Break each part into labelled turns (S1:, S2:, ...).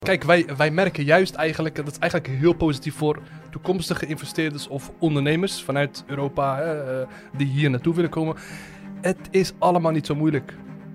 S1: Kijk, wij merken juist eigenlijk, dat is eigenlijk heel positief voor toekomstige investeerders of ondernemers vanuit Europa die hier naartoe willen komen. Het is allemaal niet zo moeilijk.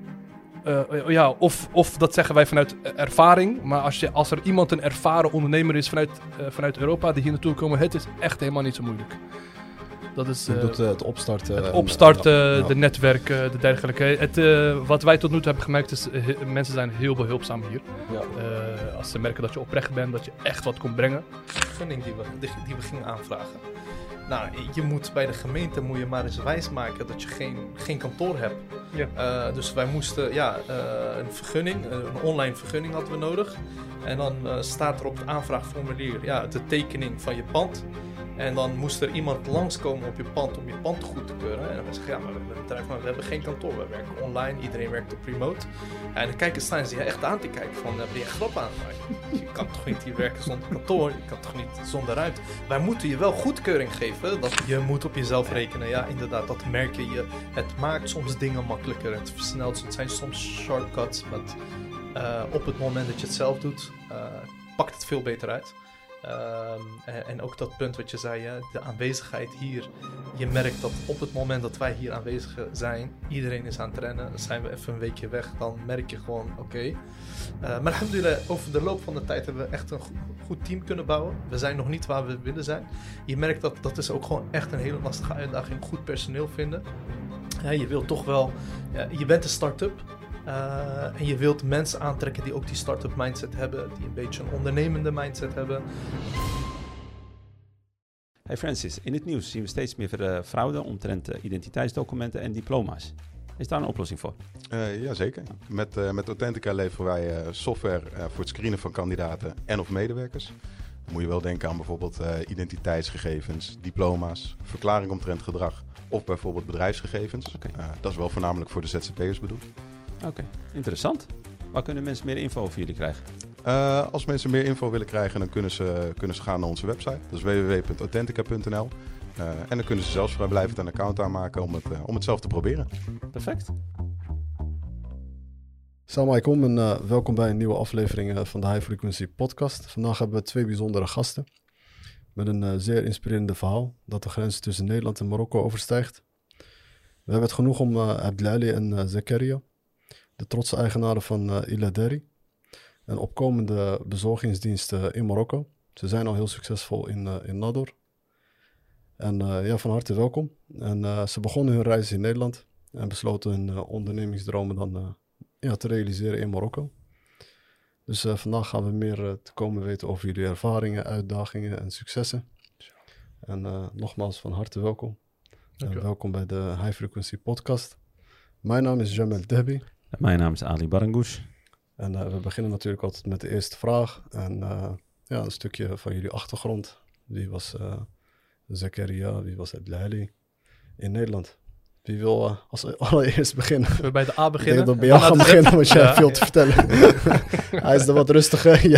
S1: Of dat zeggen wij vanuit ervaring. Maar als er iemand een ervaren ondernemer is vanuit Europa die hier naartoe komen, het is echt helemaal niet zo moeilijk. Dat is
S2: het opstarten.
S1: Het opstarten, de netwerken, de dergelijke. Wat wij tot nu toe hebben gemerkt is, mensen zijn heel behulpzaam hier.
S2: Ja.
S1: Als ze merken dat je oprecht bent, dat je echt wat komt brengen.
S3: De vergunning die we gingen aanvragen. Nou, je moet bij de gemeente maar eens wijsmaken dat je geen kantoor hebt.
S1: Ja.
S3: Dus wij moesten een vergunning, een online vergunning hadden we nodig. En dan staat er op het aanvraagformulier de tekening van je pand. En dan moest er iemand langskomen op je pand om je pand goed te keuren. En dan zeggen maar we hebben een bedrijf, maar we hebben geen kantoor. We werken online, iedereen werkt op remote. En dan staan ze je echt aan te kijken van, ben je grap aan? Maar je kan toch niet hier werken zonder kantoor? Je kan toch niet zonder ruimte? Wij moeten je wel goedkeuring geven, dat je moet op jezelf rekenen. Ja, inderdaad, dat merk je. Het maakt soms dingen makkelijker, het versnelt. Het zijn soms shortcuts, maar op het moment dat je het zelf doet, pakt het veel beter uit. En ook dat punt wat je zei, de aanwezigheid hier. Je merkt dat op het moment dat wij hier aanwezig zijn, iedereen is aan het rennen. Dan zijn we even een weekje weg, dan merk je gewoon, oké. Maar alhamdulillah, over de loop van de tijd hebben we echt een goed team kunnen bouwen. We zijn nog niet waar we willen zijn. Je merkt dat is ook gewoon echt een hele lastige uitdaging, goed personeel vinden. Je wilt toch wel, je bent een start-up. En je wilt mensen aantrekken die ook die start-up mindset hebben, die een beetje een ondernemende mindset hebben.
S4: Hey Francis, in het nieuws zien we steeds meer fraude omtrent identiteitsdocumenten en diploma's. Is daar een oplossing voor?
S5: Jazeker. Met Authentica leveren wij software voor het screenen van kandidaten en of medewerkers. Dan moet je wel denken aan bijvoorbeeld identiteitsgegevens, diploma's, verklaring omtrent gedrag of bijvoorbeeld bedrijfsgegevens.
S4: Okay.
S5: Dat is wel voornamelijk voor de ZZP'ers bedoeld.
S4: Oké, interessant. Waar kunnen mensen meer info over jullie krijgen?
S5: Als mensen meer info willen krijgen, dan kunnen ze gaan naar onze website. Dat is www.authentica.nl. En dan kunnen ze zelfs vrijblijvend een account aanmaken om het zelf te proberen.
S4: Perfect.
S2: Salam alaikum en welkom bij een nieuwe aflevering van de High Frequency Podcast. Vandaag hebben we twee bijzondere gasten met een zeer inspirerende verhaal dat de grens tussen Nederland en Marokko overstijgt. We hebben het genoeg om Abdelali en Zakaria, de trotse eigenaren van Iladari, een opkomende bezorgingsdienst in Marokko. Ze zijn al heel succesvol in Nador. En van harte welkom. En ze begonnen hun reis in Nederland en besloten hun ondernemingsdromen dan te realiseren in Marokko. Dus vandaag gaan we meer te komen weten over jullie ervaringen, uitdagingen en successen. En nogmaals van harte welkom. En welkom bij de High Frequency Podcast. Mijn naam is Jamel Dehbi.
S4: Mijn naam is Ali Barangoush.
S2: En we beginnen natuurlijk altijd met de eerste vraag. En een stukje van jullie achtergrond. Wie was Zakaria, wie was Abdelali in Nederland? Wie wil als allereerst beginnen?
S1: Zullen we bij de A beginnen?
S2: Ik denk dat bij jou gaan beginnen, want jij hebt veel te vertellen. Hij is er wat rustiger.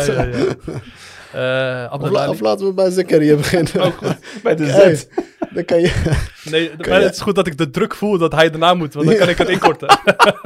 S2: Of laten we bij Zakaria beginnen.
S1: Ook goed.
S4: Bij de Z.
S2: Dan kan je...
S1: Nee, maar het is goed dat ik de druk voel dat hij erna moet, want dan kan ik het inkorten.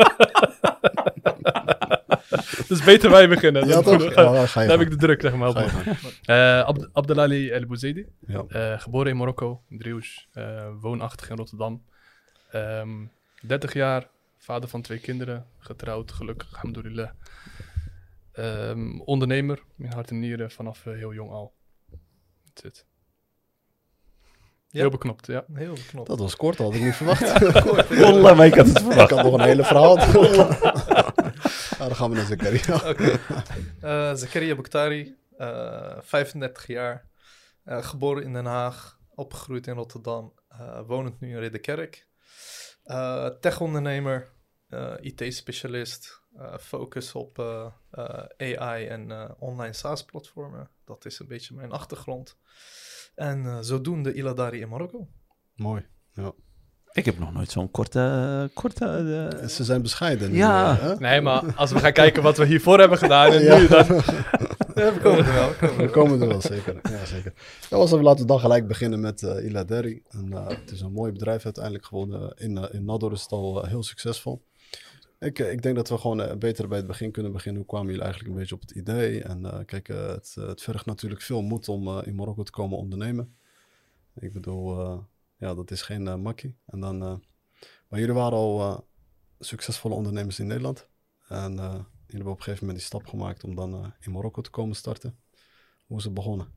S1: Dus beter wij beginnen.
S2: Ja, toch?
S1: Dan heb ik de druk, zeg maar. Abdelali El Bouzedi, geboren in Marokko, in Driehoes, woonachtig in Rotterdam. 30 jaar, vader van 2 kinderen, getrouwd, gelukkig, alhamdulillah. Ondernemer, in hart en nieren, vanaf heel jong al. That's it.
S3: Ja.
S1: Heel beknopt, ja.
S3: Heel beknopt.
S2: Dat was kort, had ik niet verwacht.
S4: Wallah, maar ik had het verwacht.
S2: Ik had nog een hele verhaal. Dan gaan we naar Zakaria.
S3: Okay. Zakaria Bouktari, 35 jaar, geboren in Den Haag, opgegroeid in Rotterdam, wonend nu in Ridderkerk. Tech-ondernemer, IT-specialist, focus op AI en online SaaS-platformen. Dat is een beetje mijn achtergrond. En zodoende Iladari in Marokko.
S2: Mooi, ja.
S4: Ik heb nog nooit zo'n korte
S2: Ze zijn bescheiden.
S4: Ja.
S2: Nu, hè?
S1: Nee, maar als we gaan kijken wat we hiervoor hebben gedaan en nu dan...
S3: We komen er wel.
S2: We komen er wel, zeker. Ja, zeker. Laten we dan gelijk beginnen met Iladari. Het is een mooi bedrijf uiteindelijk geworden. In Nador is het al heel succesvol. Ik denk dat we gewoon beter bij het begin kunnen beginnen. Hoe kwamen jullie eigenlijk een beetje op het idee? En kijk, het vergt natuurlijk veel moed om in Marokko te komen ondernemen. Ik bedoel, dat is geen makkie. En dan, maar jullie waren al succesvolle ondernemers in Nederland. En jullie hebben op een gegeven moment die stap gemaakt om dan in Marokko te komen starten. Hoe is het begonnen?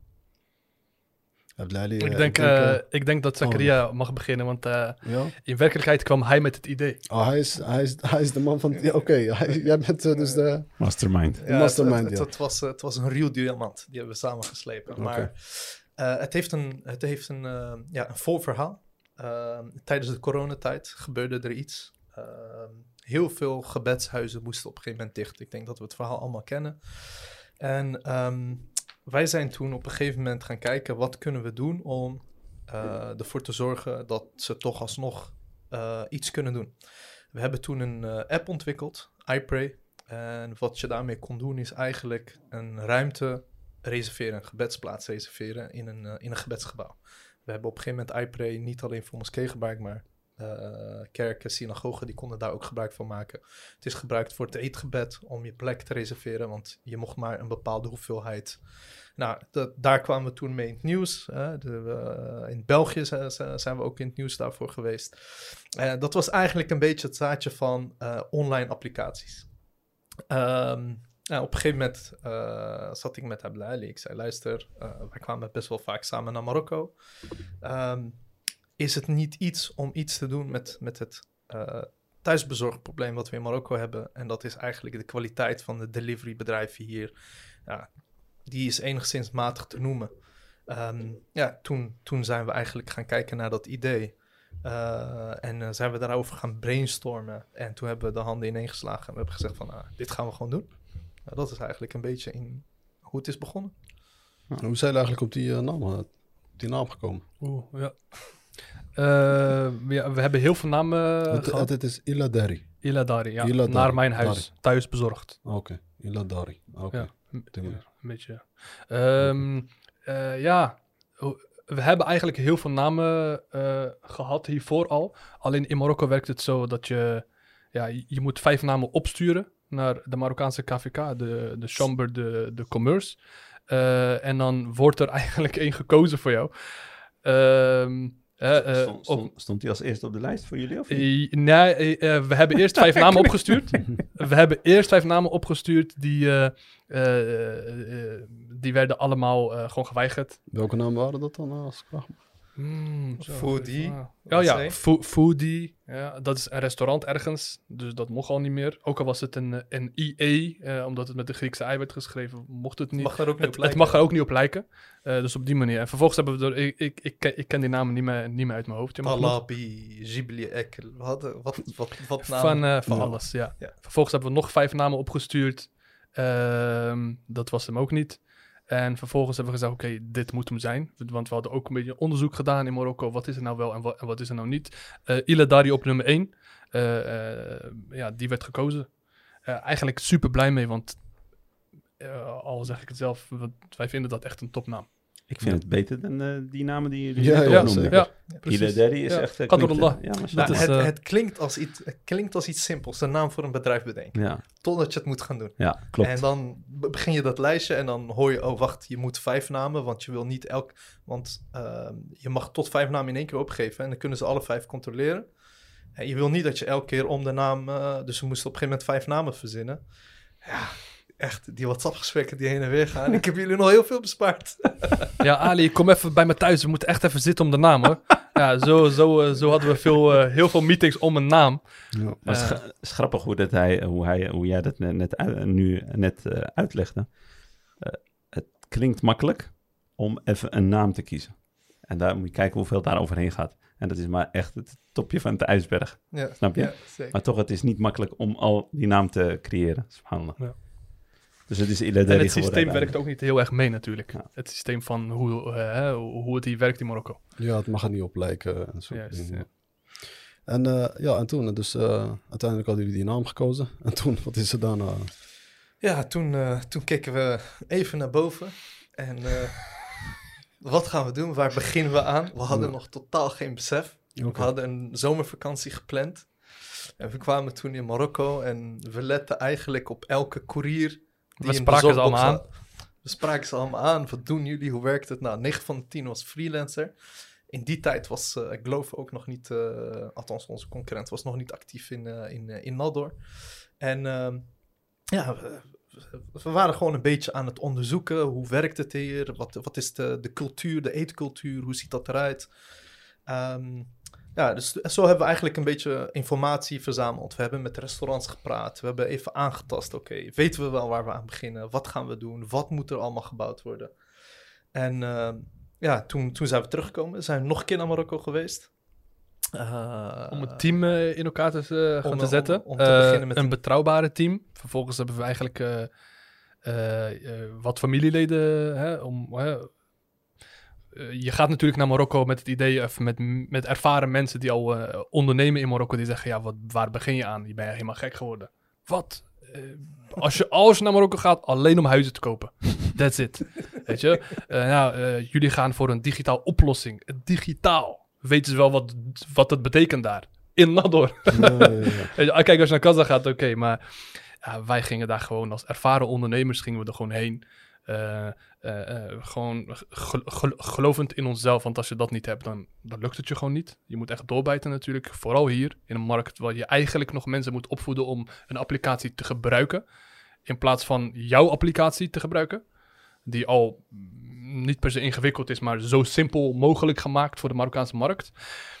S1: Ik denk dat Zakaria mag beginnen, want in werkelijkheid kwam hij met het idee.
S2: Oh, hij is de man van... Ja, oké, jij bent dus de...
S4: Mastermind.
S3: Ja,
S2: mastermind,
S3: het was een real diamant. Die hebben we samen geslepen.
S2: Okay.
S3: Maar het heeft een voorverhaal. Tijdens de coronatijd gebeurde er iets. Heel veel gebedshuizen moesten op een gegeven moment dicht. Ik denk dat we het verhaal allemaal kennen. En wij zijn toen op een gegeven moment gaan kijken... wat kunnen we doen om ervoor te zorgen... dat ze toch alsnog iets kunnen doen. We hebben toen een app ontwikkeld, iPray. En wat je daarmee kon doen is eigenlijk een ruimte reserveren... een gebedsplaats reserveren in een gebedsgebouw. We hebben op een gegeven moment iPray niet alleen voor moskee gebruikt... maar kerken, synagogen, die konden daar ook gebruik van maken. Het is gebruikt voor het eetgebed om je plek te reserveren, want je mocht maar een bepaalde hoeveelheid. Nou, daar kwamen we toen mee in het nieuws. In België zijn we ook in het nieuws daarvoor geweest. Dat was eigenlijk een beetje het zaadje van online applicaties. Op een gegeven moment zat ik met Abdelali. Ik zei, luister, wij kwamen best wel vaak samen naar Marokko. Is het niet iets om iets te doen met het thuisbezorgprobleem wat we in Marokko hebben? En dat is eigenlijk de kwaliteit van de deliverybedrijven hier. Ja, die is enigszins matig te noemen. Toen zijn we eigenlijk gaan kijken naar dat idee. En zijn we daarover gaan brainstormen. En toen hebben we de handen ineengeslagen. En we hebben gezegd van, dit gaan we gewoon doen. Dat is eigenlijk een beetje hoe het is begonnen.
S2: Hoe zijn jullie eigenlijk op die naam gekomen?
S1: We hebben heel veel namen gehad.
S2: Het is Iladari.
S1: Iladari, ja.
S2: Iladari.
S1: Naar mijn huis. Thuis bezorgd.
S2: Oké, Iladari. Oké.
S1: Een beetje. We hebben eigenlijk heel veel namen gehad hiervoor al. Alleen in Marokko werkt het zo dat je moet 5 namen opsturen naar de Marokkaanse KVK, de Chambre de Commerce. En dan wordt er eigenlijk 1 gekozen voor jou.
S4: Stond hij als eerste op de lijst voor jullie? Of
S1: niet? Nee, we hebben eerst 5 namen opgestuurd. We hebben eerst 5 namen opgestuurd die werden allemaal gewoon geweigerd.
S2: Welke namen waren dat dan als ik vraag?
S3: Foodie.
S1: Foodie. Ja, dat is een restaurant ergens, dus dat mocht al niet meer. Ook al was het een IE, omdat het met de Griekse I werd geschreven, mocht het niet.
S3: Mag er ook niet op lijken.
S1: Het mag er ook niet op lijken. Dus op die manier. En vervolgens hebben we ik ken die namen niet meer uit mijn hoofd.
S3: Talabi, Ghibli, Ekkel. Wat namen?
S1: Van alles, ja. Vervolgens hebben we nog 5 namen opgestuurd. Dat was hem ook niet. En vervolgens hebben we gezegd, oké, dit moet hem zijn. Want we hadden ook een beetje onderzoek gedaan in Marokko. Wat is er nou wel en wat is er nou niet? Iladari op nummer 1. Die werd gekozen. Eigenlijk super blij mee, want al zeg ik het zelf, wij vinden dat echt een topnaam.
S4: Ik vind het beter dan die namen die jullie noemden.
S1: Ja, precies.
S4: Iladari is echt...
S3: Het klinkt als iets simpels, een naam voor een bedrijf bedenken.
S4: Ja.
S3: Totdat je het moet gaan doen.
S4: Ja, klopt.
S3: En dan begin je dat lijstje en dan hoor je, oh wacht, je moet 5 namen, want je wil niet je mag tot 5 namen in één keer opgeven en dan kunnen ze alle 5 controleren. En je wil niet dat je elke keer om de naam, dus we moesten op een gegeven moment 5 namen verzinnen. Ja, echt, die WhatsApp-gesprekken die heen en weer gaan. Ik heb jullie nog heel veel bespaard.
S1: Ja, Ali, kom even bij me thuis. We moeten echt even zitten om de naam, hoor. Ja, zo hadden we heel veel meetings om een naam.
S4: Ja. Het is grappig hoe jij dat net uitlegde. Het klinkt makkelijk om even een naam te kiezen. En daar moet je kijken hoeveel daar overheen gaat. En dat is maar echt het topje van de ijsberg. Ja, snap je? Ja, maar toch, het is niet makkelijk om al die naam te creëren. Ja. Dus het is Iladari.
S1: En het systeem werkt ook niet heel erg mee natuurlijk. Ja. Het systeem van hoe het hier werkt in Marokko.
S2: Ja, het mag er niet op lijken. En zo. Juist, ja. En toen, dus uiteindelijk hadden jullie die naam gekozen. En toen, wat is er daarna?
S3: Ja, toen keken we even naar boven. En wat gaan we doen? Waar beginnen we aan? We hadden nog totaal geen besef. Okay. We hadden een zomervakantie gepland. En we kwamen toen in Marokko en we letten eigenlijk op elke koerier.
S1: We spraken ze allemaal aan.
S3: We spraken ze allemaal aan. Wat doen jullie? Hoe werkt het? Nou, 9 van de 10 was freelancer. In die tijd was Glove ook nog niet, althans onze concurrent was nog niet actief in Nador. En we waren gewoon een beetje aan het onderzoeken. Hoe werkt het hier? Wat is de cultuur, de eetcultuur? Hoe ziet dat eruit? Dus zo hebben we eigenlijk een beetje informatie verzameld. We hebben met restaurants gepraat. We hebben even aangetast. Oké, weten we wel waar we aan beginnen? Wat gaan we doen? Wat moet er allemaal gebouwd worden? En toen zijn we teruggekomen. We zijn nog een keer naar Marokko geweest.
S1: Om het team in elkaar te zetten.
S3: Om te beginnen met
S1: een betrouwbare team. Vervolgens hebben we eigenlijk wat familieleden. Je gaat natuurlijk naar Marokko met het idee, met ervaren mensen die al ondernemen in Marokko. Die zeggen, ja, waar begin je aan? Je bent helemaal gek geworden. Wat? Als je naar Marokko gaat, alleen om huizen te kopen. That's it. Weet je? Jullie gaan voor een digitaal oplossing. Digitaal. Weten ze wel wat dat betekent daar? In Nador. Ja. Kijk, als je naar Casa gaat, oké. Maar wij gingen daar gewoon als ervaren ondernemers gingen we er gewoon heen. Gewoon gelovend in onszelf. Want als je dat niet hebt, dan lukt het je gewoon niet. Je moet echt doorbijten natuurlijk. Vooral hier in een markt waar je eigenlijk nog mensen moet opvoeden om een applicatie te gebruiken. In plaats van jouw applicatie te gebruiken. Die al niet per se ingewikkeld is, maar zo simpel mogelijk gemaakt voor de Marokkaanse markt.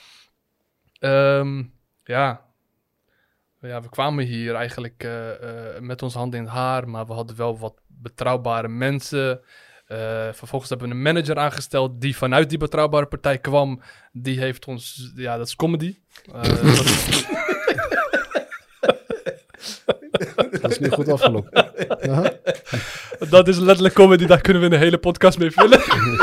S1: We kwamen hier eigenlijk met onze handen in het haar, maar we hadden wel wat betrouwbare mensen. Vervolgens hebben we een manager aangesteld die vanuit die betrouwbare partij kwam. Die heeft ons, dat is comedy.
S2: Dat is niet goed afgelopen.
S1: Dat is letterlijk comedy, daar kunnen we een hele podcast mee vullen.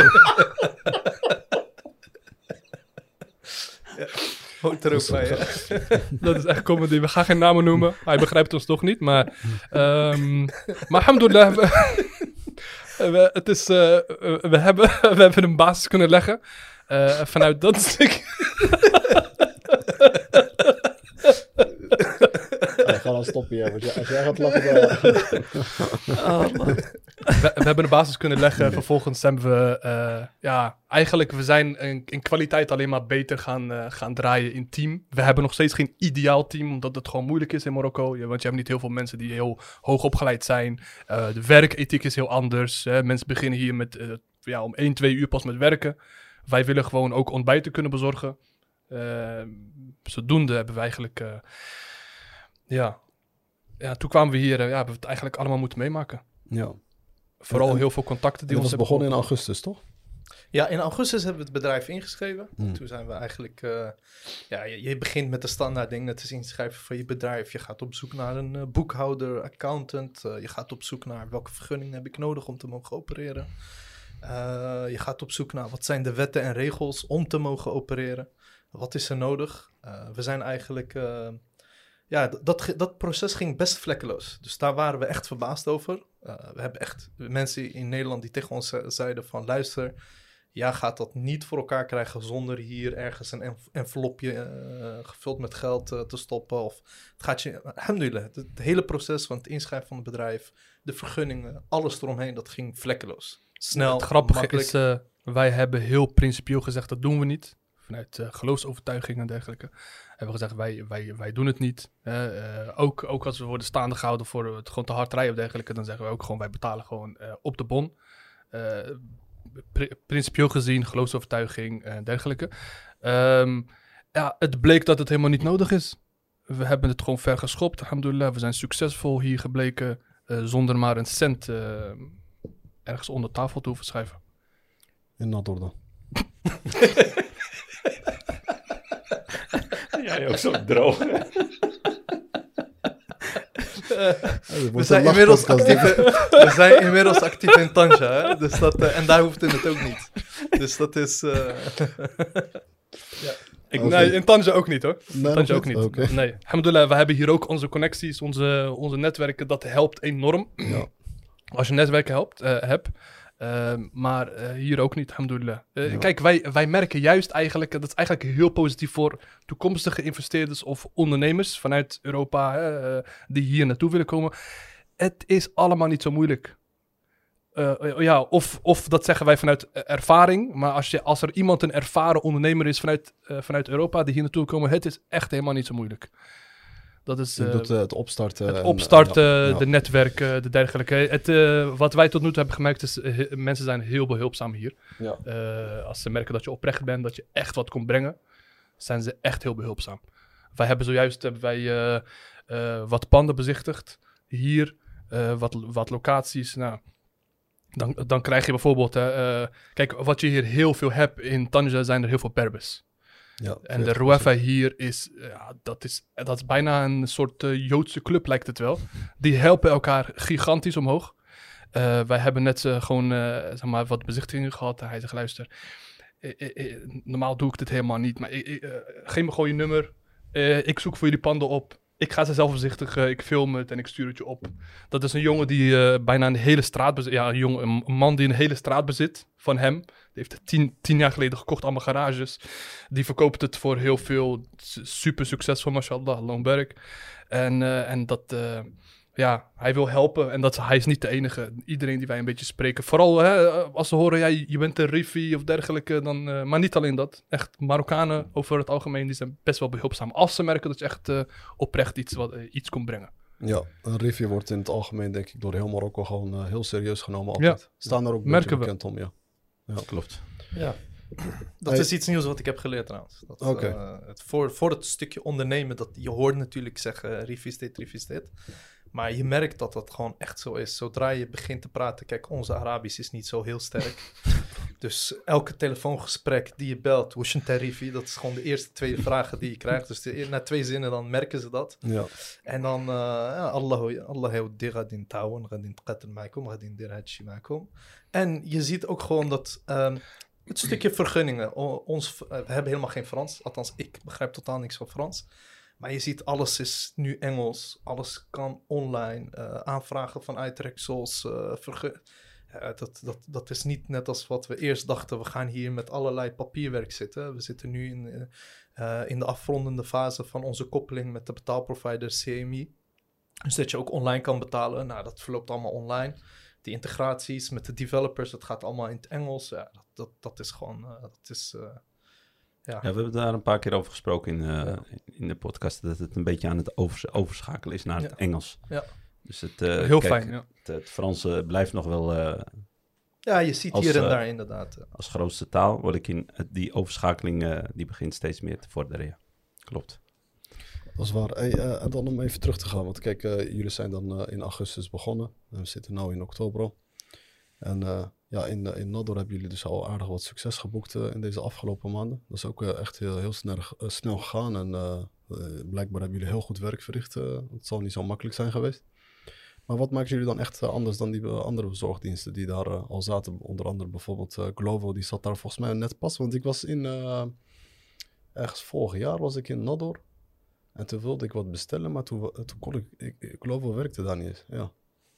S3: Hoort er ook bij, hè?
S1: Dat is echt comedy. We gaan geen namen noemen. Hij begrijpt ons toch niet, maar alhamdulillah, we hebben een basis kunnen leggen. Vanuit dat stuk.
S2: Ga dan stoppen hier. Als jij gaat lachen,
S1: we hebben een basis kunnen leggen. Vervolgens hebben we... eigenlijk we zijn in kwaliteit alleen maar beter gaan draaien in team. We hebben nog steeds geen ideaal team, omdat het gewoon moeilijk is in Marokko. Want je hebt niet heel veel mensen die heel hoog opgeleid zijn. De werkethiek is heel anders. Mensen beginnen hier met om 1-2 uur pas met werken. Wij willen gewoon ook ontbijten kunnen bezorgen. Zodoende hebben we eigenlijk... toen kwamen we hier, hebben we het eigenlijk allemaal moeten meemaken.
S2: Ja.
S1: Vooral heel veel contacten die ons
S2: hebben begonnen in augustus, toch?
S3: Ja, in augustus hebben we het bedrijf ingeschreven. Toen zijn we eigenlijk... je begint met de standaard dingen. Het is inschrijven van je bedrijf. Je gaat op zoek naar een boekhouder, accountant. Je gaat op zoek naar welke vergunning heb ik nodig om te mogen opereren. Je gaat op zoek naar wat zijn de wetten en regels om te mogen opereren. Wat is er nodig? We zijn eigenlijk... dat proces ging best vlekkeloos. Dus daar waren we echt verbaasd over. We hebben echt mensen in Nederland die tegen ons zeiden van... luister, jij gaat dat niet voor elkaar krijgen zonder hier ergens een envelopje gevuld met geld te stoppen. Of het gaat je... Alhamdulillah, het hele proces van het inschrijven van het bedrijf, de vergunningen, alles eromheen, dat ging vlekkeloos. Snel,
S1: het grappige
S3: makkelijk.
S1: is, wij hebben heel principieel gezegd, dat doen we niet. Vanuit geloofsovertuiging en dergelijke. Hebben we gezegd, wij doen het niet. Ook als we worden staande gehouden voor het gewoon te hard rijden of dergelijke, dan zeggen we ook gewoon, wij betalen gewoon op de bon. Principieel gezien, geloofsovertuiging en dergelijke. Het bleek dat het helemaal niet nodig is. We hebben het gewoon ver geschopt, alhamdulillah. We zijn succesvol hier gebleken, zonder maar een cent ergens onder tafel te hoeven schrijven.
S2: In Nador dan.
S4: Jij ook zo droog.
S3: We zijn inmiddels actief in Tanja, hè? Dus en daar hoeft het ook niet. Dus dat is...
S1: Nee, in Tanja ook niet, hoor.
S2: Nee,
S1: Tanja ook niet.
S2: Okay.
S1: Nee, alhamdulillah, we hebben hier ook onze connecties, onze netwerken. Dat helpt enorm.
S2: Ja.
S1: Als je netwerken hebt, Maar hier ook niet, alhamdulillah. Kijk, wij merken juist eigenlijk, dat is eigenlijk heel positief voor toekomstige investeerders of ondernemers vanuit Europa die hier naartoe willen komen. Het is allemaal niet zo moeilijk. Of dat zeggen wij vanuit ervaring. Maar als er iemand een ervaren ondernemer is vanuit Europa die hier naartoe komen, het is echt helemaal niet zo moeilijk. Dat is
S2: het opstarten.
S1: De netwerken, de dergelijke. Wat wij tot nu toe hebben gemerkt is, mensen zijn heel behulpzaam hier. Ja. Als ze merken dat je oprecht bent, dat je echt wat komt brengen, zijn ze echt heel behulpzaam. Wij hebben zojuist wat panden bezichtigd. Hier, wat locaties. Nou, dan krijg je bijvoorbeeld... kijk, wat je hier heel veel hebt in Tanja zijn er heel veel Berbers. Ja, en de Ruefa hier is, dat is bijna een soort Joodse club, lijkt het wel. Die helpen elkaar gigantisch omhoog. Wij hebben net zeg maar wat bezichtigingen gehad. Hij zegt, luister, normaal doe ik dit helemaal niet, maar geef me gewoon je nummer. Ik zoek voor jullie panden op. Ik ga ze zelf bezichtigen, ik film het en ik stuur het je op. Dat is een jongen die bijna een hele straat bezit. Ja, een man die een hele straat bezit van hem. Die heeft het 10 jaar geleden gekocht, allemaal garages. Die verkoopt het voor heel veel. Super succesvol, mashallah, loonwerk. En dat... hij wil helpen en hij is niet de enige. Iedereen die wij een beetje spreken. Vooral als ze horen, je bent een Rifi of dergelijke. Maar niet alleen dat. Echt Marokkanen over het algemeen, die zijn best wel behulpzaam. Als ze merken dat je echt oprecht iets komt brengen.
S2: Ja, een Rifi wordt in het algemeen denk ik door heel Marokko gewoon heel serieus genomen altijd. Ja. Staan er ook een beetje bekend om, ja.
S4: Klopt.
S3: Ja. Dat is iets nieuws wat ik heb geleerd trouwens. Voor het stukje ondernemen, dat je hoort natuurlijk zeggen, Rifi is dit. Maar je merkt dat dat gewoon echt zo is. Zodra je begint te praten... Kijk, onze Arabisch is niet zo heel sterk. Dus elke telefoongesprek die je belt... Wushen tarifi, dat is gewoon de eerste 2 vragen die je krijgt. Dus na 2 zinnen dan merken ze dat. Ja. En dan... Allah heeft gadin ta'awan, gadin tqatel ma'akum, gadin dir hadshi ma'akum. En je ziet ook gewoon dat... het stukje vergunningen. We hebben helemaal geen Frans. Althans, ik begrijp totaal niks van Frans. Maar je ziet, alles is nu Engels. Alles kan online. Aanvragen van uittreksels. Dat is niet net als wat we eerst dachten. We gaan hier met allerlei papierwerk zitten. We zitten nu in de afrondende fase van onze koppeling met de betaalprovider CMI. Dus dat je ook online kan betalen. Nou, dat verloopt allemaal online. Die integraties met de developers, dat gaat allemaal in het Engels. Ja, dat is gewoon...
S4: Ja, we hebben daar een paar keer over gesproken in de podcast, dat het een beetje aan het overschakelen is naar het Engels. Ja. Dus
S1: heel fijn, ja.
S4: Het Franse blijft nog wel...
S3: ja, je ziet hier en daar inderdaad.
S4: Als grootste taal die overschakeling die begint steeds meer te vorderen, ja. Klopt.
S2: Dat is waar. En dan om even terug te gaan, want kijk, jullie zijn dan in augustus begonnen. En we zitten nu in oktober al. En in Nador hebben jullie dus al aardig wat succes geboekt in deze afgelopen maanden. Dat is ook echt heel snel gegaan en blijkbaar hebben jullie heel goed werk verricht. Het zal niet zo makkelijk zijn geweest. Maar wat maakt jullie dan echt anders dan die andere zorgdiensten die daar al zaten? Onder andere bijvoorbeeld Glovo, die zat daar volgens mij net pas. Want ik was ergens vorig jaar was ik in Nador. En toen wilde ik wat bestellen, maar toen kon Glovo werkte daar niet eens. Ja.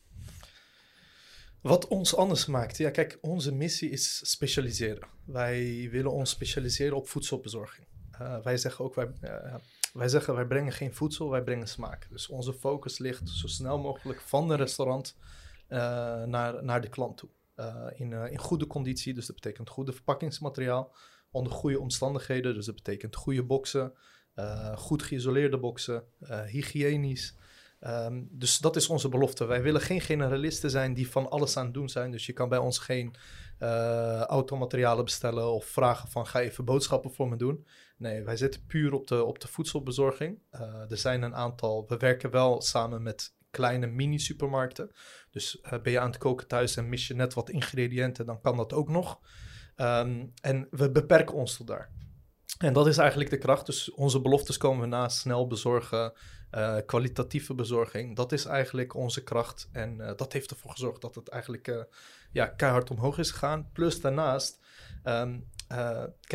S3: Wat ons anders maakt, ja kijk, onze missie is specialiseren. Wij willen ons specialiseren op voedselbezorging. Wij zeggen ook, wij brengen geen voedsel, wij brengen smaak. Dus onze focus ligt zo snel mogelijk van de restaurant naar de klant toe. In goede conditie, dus dat betekent goede verpakkingsmateriaal. Onder goede omstandigheden, dus dat betekent goede boxen. Goed geïsoleerde boxen, hygiënisch. Dus dat is onze belofte. Wij willen geen generalisten zijn die van alles aan het doen zijn. Dus je kan bij ons geen automaterialen bestellen of vragen van ga even boodschappen voor me doen. Nee, wij zitten puur op de voedselbezorging. Er zijn een aantal, we werken wel samen met kleine mini-supermarkten. Dus ben je aan het koken thuis en mis je net wat ingrediënten, dan kan dat ook nog. En we beperken ons tot daar. En dat is eigenlijk de kracht. Dus onze beloftes komen we na. Snel bezorgen, kwalitatieve bezorging. Dat is eigenlijk onze kracht. En dat heeft ervoor gezorgd dat het eigenlijk keihard omhoog is gegaan. Plus daarnaast, kijk,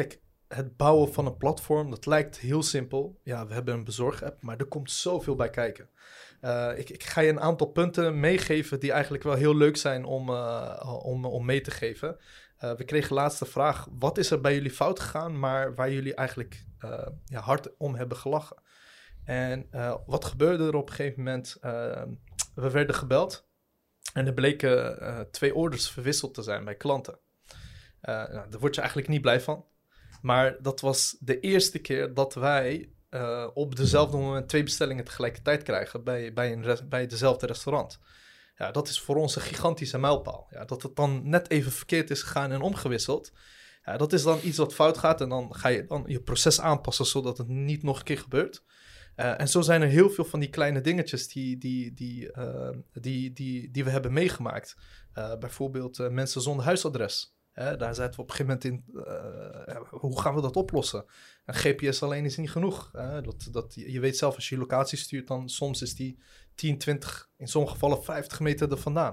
S3: het bouwen van een platform, dat lijkt heel simpel. Ja, we hebben een bezorg-app, maar er komt zoveel bij kijken. Ik ga je een aantal punten meegeven die eigenlijk wel heel leuk zijn om mee te geven. We kregen laatst de vraag, wat is er bij jullie fout gegaan, maar waar jullie eigenlijk hard om hebben gelachen? En wat gebeurde er op een gegeven moment? We werden gebeld en er bleken 2 orders verwisseld te zijn bij klanten. Daar word je eigenlijk niet blij van. Maar dat was de eerste keer dat wij op dezelfde moment 2 bestellingen tegelijkertijd krijgen bij dezelfde restaurant. Ja, dat is voor ons een gigantische mijlpaal. Ja, dat het dan net even verkeerd is gegaan en omgewisseld. Ja, dat is dan iets wat fout gaat en dan ga je dan je proces aanpassen zodat het niet nog een keer gebeurt. En zo zijn er heel veel van die kleine dingetjes die we hebben meegemaakt. Bijvoorbeeld mensen zonder huisadres. Daar zaten we op een gegeven moment in, hoe gaan we dat oplossen? Een GPS alleen is niet genoeg. Je weet zelf, als je locatie stuurt, dan soms is die 10, 20, in sommige gevallen 50 meter er vandaan.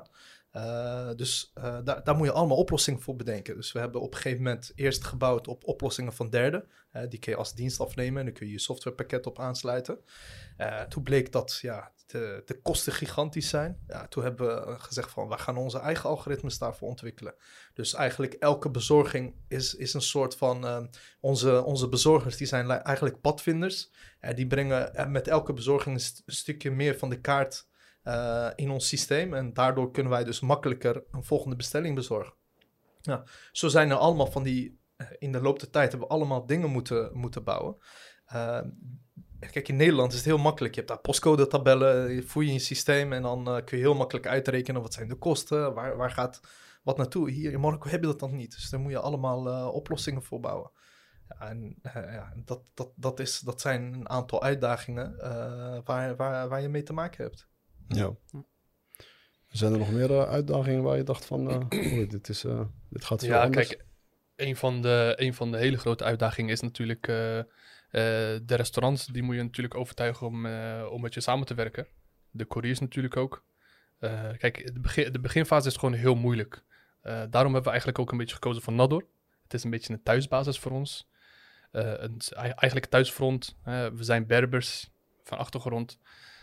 S3: Daar moet je allemaal oplossingen voor bedenken. Dus we hebben op een gegeven moment eerst gebouwd op oplossingen van derden. Die kun je als dienst afnemen en dan kun je je softwarepakket op aansluiten. Toen bleek dat de kosten gigantisch zijn. Ja, toen hebben we gezegd van, we gaan onze eigen algoritmes daarvoor ontwikkelen. Dus eigenlijk elke bezorging is een soort van, onze bezorgers die zijn eigenlijk padvinders. Die brengen met elke bezorging een stukje meer van de kaart in ons systeem. En daardoor kunnen wij dus makkelijker een volgende bestelling bezorgen. Ja, zo zijn er allemaal van die, in de loop der tijd hebben we allemaal dingen moeten bouwen. Kijk, in Nederland is het heel makkelijk. Je hebt daar postcode-tabellen, je voer je in je systeem en dan kun je heel makkelijk uitrekenen wat zijn de kosten, waar gaat wat naartoe. Hier in Marokko heb je dat dan niet. Dus daar moet je allemaal oplossingen voor bouwen. Ja, en dat zijn een aantal uitdagingen waar je mee te maken hebt.
S2: Ja. Zijn er nog meer uitdagingen waar je dacht van, dit gaat veel anders?
S1: Kijk, een van de hele grote uitdagingen is natuurlijk de restaurants. Die moet je natuurlijk overtuigen om met je samen te werken. De couriers natuurlijk ook. Kijk, de beginfase is gewoon heel moeilijk. Daarom hebben we eigenlijk ook een beetje gekozen voor Nador. Het is een beetje een thuisbasis voor ons. Eigenlijk thuisfront. We zijn Berbers van achtergrond.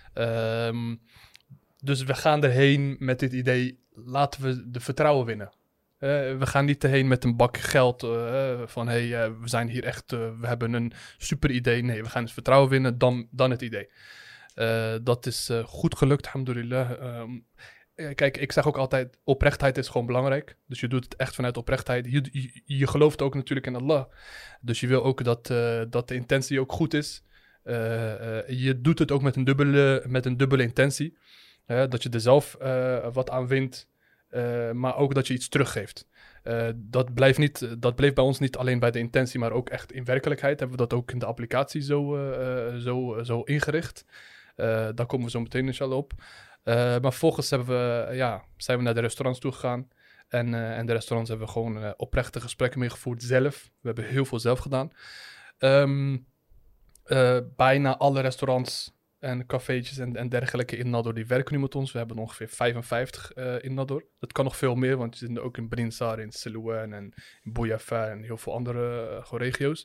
S1: Dus we gaan erheen met dit idee, laten we de vertrouwen winnen. We gaan niet erheen met een bak geld van we zijn hier echt, we hebben een super idee. Nee, we gaan het vertrouwen winnen, dan het idee. Dat is goed gelukt, alhamdulillah. Kijk, ik zeg ook altijd, oprechtheid is gewoon belangrijk. Dus je doet het echt vanuit oprechtheid. Je gelooft ook natuurlijk in Allah. Dus je wil ook dat de intentie ook goed is. Je doet het ook met een dubbele intentie. Dat je er zelf wat aan wint, maar ook dat je iets teruggeeft. Dat bleef bij ons niet alleen bij de intentie, maar ook echt in werkelijkheid. Hebben we dat ook in de applicatie zo ingericht. Daar komen we zo meteen inshallah op. Maar vervolgens zijn we naar de restaurants toegegaan. En de restaurants hebben we gewoon oprechte gesprekken mee gevoerd zelf. We hebben heel veel zelf gedaan. Bijna alle restaurants en cafeetjes en dergelijke in Nador, die werken nu met ons. We hebben ongeveer 55 in Nador. Dat kan nog veel meer, want we zitten ook in Brinsar, in Silouan en in Bouyafa en heel veel andere regio's.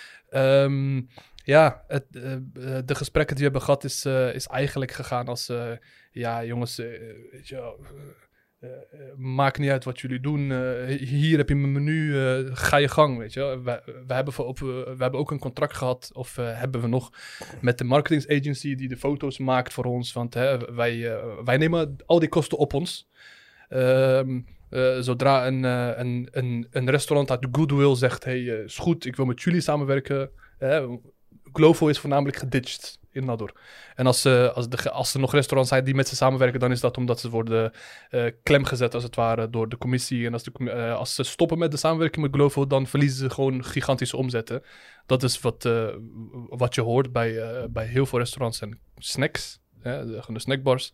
S1: De gesprekken die we hebben gehad is eigenlijk gegaan als... jongens, weet je wel, maakt niet uit wat jullie doen. Hier heb je mijn menu, ga je gang, weet je. We hebben ook een contract gehad, of hebben we nog, met de marketing agency die de foto's maakt voor ons. Want wij nemen al die kosten op ons. Zodra een restaurant uit goodwill zegt, is goed, ik wil met jullie samenwerken. Glovo is voornamelijk geditcht in Nador. En als er nog restaurants zijn die met ze samenwerken, dan is dat omdat ze worden klem gezet als het ware door de commissie. En als ze stoppen met de samenwerking met Glovo, dan verliezen ze gewoon gigantische omzetten. Dat is wat je hoort bij heel veel restaurants en snacks, de snackbars.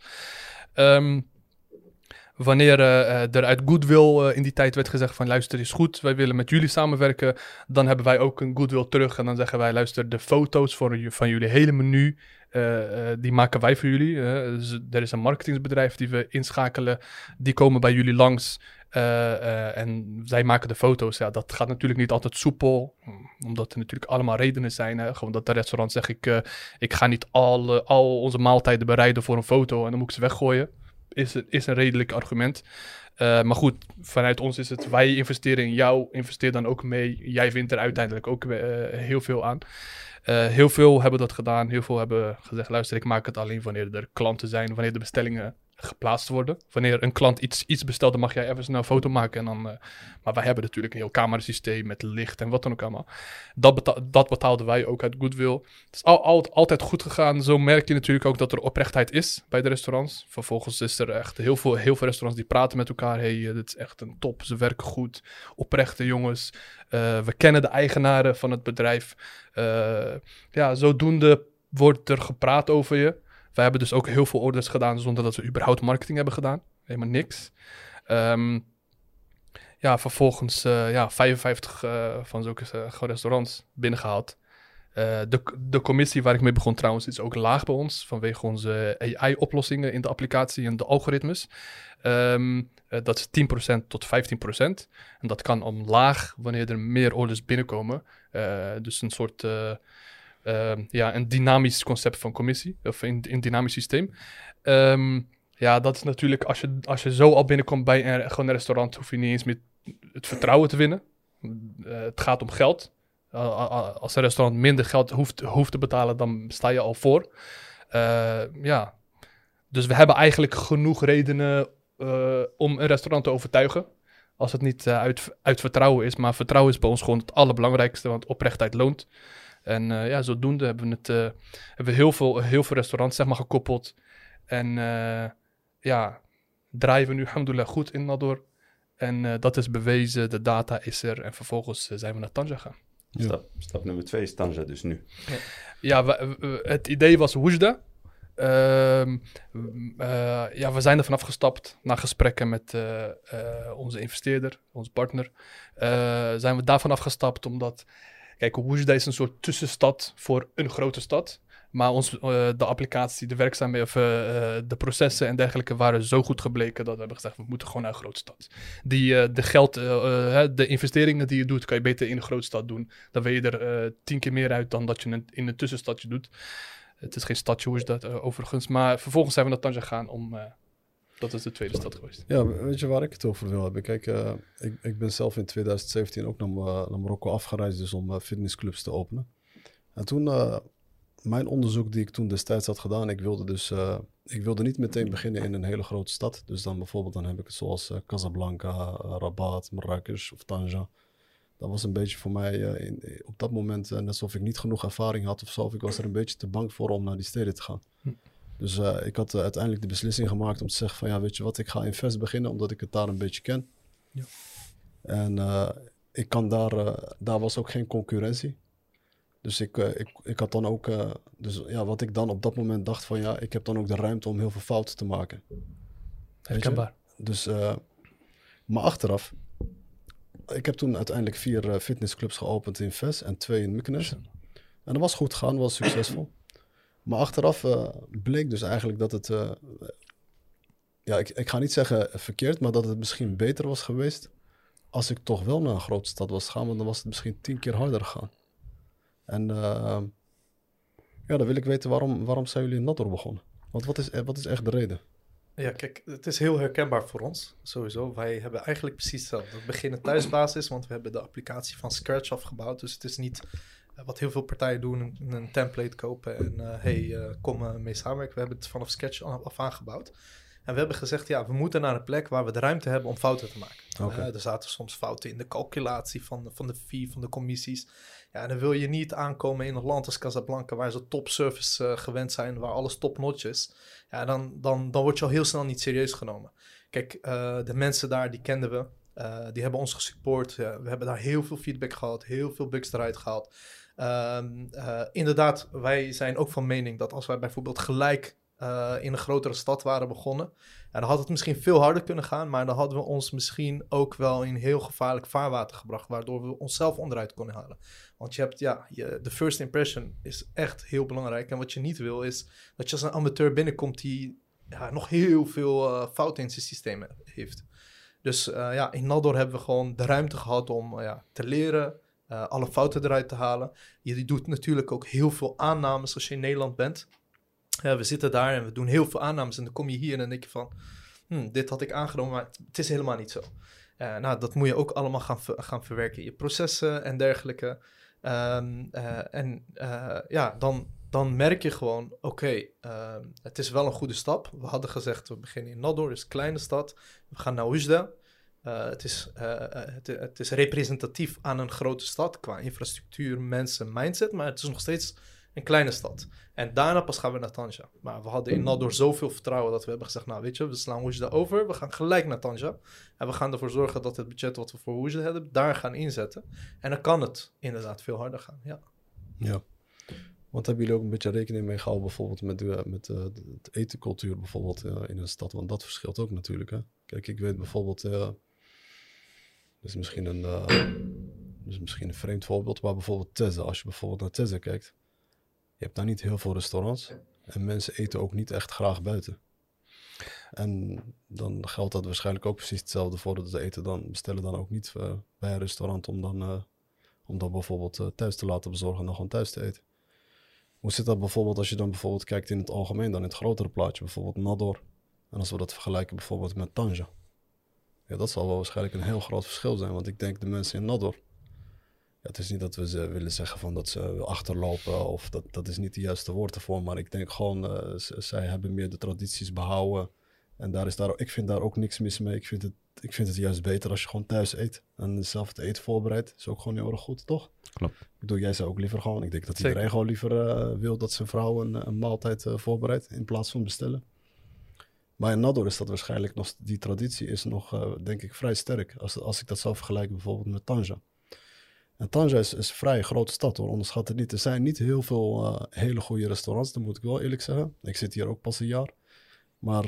S1: Wanneer er uit goodwill in die tijd werd gezegd van luister, is goed, wij willen met jullie samenwerken, dan hebben wij ook een goodwill terug en dan zeggen wij, luister, de foto's van jullie hele menu, die maken wij voor jullie. Dus er is een marketingsbedrijf die we inschakelen, die komen bij jullie langs En zij maken de foto's. Ja, dat gaat natuurlijk niet altijd soepel. Omdat er natuurlijk allemaal redenen zijn. Hè. Gewoon dat de restaurant zegt, ik ga niet al onze maaltijden bereiden voor een foto en dan moet ik ze weggooien. Is een redelijk argument. Maar goed, vanuit ons is het, wij investeren in jou, investeer dan ook mee. Jij vindt er uiteindelijk ook heel veel aan. Heel veel hebben dat gedaan. Heel veel hebben gezegd, luister, ik maak het alleen wanneer er klanten zijn, wanneer de bestellingen geplaatst worden. Wanneer een klant iets bestelt, dan mag jij even snel een foto maken. En dan, maar wij hebben natuurlijk een heel camerasysteem met licht en wat dan ook allemaal. Dat betaalden wij ook uit goodwill. Het is altijd goed gegaan. Zo merk je natuurlijk ook dat er oprechtheid is bij de restaurants. Vervolgens is er echt heel veel restaurants die praten met elkaar. Hey, dit is echt een top, ze werken goed. Oprechte jongens. We kennen de eigenaren van het bedrijf. Zodoende wordt er gepraat over je. Wij hebben dus ook heel veel orders gedaan zonder dat we überhaupt marketing hebben gedaan. Helemaal niks. Vervolgens 55 van zulke restaurants binnengehaald. De commissie waar ik mee begon trouwens is ook laag bij ons. Vanwege onze AI-oplossingen in de applicatie en de algoritmes. Dat is 10% tot 15%. En dat kan omlaag wanneer er meer orders binnenkomen. Dus een soort... een dynamisch concept van commissie, of een dynamisch systeem. Dat is natuurlijk, als je zo al binnenkomt bij gewoon een restaurant, hoef je niet eens meer het vertrouwen te winnen. Het gaat om geld. Als een restaurant minder geld hoeft te betalen, dan sta je al voor. Dus we hebben eigenlijk genoeg redenen om een restaurant te overtuigen. Als het niet uit vertrouwen is, maar vertrouwen is bij ons gewoon het allerbelangrijkste, want oprechtheid loont. En zodoende hebben we heel veel restaurants zeg maar gekoppeld. En draaien we nu alhamdulillah goed in Nador. En dat is bewezen, de data is er. En vervolgens zijn we naar Tanja gaan.
S4: Ja. Stap nummer 2 is Tanja dus nu.
S1: Het idee was Woejda. We zijn er vanaf gestapt na gesprekken met onze investeerder, onze partner. Zijn we daarvan afgestapt omdat... Kijk, Woejda is een soort tussenstad voor een grote stad. Maar de applicatie, de werkzaamheden, de processen en dergelijke waren zo goed gebleken dat we hebben gezegd, we moeten gewoon naar een grote stad. De investeringen die je doet, kan je beter in een grote stad doen. Dan weet je er 10 keer meer uit dan dat je in een tussenstadje doet. Het is geen stadje, Woejda overigens. Maar vervolgens zijn we naar Tanja gegaan dat is de tweede stad geweest.
S2: Ja, weet je waar ik het over wil hebben? Kijk, ik ben zelf in 2017 ook naar Marokko afgereisd, dus om fitnessclubs te openen. En toen, mijn onderzoek die ik toen destijds had gedaan, ik wilde niet meteen beginnen in een hele grote stad. Dus dan heb ik het zoals Casablanca, Rabat, Marrakesh of Tanja. Dat was een beetje voor mij op dat moment net alsof ik niet genoeg ervaring had of zo. Of ik was er een beetje te bang voor om naar die steden te gaan. Dus ik had uiteindelijk de beslissing gemaakt om te zeggen van weet je wat, ik ga in Fes beginnen omdat ik het daar een beetje ken. Ja. En ik kan daar was ook geen concurrentie. Dus ik had dan ook, wat ik dan op dat moment dacht van ik heb dan ook de ruimte om heel veel fouten te maken.
S1: Herkenbaar.
S2: Dus, maar achteraf, ik heb toen uiteindelijk 4 fitnessclubs geopend in Fes en 2 in Mykines. En dat was goed gegaan, was succesvol. Maar achteraf bleek dus eigenlijk dat het, ik ga niet zeggen verkeerd, maar dat het misschien beter was geweest als ik toch wel naar een grote stad was gegaan, want dan was het misschien 10 keer harder gegaan. En dan wil ik weten, waarom zijn jullie in Nador begonnen? Want wat is echt de reden?
S3: Ja, kijk, het is heel herkenbaar voor ons, sowieso. Wij hebben eigenlijk precies hetzelfde. We beginnen thuisbasis, want we hebben de applicatie van scratch afgebouwd. Dus het is niet wat heel veel partijen doen, een template kopen en kom mee samenwerken. We hebben het vanaf scratch af aangebouwd. En we hebben gezegd, we moeten naar een plek waar we de ruimte hebben om fouten te maken. Okay. Er zaten soms fouten in de calculatie van de fee, van de commissies. Ja, en dan wil je niet aankomen in een land als Casablanca, waar ze top service gewend zijn, waar alles top-notch is. Ja, dan word je al heel snel niet serieus genomen. Kijk, de mensen daar, die kenden we. Die hebben ons gesupport. We hebben daar heel veel feedback gehad, heel veel bugs eruit gehaald. Inderdaad, wij zijn ook van mening dat als wij bijvoorbeeld gelijk in een grotere stad waren begonnen, dan had het misschien veel harder kunnen gaan, maar dan hadden we ons misschien ook wel in heel gevaarlijk vaarwater gebracht, waardoor we onszelf onderuit konden halen. Want je hebt, de first impression is echt heel belangrijk. En wat je niet wil is dat je als een amateur binnenkomt die nog heel veel fouten in zijn systeem heeft. Dus in Nador hebben we gewoon de ruimte gehad om te leren, alle fouten eruit te halen. Je doet natuurlijk ook heel veel aannames als je in Nederland bent. We zitten daar en we doen heel veel aannames en dan kom je hier en dan denk je van, dit had ik aangenomen, maar het is helemaal niet zo. Dat moet je ook allemaal gaan verwerken in je processen en dergelijke. Dan merk je gewoon, oké, het is wel een goede stap. We hadden gezegd, we beginnen in Nador, is een kleine stad. We gaan naar Oujda. Het is representatief aan een grote stad qua infrastructuur, mensen, mindset, maar het is nog steeds een kleine stad. En daarna pas gaan we naar Tanja. Maar we hadden in Nador zoveel vertrouwen dat we hebben gezegd, nou weet je, we slaan Oujda over, we gaan gelijk naar Tanja. En we gaan ervoor zorgen dat het budget wat we voor Oujda hebben, daar gaan inzetten. En dan kan het inderdaad veel harder gaan,
S2: Ja. Want hebben jullie ook een beetje rekening mee gehouden bijvoorbeeld met de etencultuur bijvoorbeeld in een stad? Want dat verschilt ook natuurlijk, hè? Kijk, ik weet bijvoorbeeld, dat is misschien een vreemd voorbeeld, maar bijvoorbeeld Tezze. Als je bijvoorbeeld naar Tezze kijkt, je hebt daar niet heel veel restaurants en mensen eten ook niet echt graag buiten. En dan geldt dat waarschijnlijk ook precies hetzelfde voor dat ze eten dan bestellen dan ook niet bij een restaurant om dan bijvoorbeeld thuis te laten bezorgen en dan gewoon thuis te eten. Hoe zit dat bijvoorbeeld als je dan bijvoorbeeld kijkt in het algemeen, dan in het grotere plaatje, bijvoorbeeld Nador. En als we dat vergelijken bijvoorbeeld met Tanja. Ja, dat zal wel waarschijnlijk een heel groot verschil zijn, want ik denk de mensen in Nador, het is niet dat we ze willen zeggen van dat ze achterlopen of dat is niet de juiste woord ervoor, maar ik denk gewoon, zij hebben meer de tradities behouden. En ik vind daar ook niks mis mee. Ik vind het juist beter als je gewoon thuis eet en zelf het eten voorbereidt. Is ook gewoon heel erg goed, toch?
S4: Klopt.
S2: Ik bedoel, jij zou ook liever gewoon, ik denk dat iedereen gewoon liever wil dat zijn vrouw een maaltijd voorbereidt in plaats van bestellen. Maar in Nador is dat waarschijnlijk nog, die traditie is nog, denk ik, vrij sterk. Als ik dat zou vergelijken bijvoorbeeld met Tanja. En Tanja is een vrij grote stad hoor, onderschat het niet. Er zijn niet heel veel hele goede restaurants, dat moet ik wel eerlijk zeggen. Ik zit hier ook pas een jaar. Maar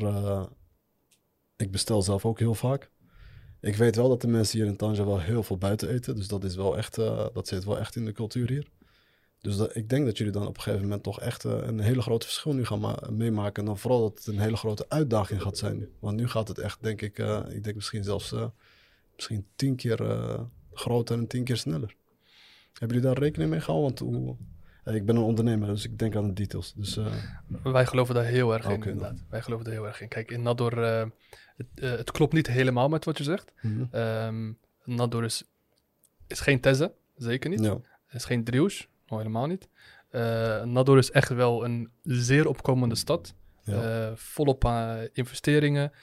S2: ik bestel zelf ook heel vaak. Ik weet wel dat de mensen hier in Tanja wel heel veel buiten eten. Dus dat is wel echt, dat zit wel echt in de cultuur hier. Dus ik denk dat jullie dan op een gegeven moment toch echt een hele grote verschil nu gaan meemaken. En dan vooral dat het een hele grote uitdaging gaat zijn nu. Want nu gaat het echt, denk ik, ik denk misschien zelfs 10 keer groter en 10 keer sneller. Hebben jullie daar rekening mee gehouden? Want ik ben een ondernemer, dus ik denk aan de details. Dus,
S1: Wij geloven daar heel erg in, inderdaad. Wij geloven daar heel erg in. Kijk, in Nador, het klopt niet helemaal met wat je zegt.
S2: Mm-hmm.
S1: Nador is geen Tezze, zeker niet.
S2: Ja.
S1: Het is geen Driouche, helemaal niet. Nador is echt wel een zeer opkomende stad.
S2: Ja.
S1: Volop aan investeringen.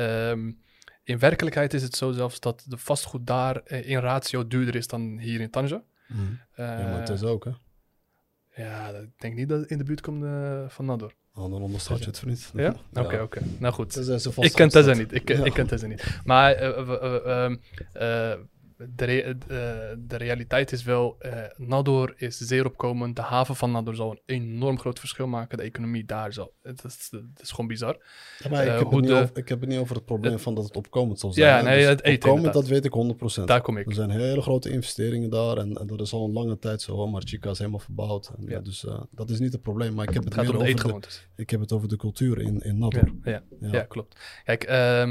S1: In werkelijkheid is het zo zelfs dat de vastgoed daar in ratio duurder is dan hier in Tanja.
S2: Mm-hmm. Ja, maar het is ook, hè?
S1: Ja, ik denk niet dat het in de buurt komt van Nador.
S2: Oh, dan onderschat je het voor niet.
S1: Ja? Oké. Nou goed.
S2: Ik
S1: ken Tezze niet. Ik ken Tezze niet. Maar de realiteit is wel, Nador is zeer opkomend. De haven van Nador zal een enorm groot verschil maken. De economie daar zal. Het is gewoon bizar.
S2: Ja, maar ik heb het niet over het probleem van dat het opkomend zal zijn.
S1: Ja, nee, het eten
S2: opkomend, dat weet ik 100%.
S1: Daar kom ik.
S2: Er zijn hele grote investeringen daar en dat is al een lange tijd zo. Maar Chica is helemaal verbouwd. En,
S1: Ja.
S2: dus dat is niet het probleem. Maar ik heb het
S1: gaat
S2: meer
S1: om de
S2: over
S1: eetgewoontes.
S2: ik heb het over de cultuur in Nador.
S1: Ja, klopt. Kijk,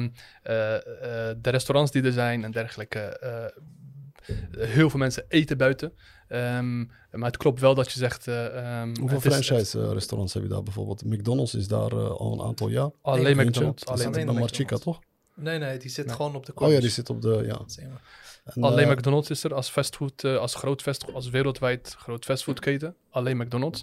S1: de restaurants die er zijn en dergelijke. Heel veel mensen eten buiten. Maar het klopt wel dat je zegt...
S2: Hoeveel franchise-restaurants heb je daar bijvoorbeeld? McDonald's is daar al een aantal jaar.
S1: Alleen
S2: Eentje.
S1: McDonald's.
S2: Dat is
S3: alleen
S2: dan
S3: McDonald's.
S2: Chica, toch?
S3: Nee, die zit gewoon op de
S2: Oh ja, die zit op de... Ja. En,
S1: Alleen McDonald's is er als fastfood, als groot fastfood, als wereldwijd groot fastfoodketen. Alleen McDonald's.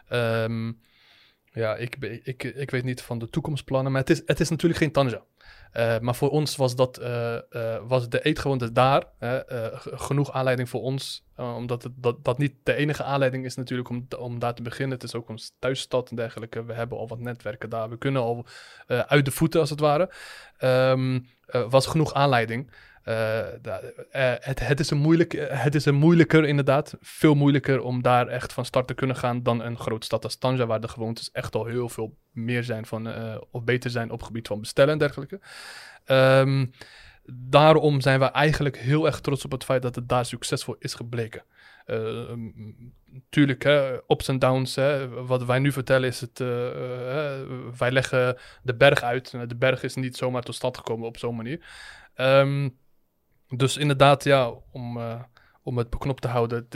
S1: Ik weet niet van de toekomstplannen, maar het is natuurlijk geen Tanja. Maar voor ons was de eetgewoonte daar genoeg aanleiding voor ons. Omdat dat niet de enige aanleiding is natuurlijk om daar te beginnen. Het is ook ons thuisstad en dergelijke. We hebben al wat netwerken daar. We kunnen al uit de voeten als het ware. Was genoeg aanleiding. Het is een moeilijker inderdaad. Veel moeilijker om daar echt van start te kunnen gaan dan een grote stad als Tanja, waar de gewoontes echt al heel veel meer zijn of beter zijn op het gebied van bestellen en dergelijke. Daarom zijn we eigenlijk heel erg trots op het feit dat het daar succesvol is gebleken. Natuurlijk, ups en downs. Wat wij nu vertellen is wij leggen de berg uit. De berg is niet zomaar tot stand gekomen op zo'n manier. Dus inderdaad, ja, om het beknopt te houden,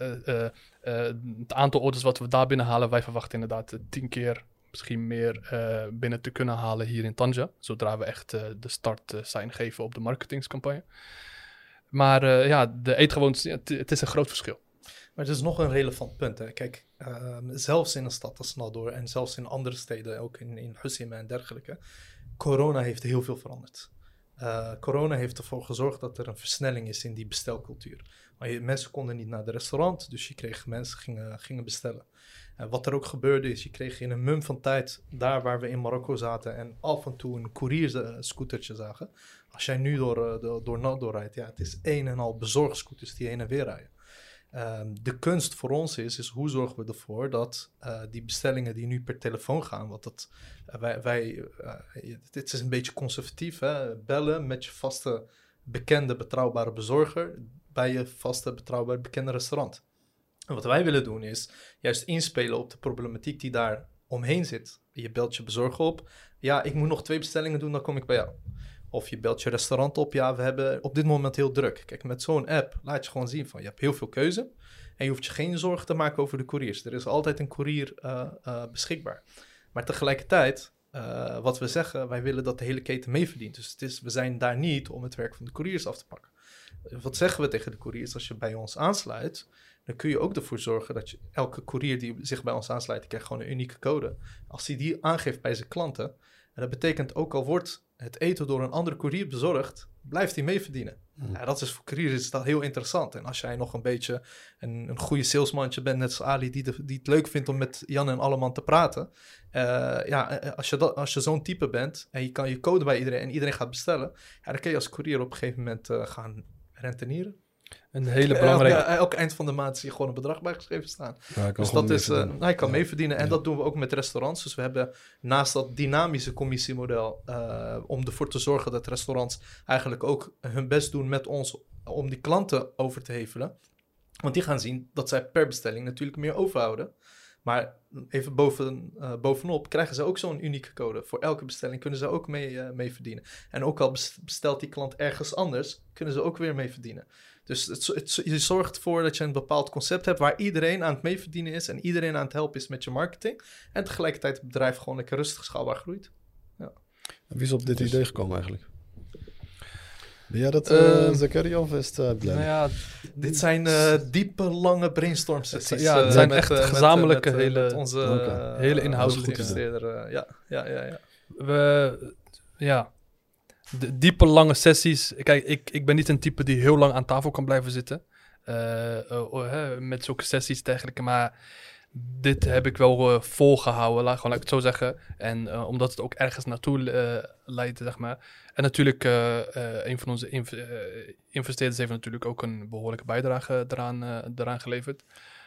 S1: het aantal orders wat we daar binnenhalen, wij verwachten inderdaad 10 keer, misschien meer binnen te kunnen halen hier in Tanja, zodra we echt de start zijn geven op de marketingscampagne. Maar de eetgewoontes, het is een groot verschil.
S3: Maar het is nog een relevant punt. Hè. Kijk, zelfs in een stad als Nador en zelfs in andere steden, ook in Hoceima en dergelijke, corona heeft heel veel veranderd. Corona heeft ervoor gezorgd dat er een versnelling is in die bestelcultuur. Maar mensen konden niet naar de restaurant, dus je kreeg mensen gingen bestellen. Wat er ook gebeurde is, je kreeg in een mum van tijd, daar waar we in Marokko zaten en af en toe een courierscootertje zagen. Als jij nu door Nador rijdt, ja, het is een en al bezorgscooters die heen en weer rijden. De kunst voor ons is hoe zorgen we ervoor dat die bestellingen die nu per telefoon gaan, want dit is een beetje conservatief, hè? Bellen met je vaste, bekende, betrouwbare bezorger bij je vaste, betrouwbare, bekende restaurant. En wat wij willen doen is juist inspelen op de problematiek die daar omheen zit. Je belt je bezorger op, ja, ik moet nog 2 bestellingen doen, dan kom ik bij jou. Of je belt je restaurant op, ja, we hebben op dit moment heel druk. Kijk, met zo'n app laat je gewoon zien van, je hebt heel veel keuze. En je hoeft je geen zorgen te maken over de couriers. Er is altijd een courier beschikbaar. Maar tegelijkertijd, wat we zeggen, wij willen dat de hele keten mee verdient. Dus we zijn daar niet om het werk van de couriers af te pakken. Wat zeggen we tegen de couriers? Als je bij ons aansluit, dan kun je ook ervoor zorgen dat elke courier die zich bij ons aansluit, die krijgt gewoon een unieke code. Als hij die aangeeft bij zijn klanten, en dat betekent ook al wordt het eten door een andere courier bezorgd, blijft hij mee verdienen. Ja, dat is voor couriers is dat heel interessant. En als jij nog een beetje een goede salesmantje bent, net zoals Ali, die het leuk vindt om met Jan en Alleman te praten. Als je zo'n type bent en je kan je code bij iedereen en iedereen gaat bestellen, ja, dan kun je als courier op een gegeven moment gaan rentenieren.
S1: Een hele belangrijke...
S3: Elk eind van de maand zie je gewoon een bedrag bijgeschreven staan.
S2: Ja,
S3: dus dat is, hij kan mee verdienen. En dat doen we ook met restaurants. Dus we hebben naast dat dynamische commissiemodel, om ervoor te zorgen dat restaurants eigenlijk ook hun best doen met ons om die klanten over te hevelen. Want die gaan zien dat zij per bestelling natuurlijk meer overhouden. Maar even bovenop krijgen ze ook zo'n unieke code. Voor elke bestelling kunnen ze ook mee verdienen. En ook al bestelt die klant ergens anders, kunnen ze ook weer mee verdienen. Dus je zorgt ervoor dat je een bepaald concept hebt waar iedereen aan het meeverdienen is en iedereen aan het helpen is met je marketing. En tegelijkertijd het bedrijf gewoon lekker rustig schaalbaar groeit. Ja.
S2: Wie is op dit idee gekomen eigenlijk? Ben jij dat, Zakaria, of is het Blij?
S1: Nou ja,
S3: dit zijn diepe, lange brainstorm sessies.
S1: Ja, het zijn echt gezamenlijke
S3: hele
S1: inhoudelijke
S3: investeerder.
S1: De diepe, lange sessies. Kijk, ik ben niet een type die heel lang aan tafel kan blijven zitten. Met zulke sessies dergelijke. Maar dit heb ik wel volgehouden, laat ik het zo zeggen. En omdat het ook ergens naartoe leidt, zeg maar. En natuurlijk, een van onze investeerders heeft natuurlijk ook een behoorlijke bijdrage eraan geleverd.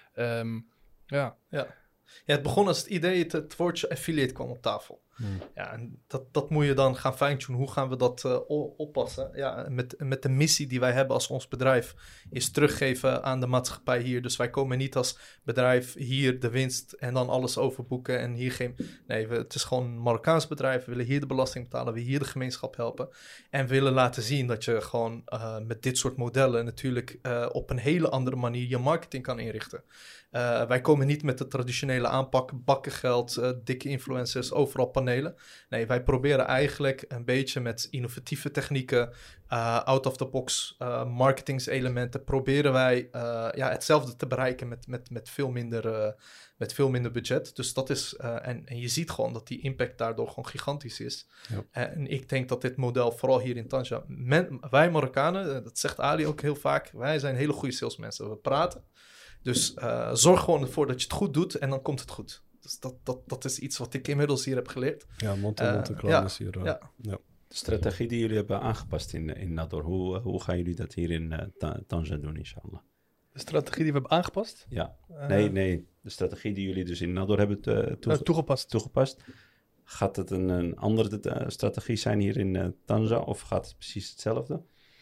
S3: Ja, het begon als het idee, het woordje affiliate kwam op tafel. Ja, en dat moet je dan gaan fine-tunen. Hoe gaan we dat oppassen? Ja, met de missie die wij hebben als ons bedrijf is teruggeven aan de maatschappij hier. Dus wij komen niet als bedrijf hier de winst en dan alles overboeken en hier geen... Nee, het is gewoon een Marokkaans bedrijf. We willen hier de belasting betalen, we willen hier de gemeenschap helpen. En we willen laten zien dat je gewoon met dit soort modellen natuurlijk op een hele andere manier je marketing kan inrichten. Wij komen niet met de traditionele aanpak, bakkengeld, dikke influencers, overal panelen. Nee, wij proberen eigenlijk een beetje met innovatieve technieken, out-of-the-box marketingselementen, proberen wij hetzelfde te bereiken met veel minder budget. Dus dat is, en je ziet gewoon dat die impact daardoor gewoon gigantisch is. Ja. En ik denk dat dit model, vooral hier in Tanja, wij Marokkanen, dat zegt Ali ook heel vaak, wij zijn hele goede salesmensen. We praten. Dus zorg gewoon ervoor dat je het goed doet en dan komt het goed. Dus dat is iets wat ik inmiddels hier heb geleerd.
S2: Ja, mond-to-mond is hier.
S3: Ja.
S4: De strategie die jullie hebben aangepast in Nador, hoe gaan jullie dat hier in Tanja doen, inshallah?
S1: De strategie die we hebben aangepast?
S4: Ja, nee. De strategie die jullie dus in Nador hebben toegepast. Gaat het een andere strategie zijn hier in Tanja of gaat het precies hetzelfde?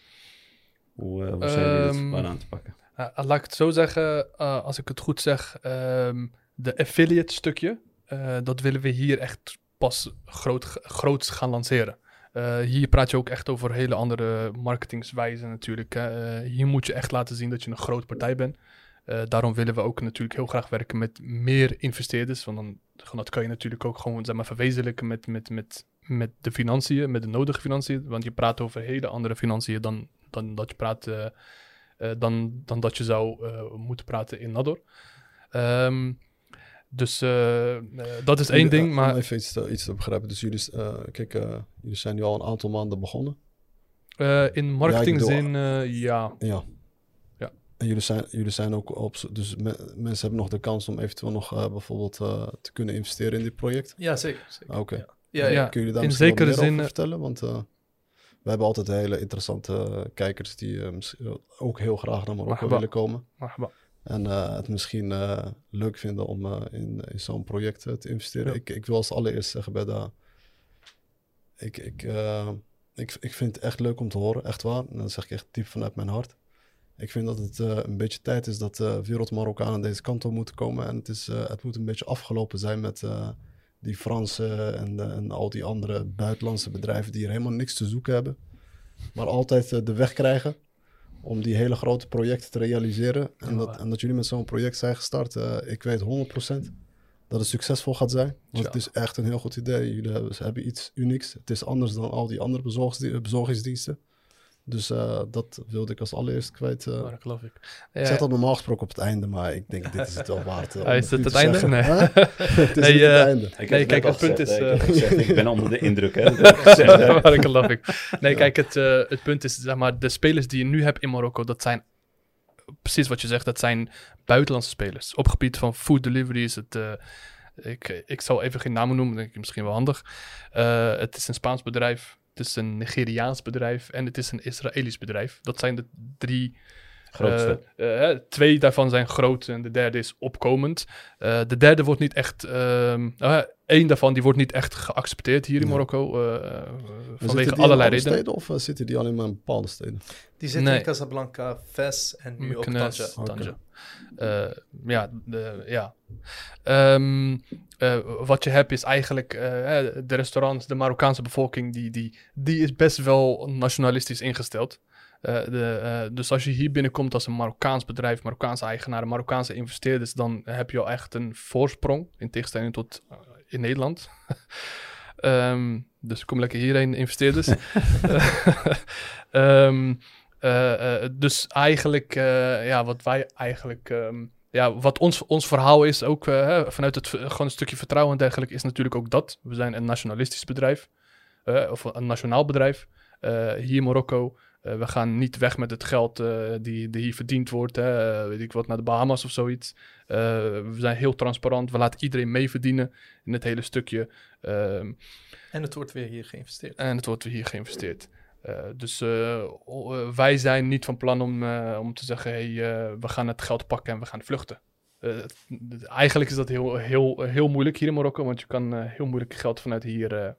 S4: Hoe zijn jullie dat aan te pakken?
S1: Laat ik het zo zeggen, als ik het goed zeg, de affiliate stukje, dat willen we hier echt pas groots gaan lanceren. Hier praat je ook echt over hele andere marketingswijzen natuurlijk. Hier moet je echt laten zien dat je een grote partij bent. Daarom willen we ook natuurlijk heel graag werken met meer investeerders. Want dan dat kan je natuurlijk ook gewoon zeg maar, verwezenlijken met de financiën, met de nodige financiën. Want je praat over hele andere financiën dan dat je praat, dan dat je zou moeten praten in Nador. Dus dat is één ding. Maar
S2: om even iets te begrijpen. Dus jullie zijn nu al een aantal maanden begonnen.
S1: in marketingzin, ja.
S2: Ja. En jullie zijn ook op... Dus mensen hebben nog de kans om eventueel nog bijvoorbeeld te kunnen investeren in dit project?
S3: Ja, zeker.
S2: Oké.
S3: Ja.
S2: Kun je daar
S1: in
S2: misschien
S1: zekere
S2: wat meer
S1: zin
S2: over vertellen? Want we hebben altijd hele interessante kijkers die ook heel graag naar Marokko willen komen. En het misschien leuk vinden om in zo'n project te investeren. Ja. Ik wil als allereerst zeggen bij de... Ik vind het echt leuk om te horen, echt waar. En dat zeg ik echt diep vanuit mijn hart. Ik vind dat het een beetje tijd is dat wereld-Marokkanen deze kant op moeten komen. En het moet een beetje afgelopen zijn met die Franse en al die andere buitenlandse bedrijven die hier helemaal niks te zoeken hebben. Maar altijd de weg krijgen om die hele grote projecten te realiseren. En dat jullie met zo'n project zijn gestart. Ik weet 100% dat het succesvol gaat zijn. Want het is echt een heel goed idee. Jullie hebben iets unieks. Het is anders dan al die andere bezorgingsdiensten. Dus dat wilde ik als allereerst kwijt. Ik zet dat normaal gesproken op het einde, maar ik denk dit is het wel waard.
S1: Is het het einde? Nee.
S2: Het is niet het einde.
S1: Kijk, het punt is...
S4: ik ben onder de indruk, hè.
S1: Nee, kijk, het punt is, zeg maar, de spelers die je nu hebt in Marokko, dat zijn, precies wat je zegt, dat zijn buitenlandse spelers. Op gebied van food delivery is het... Ik zal even geen namen noemen, denk ik misschien wel handig. Het is een Spaans bedrijf. Het is een Nigeriaans bedrijf en het is een Israëlisch bedrijf. Dat zijn de drie grootste. 2 daarvan zijn groot en de derde is opkomend. De derde wordt niet echt... 1 daarvan die wordt niet echt geaccepteerd hier in Marokko. Vanwege allerlei redenen.
S2: Steden of zitten die alleen maar in bepaalde steden?
S3: Die zitten in Casablanca, Fes en nu ook Tanja.
S1: Wat je hebt is eigenlijk de restaurants, de Marokkaanse bevolking, die is best wel nationalistisch ingesteld. Dus als je hier binnenkomt als een Marokkaans bedrijf, Marokkaanse eigenaren, Marokkaanse investeerders, dan heb je al echt een voorsprong in tegenstelling tot in Nederland. Dus kom lekker hierheen, investeerders. Dus eigenlijk, wat wij eigenlijk... wat ons verhaal is, ook vanuit gewoon een stukje vertrouwen en dergelijke, is natuurlijk ook dat. We zijn een nationalistisch bedrijf, of een nationaal bedrijf, hier in Marokko. We gaan niet weg met het geld die hier verdiend wordt, weet ik wat, naar de Bahamas of zoiets. We zijn heel transparant, we laten iedereen mee verdienen in het hele stukje.
S3: En het wordt weer hier geïnvesteerd. Dus wij zijn niet van plan om te zeggen, we gaan het geld pakken en we gaan vluchten. Eigenlijk is dat heel moeilijk hier in Marokko, want je kan heel moeilijk geld vanuit hier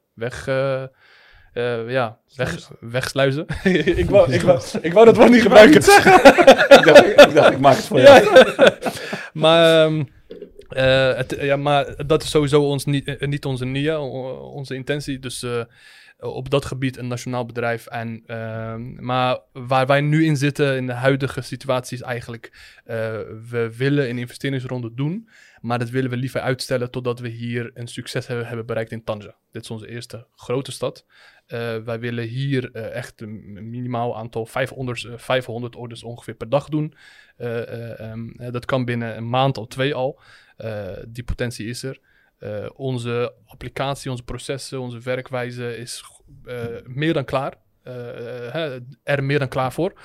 S3: wegsluizen. ik wou dat woord niet gebruiken.
S4: ik dacht, ik maak het voor jou.
S1: Maar dat is sowieso niet onze nia, onze intentie. Dus op dat gebied een nationaal bedrijf. Maar waar wij nu in zitten in de huidige situatie is eigenlijk... we willen een investeringsronde doen, maar dat willen we liever uitstellen totdat we hier een succes hebben bereikt in Tanja. Dit is onze eerste grote stad. Wij willen hier echt een minimaal aantal 500 orders ongeveer per dag doen. Dat kan binnen een maand of 2 al. Die potentie is er. Onze applicatie, onze processen, onze werkwijze is meer dan klaar. Er meer dan klaar voor.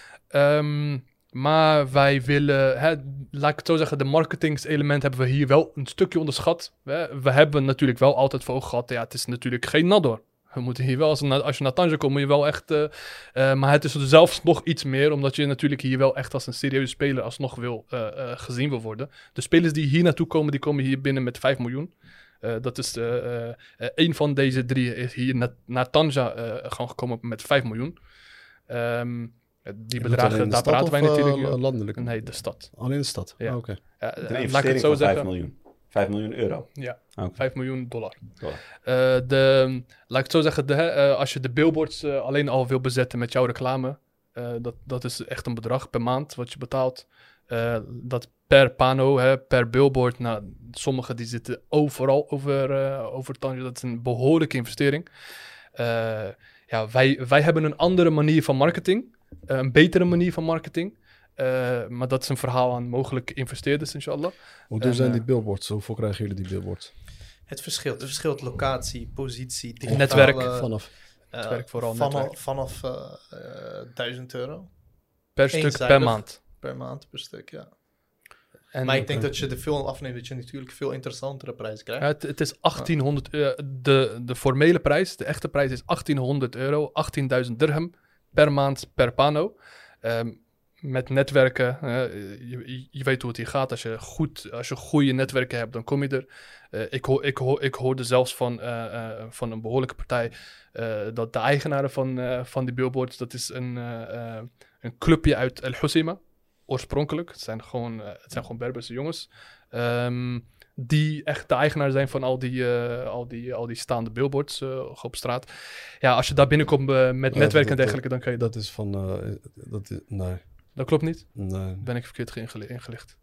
S1: Maar wij willen, laat ik het zo zeggen, de marketingselement hebben we hier wel een stukje onderschat. We hebben natuurlijk wel altijd voor ogen gehad, het is natuurlijk geen Nador. We moeten hier wel, als je naar Tanja komt, moet je wel echt... maar het is er zelfs nog iets meer, omdat je natuurlijk hier wel echt als een serieuze speler alsnog gezien wil worden. De spelers die hier naartoe komen, die komen hier binnen met 5 miljoen. Dat is een van deze 3 is hier naar Tanja gewoon gekomen met 5 miljoen. Die bedragen, daar praten wij natuurlijk...
S2: landelijk?
S1: Nee, de stad.
S2: Alleen de stad?
S1: Ja.
S2: Oké.
S4: Een investering van 5 miljoen. 5 miljoen euro?
S1: Ja,
S4: Oké.
S1: $5 miljoen.
S4: Dollar.
S1: Laat ik het zo zeggen, als je de billboards alleen al wil bezetten met jouw reclame, dat is echt een bedrag per maand wat je betaalt. Dat per pano, per billboard, nou, sommigen die zitten overal over Tanja. Dat is een behoorlijke investering. Wij hebben een andere manier van marketing, een betere manier van marketing. Maar dat is een verhaal aan mogelijke investeerders, inshallah.
S2: Hoe duur zijn die billboards? Hoeveel krijgen jullie die billboards?
S3: Het verschilt locatie, positie, digitale,
S1: Netwerk.
S2: Vanaf
S1: Vooral
S3: vanaf €1.000
S1: per stuk
S3: eenzijdig.
S1: per maand.
S3: per maand per stuk, ja.
S1: En,
S3: Maar ik denk dat je er veel afneemt, dat je natuurlijk veel interessantere prijzen krijgt.
S1: het is 1800 de formele prijs, de echte prijs is €1800, 18.000 dirham per maand per pano. Met netwerken, je weet hoe het hier gaat. Als je goede netwerken hebt, dan kom je er. Ik hoorde zelfs van een behoorlijke partij dat de eigenaren van die billboards, dat is een clubje uit El Hoceima, oorspronkelijk. Het zijn gewoon Berberse jongens. Die echt de eigenaar zijn van al die staande billboards op straat. Ja, als je daar binnenkomt met netwerken en dergelijke, dan kan je dat.
S2: Dat is van... nee.
S1: Dat klopt niet?
S2: Nee.
S1: Ben ik verkeerd ingelicht?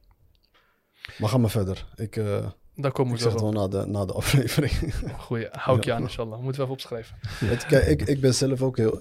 S2: Maar ga maar verder.
S1: Daar komen
S2: Ik
S1: we
S2: zeg
S1: zo
S2: het wel na de aflevering.
S1: Goeie, hou ik je aan, inshallah. Moeten we even opschrijven.
S2: Kijk, ik ben zelf ook heel...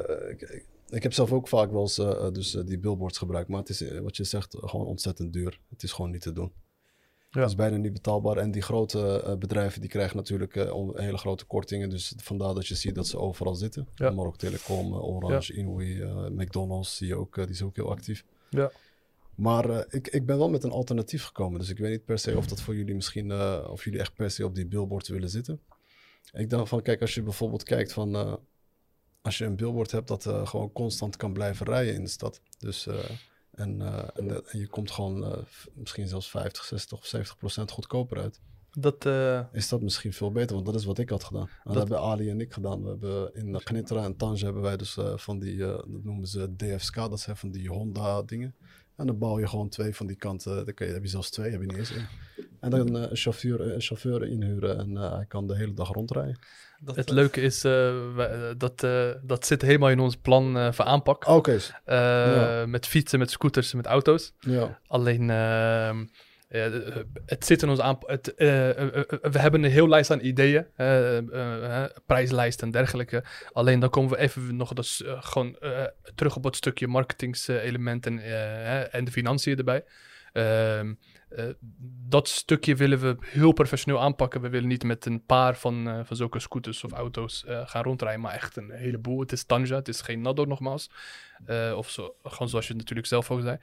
S2: ik heb zelf ook vaak wel eens die billboards gebruikt. Maar het is, wat je zegt, gewoon ontzettend duur. Het is gewoon niet te doen.
S1: Ja.
S2: Het is bijna niet betaalbaar. En die grote bedrijven, die krijgen natuurlijk hele grote kortingen. Dus vandaar dat je ziet dat ze overal zitten.
S1: Ja.
S2: Marok Telecom, Orange, Inouï, McDonald's, zie je ook, die is ook heel actief.
S1: Ja.
S2: Maar ik ben wel met een alternatief gekomen. Dus ik weet niet per se of dat voor jullie misschien... of jullie echt per se op die billboards willen zitten. Ik dacht van, kijk, als je bijvoorbeeld kijkt van... als je een billboard hebt dat gewoon constant kan blijven rijden in de stad. Dus... En je komt gewoon misschien zelfs 50, 60 of 70% goedkoper uit. Is dat misschien veel beter? Want dat is wat ik had gedaan. Dat hebben Ali en ik gedaan. We hebben in Gnitra en Tanja hebben wij dus van die, dat noemen ze DFSK, dat zijn van die Honda dingen. En dan bouw je gewoon 2 van die kanten. Dan heb je zelfs 2, heb je niet eens 1. En dan een chauffeur inhuren en hij kan de hele dag rondrijden.
S1: Het leuke is, dat zit helemaal in ons plan voor aanpak.
S2: Oké.
S1: Met fietsen, met scooters, met auto's.
S2: Ja.
S1: Alleen, het zit in ons aanpak. We hebben een heel lijst aan ideeën, prijslijst en dergelijke. Alleen dan komen we even nog gewoon terug op het stukje marketingselement en de financiën erbij. Dat stukje willen we heel professioneel aanpakken. We willen niet met een paar van zulke scooters of auto's gaan rondrijden, maar echt een heleboel. Het is Tanja, het is geen Nador nogmaals. Of zo, gewoon zoals je natuurlijk zelf ook zei.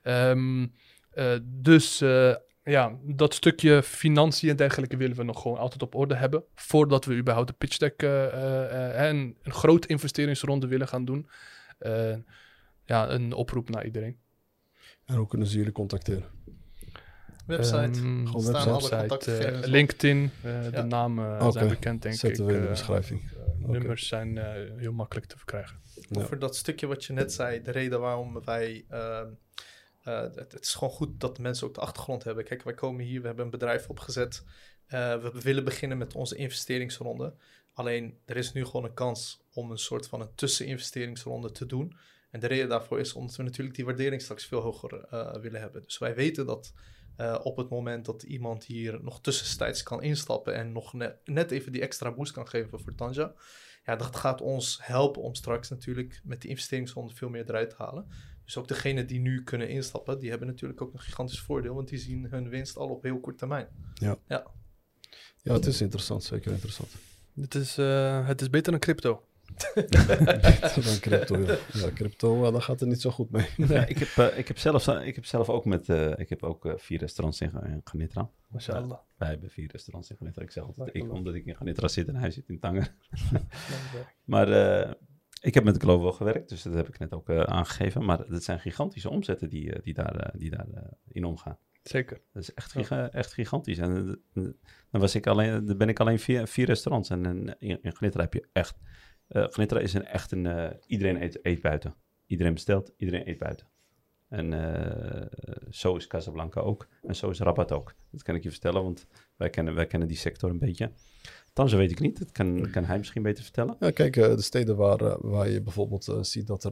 S1: Dat stukje financiën en dergelijke willen we nog gewoon altijd op orde hebben. Voordat we überhaupt de pitch deck en een grote investeringsronde willen gaan doen. Een oproep naar iedereen.
S2: En hoe kunnen ze jullie contacteren?
S3: Website.
S2: Gewoon
S3: website.
S1: LinkedIn. De namen zijn bekend, denk ik.
S2: Zetten we in de beschrijving.
S1: Nummers zijn heel makkelijk te verkrijgen.
S3: Over dat stukje wat je net zei, de reden waarom wij... het is gewoon goed dat de mensen ook de achtergrond hebben. Kijk, wij komen hier, we hebben een bedrijf opgezet. We willen beginnen met onze investeringsronde. Alleen, er is nu gewoon een kans om een soort van een tusseninvesteringsronde te doen. En de reden daarvoor is omdat we natuurlijk die waardering straks veel hoger willen hebben. Dus wij weten dat op het moment dat iemand hier nog tussentijds kan instappen en nog net even die extra boost kan geven voor Tanja. Ja, dat gaat ons helpen om straks natuurlijk met die investeringsronde veel meer eruit te halen. Dus ook degenen die nu kunnen instappen, die hebben natuurlijk ook een gigantisch voordeel, want die zien hun winst al op heel kort termijn.
S2: Ja, het is interessant, zeker interessant.
S1: Het is beter dan crypto.
S2: Dan crypto, ja. Crypto, daar gaat het niet zo goed mee.
S4: Ja, ik heb zelf ook ik heb ook 4 restaurants in Gnitra.
S1: Mashallah.
S4: Wij hebben 4 restaurants in Gnitra. Ik zeg altijd omdat ik in Gnitra zit en hij zit in Tanger. Maar ik heb met Glovo wel gewerkt, dus dat heb ik net ook aangegeven. Maar het zijn gigantische omzetten die daar in omgaan.
S1: Zeker.
S4: Dat is echt gigantisch. En dan ben ik alleen 4 restaurants. En in Gnitra heb je echt... Gnitra is iedereen eet buiten. Iedereen bestelt, iedereen eet buiten. En zo is Casablanca ook. En zo is Rabat ook. Dat kan ik je vertellen, want wij kennen die sector een beetje. Tanger weet ik niet. Dat kan hij misschien beter vertellen.
S2: Ja, kijk, de steden waar je bijvoorbeeld ziet dat er...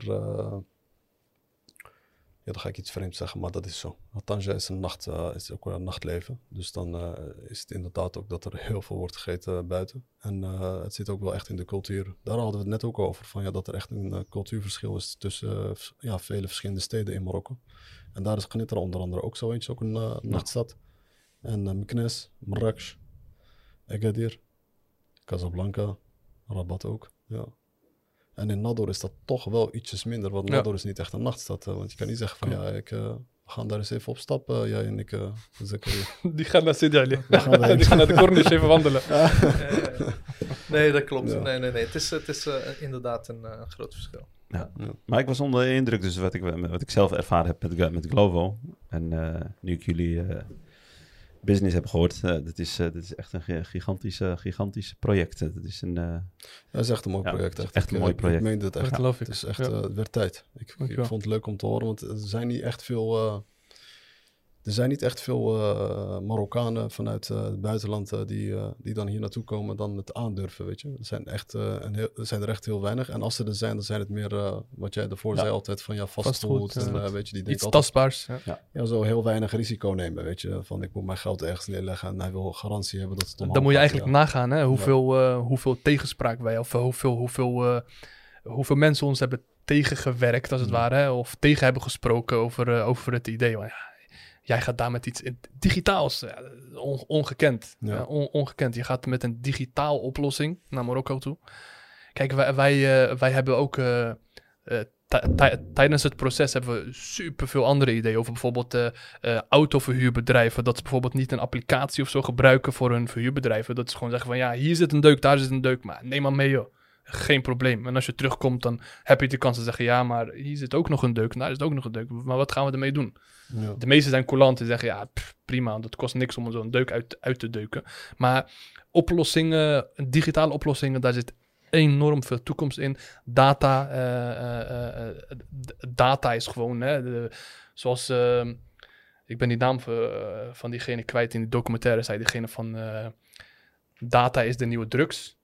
S2: ja, dan ga ik iets vreemds zeggen, maar dat is zo. Tanger is ook een nachtleven. Dus dan is het inderdaad ook dat er heel veel wordt gegeten buiten. En het zit ook wel echt in de cultuur. Daar hadden we het net ook over, van, ja, dat er echt een cultuurverschil is tussen vele verschillende steden in Marokko. En daar is Kenitra onder andere ook zo eentje, ook een nachtstad. En Meknes, Marrakesh, Agadir, Casablanca, Rabat ook, ja. En in Nador is dat toch wel ietsjes minder, want Nador is niet echt een nachtstad. Want je kan niet zeggen van, we gaan daar eens even op stappen, jij en ik.
S1: Die gaan naar Sidi Ali. Die gaan naar de Corniche even wandelen.
S3: Nee, dat klopt.
S2: Ja.
S3: Nee. Het is inderdaad een groot verschil.
S4: Ja. Maar ik was onder de indruk, dus wat ik zelf ervaren heb met Glovo. En nu ik jullie business heb gehoord, dat is echt een gigantisch project. Dat is
S2: dat is echt een mooi project.
S4: Echt een mooi project.
S2: Ik meende het echt.
S1: Dat geloof ik.
S2: Het is echt, het werd tijd. Ik vond het leuk om te horen, want er zijn niet echt veel... Er zijn niet echt veel Marokkanen vanuit het buitenland die dan hier naartoe komen en dan het aandurven, weet je. Er zijn er echt heel weinig. En als ze er zijn, dan zijn het meer, wat jij ervoor zei altijd, van fastfood. En weet je, die
S1: iets
S2: denkt
S1: tastbaars.
S2: ja, zo heel weinig risico nemen, weet je. Van, ik moet mijn geld ergens neerleggen en hij wil garantie hebben dat het omhoog
S1: Dan moet je
S2: gaat,
S1: eigenlijk nagaan, hè, hoeveel tegenspraak wij, of hoeveel mensen ons hebben tegengewerkt, als het ware, hè, of tegen hebben gesproken over het idee. Maar jij gaat daar met iets digitaals, ongekend.
S2: Ja.
S1: Ongekend. Je gaat met een digitaal oplossing naar Marokko toe. Kijk, wij hebben ook... tijdens het proces hebben we superveel andere ideeën over bijvoorbeeld autoverhuurbedrijven. Dat ze bijvoorbeeld niet een applicatie of zo gebruiken voor hun verhuurbedrijven. Dat ze gewoon zeggen van, ja, hier zit een deuk, daar zit een deuk, maar neem maar mee, joh. Geen probleem. En als je terugkomt, dan heb je de kans te zeggen, ja, maar hier zit ook nog een deuk, daar zit ook nog een deuk. Maar wat gaan we ermee doen?
S2: Ja.
S1: De meesten zijn coulant en zeggen, ja, prima, dat kost niks om zo'n deuk uit te deuken. Maar oplossingen, digitale oplossingen, daar zit enorm veel toekomst in. Data is gewoon, zoals, ik ben die naam van diegene kwijt in de documentaire, zei diegene van, data is de nieuwe drugs.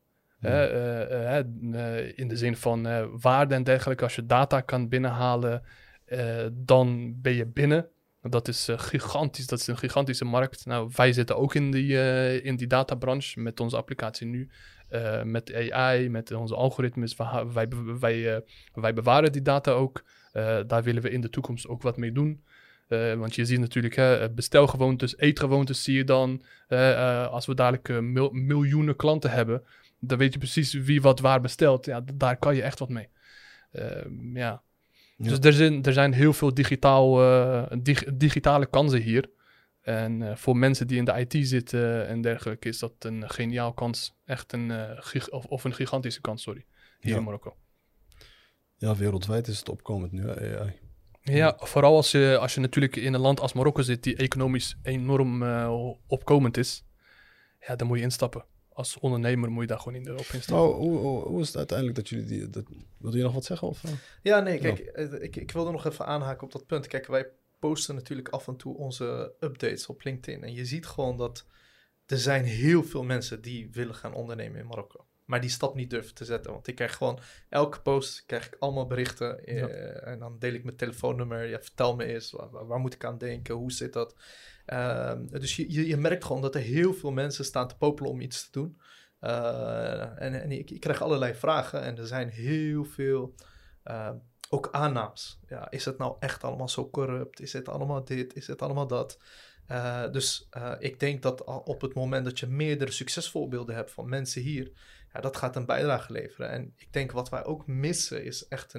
S1: In de zin van waarde en dergelijke. Als je data kan binnenhalen, dan ben je binnen. Dat is gigantisch. Dat is een gigantische markt. Nou, wij zitten ook in die databranche met onze applicatie nu. Met AI, met onze algoritmes. Wij bewaren die data ook. Daar willen we in de toekomst ook wat mee doen. Want je ziet natuurlijk, bestelgewoontes, eetgewoontes zie je dan. Als we dadelijk miljoenen klanten hebben, dan weet je precies wie wat waar bestelt. Ja, daar kan je echt wat mee. Ja. Dus er zijn heel veel digitale kansen hier. En voor mensen die in de IT zitten en dergelijke is dat een geniaal kans. Echt een gigantische kans, hier in Marokko.
S2: Ja, wereldwijd is het opkomend nu, AI.
S1: Ja, vooral als je natuurlijk in een land als Marokko zit die economisch enorm opkomend is. Ja, dan moet je instappen. Als ondernemer moet je daar gewoon op instappen.
S2: Hoe is het uiteindelijk dat jullie wilde je nog wat zeggen? Of?
S3: Ja, nee, kijk, ik wilde nog even aanhaken op dat punt. Kijk, wij posten natuurlijk af en toe onze updates op LinkedIn. En je ziet gewoon dat er zijn heel veel mensen die willen gaan ondernemen in Marokko. Maar die stap niet durven te zetten. Want ik krijg gewoon elke post krijg ik allemaal berichten. En dan deel ik mijn telefoonnummer. Ja, vertel me eens, waar moet ik aan denken? Hoe zit dat? Dus je merkt gewoon dat er heel veel mensen staan te popelen om iets te doen. En ik krijg allerlei vragen. En er zijn heel veel ook aannames. Ja, is het nou echt allemaal zo corrupt? Is het allemaal dit? Is het allemaal dat? Dus ik denk dat op het moment dat je meerdere succesvoorbeelden hebt van mensen hier, ja, dat gaat een bijdrage leveren. En ik denk wat wij ook missen is echt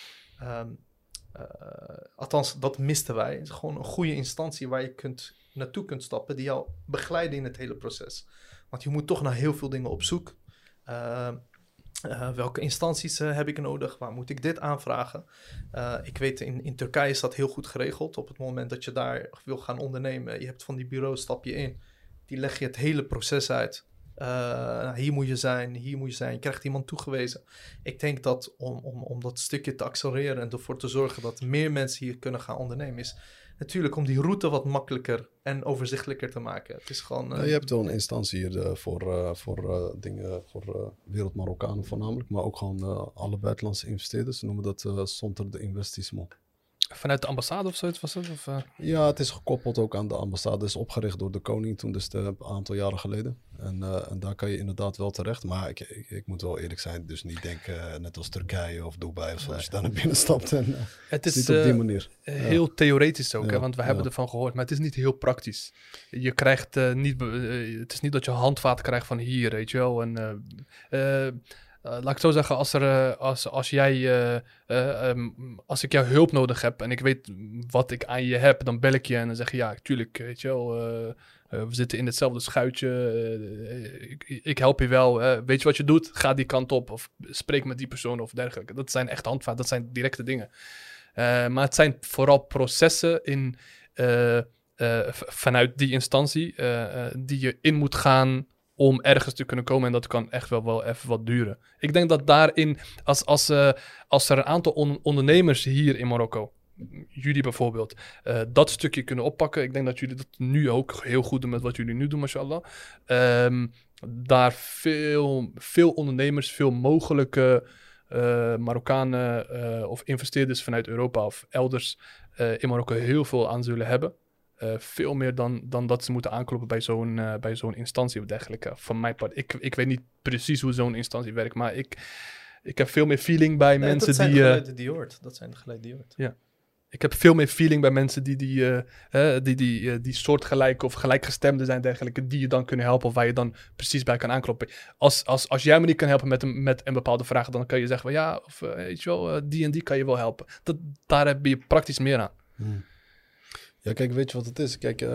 S3: althans dat misten wij, is gewoon een goede instantie waar je naartoe kunt stappen die jou begeleiden in het hele proces. Want je moet toch naar heel veel dingen op zoek. Welke instanties heb ik nodig? Waar moet ik dit aanvragen? Ik weet, in Turkije is dat heel goed geregeld. Op het moment dat je daar wil gaan ondernemen, je hebt van die bureaus, stap je in. Die leg je het hele proces uit. Hier moet je zijn, hier moet je zijn. Je krijgt iemand toegewezen. Ik denk dat om dat stukje te accelereren en ervoor te zorgen dat meer mensen hier kunnen gaan ondernemen, is natuurlijk om die route wat makkelijker en overzichtelijker te maken. Het is gewoon...
S2: je hebt wel een instantie hier voor dingen, voor Wereld Marokkanen voornamelijk, maar ook gewoon alle buitenlandse investeerders. Ze noemen dat Centre de Investissement.
S1: Vanuit de ambassade of zoiets was het? Of,
S2: Ja, het is gekoppeld ook aan de ambassade. Het is opgericht door de koning toen, dus een aantal jaren geleden. En daar kan je inderdaad wel terecht. Maar ik moet wel eerlijk zijn, dus niet denken net als Turkije of Dubai of zo. Als je daar naar binnen stapt en
S1: het is
S2: niet op die manier.
S1: Heel theoretisch ook,
S2: Ja,
S1: hè, want we hebben ervan gehoord. Maar het is niet heel praktisch. Je krijgt niet... het is niet dat je handvaten krijgt van hier, weet je wel. En... laat ik zo zeggen, als ik jouw hulp nodig heb en ik weet wat ik aan je heb, dan bel ik je en dan zeg je ja, tuurlijk, weet je wel, we zitten in hetzelfde schuitje, ik help je wel, weet je wat je doet, ga die kant op of spreek met die persoon of dergelijke. Dat zijn echt handvaten, dat zijn directe dingen. Maar het zijn vooral processen vanuit die instantie die je in moet gaan om ergens te kunnen komen en dat kan echt wel even wat duren. Ik denk dat daarin, als er een aantal ondernemers hier in Marokko, jullie bijvoorbeeld, dat stukje kunnen oppakken. Ik denk dat jullie dat nu ook heel goed doen met wat jullie nu doen, mashallah. Daar veel ondernemers, veel mogelijke Marokkanen of investeerders vanuit Europa of elders in Marokko heel veel aan zullen hebben. Veel meer dan dat ze moeten aankloppen bij zo'n instantie of dergelijke. Van mijn part. Ik weet niet precies hoe zo'n instantie werkt, maar ik heb veel meer feeling bij mensen die...
S3: Dat zijn de geluiden die je hoort. Dat zijn de geluiden die je hoort.
S1: Ja. Ik heb veel meer feeling bij mensen die soortgelijke of gelijkgestemden zijn, dergelijke, die je dan kunnen helpen of waar je dan precies bij kan aankloppen. Als jij me niet kan helpen met een bepaalde vraag, dan kan je zeggen van ja, of weet je wel, die en die kan je wel helpen. Daar heb je praktisch meer aan.
S2: Ja, kijk, weet je wat het is? Kijk,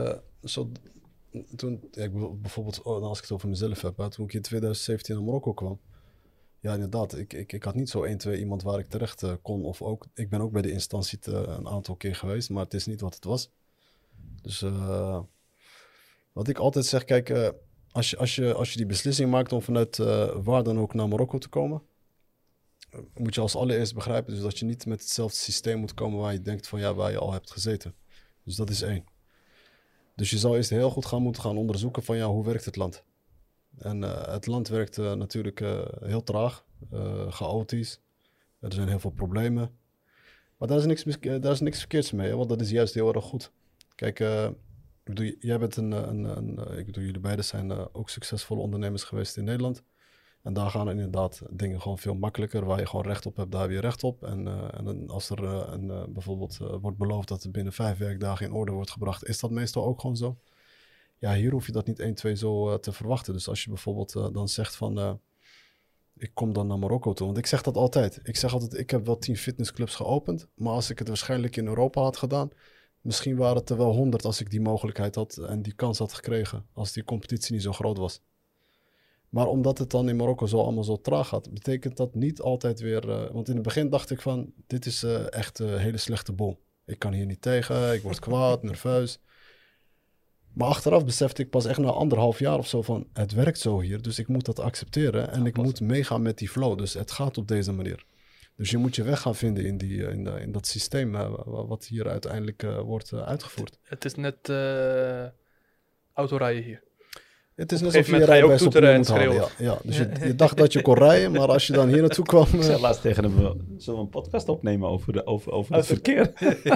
S2: bijvoorbeeld, als ik het over mezelf heb, toen ik in 2017 naar Marokko kwam. Ja, inderdaad, ik had niet zo 1-2 iemand waar ik terecht kon. Of ook, ik ben ook bij de instantie een aantal keer geweest, maar het is niet wat het was. Dus wat ik altijd zeg, kijk, als je die beslissing maakt om vanuit waar dan ook naar Marokko te komen, moet je als allereerst begrijpen dus dat je niet met hetzelfde systeem moet komen waar je denkt van ja, waar je al hebt gezeten. Dus dat is 1. Dus je zou eerst heel goed moeten gaan onderzoeken van ja, hoe werkt het land? En het land werkt natuurlijk heel traag, chaotisch. Er zijn heel veel problemen. Maar daar is niks verkeerds mee, hè, want dat is juist heel erg goed. Kijk, jij bent jullie beiden zijn ook succesvolle ondernemers geweest in Nederland. En daar gaan inderdaad dingen gewoon veel makkelijker. Waar je gewoon recht op hebt, daar heb je recht op. En als er bijvoorbeeld wordt beloofd dat het binnen 5 werkdagen in orde wordt gebracht, is dat meestal ook gewoon zo. Ja, hier hoef je dat niet 1-2 zo te verwachten. Dus als je bijvoorbeeld dan zegt van, ik kom dan naar Marokko toe. Want ik zeg dat altijd. Ik zeg altijd, ik heb wel 10 fitnessclubs geopend. Maar als ik het waarschijnlijk in Europa had gedaan, misschien waren het er wel 100 als ik die mogelijkheid had en die kans had gekregen. Als die competitie niet zo groot was. Maar omdat het dan in Marokko allemaal zo traag gaat, betekent dat niet altijd weer... want in het begin dacht ik van, dit is echt een hele slechte boel. Ik kan hier niet tegen, ik word kwaad, nerveus. Maar achteraf besefte ik pas echt na 1,5 jaar of zo van, het werkt zo hier, dus ik moet dat accepteren. En ik moet meegaan met die flow, dus het gaat op deze manier. Dus je moet je weg gaan vinden in dat systeem wat hier uiteindelijk wordt uitgevoerd.
S1: Het is net autorijden hier.
S2: Het is net alsof je rijbewijs opnieuw moet halen. Ja. Dus je dacht dat je kon rijden, maar als je dan hier naartoe kwam...
S4: Ik zei laatst tegen hem, zullen we een podcast opnemen over het verkeer?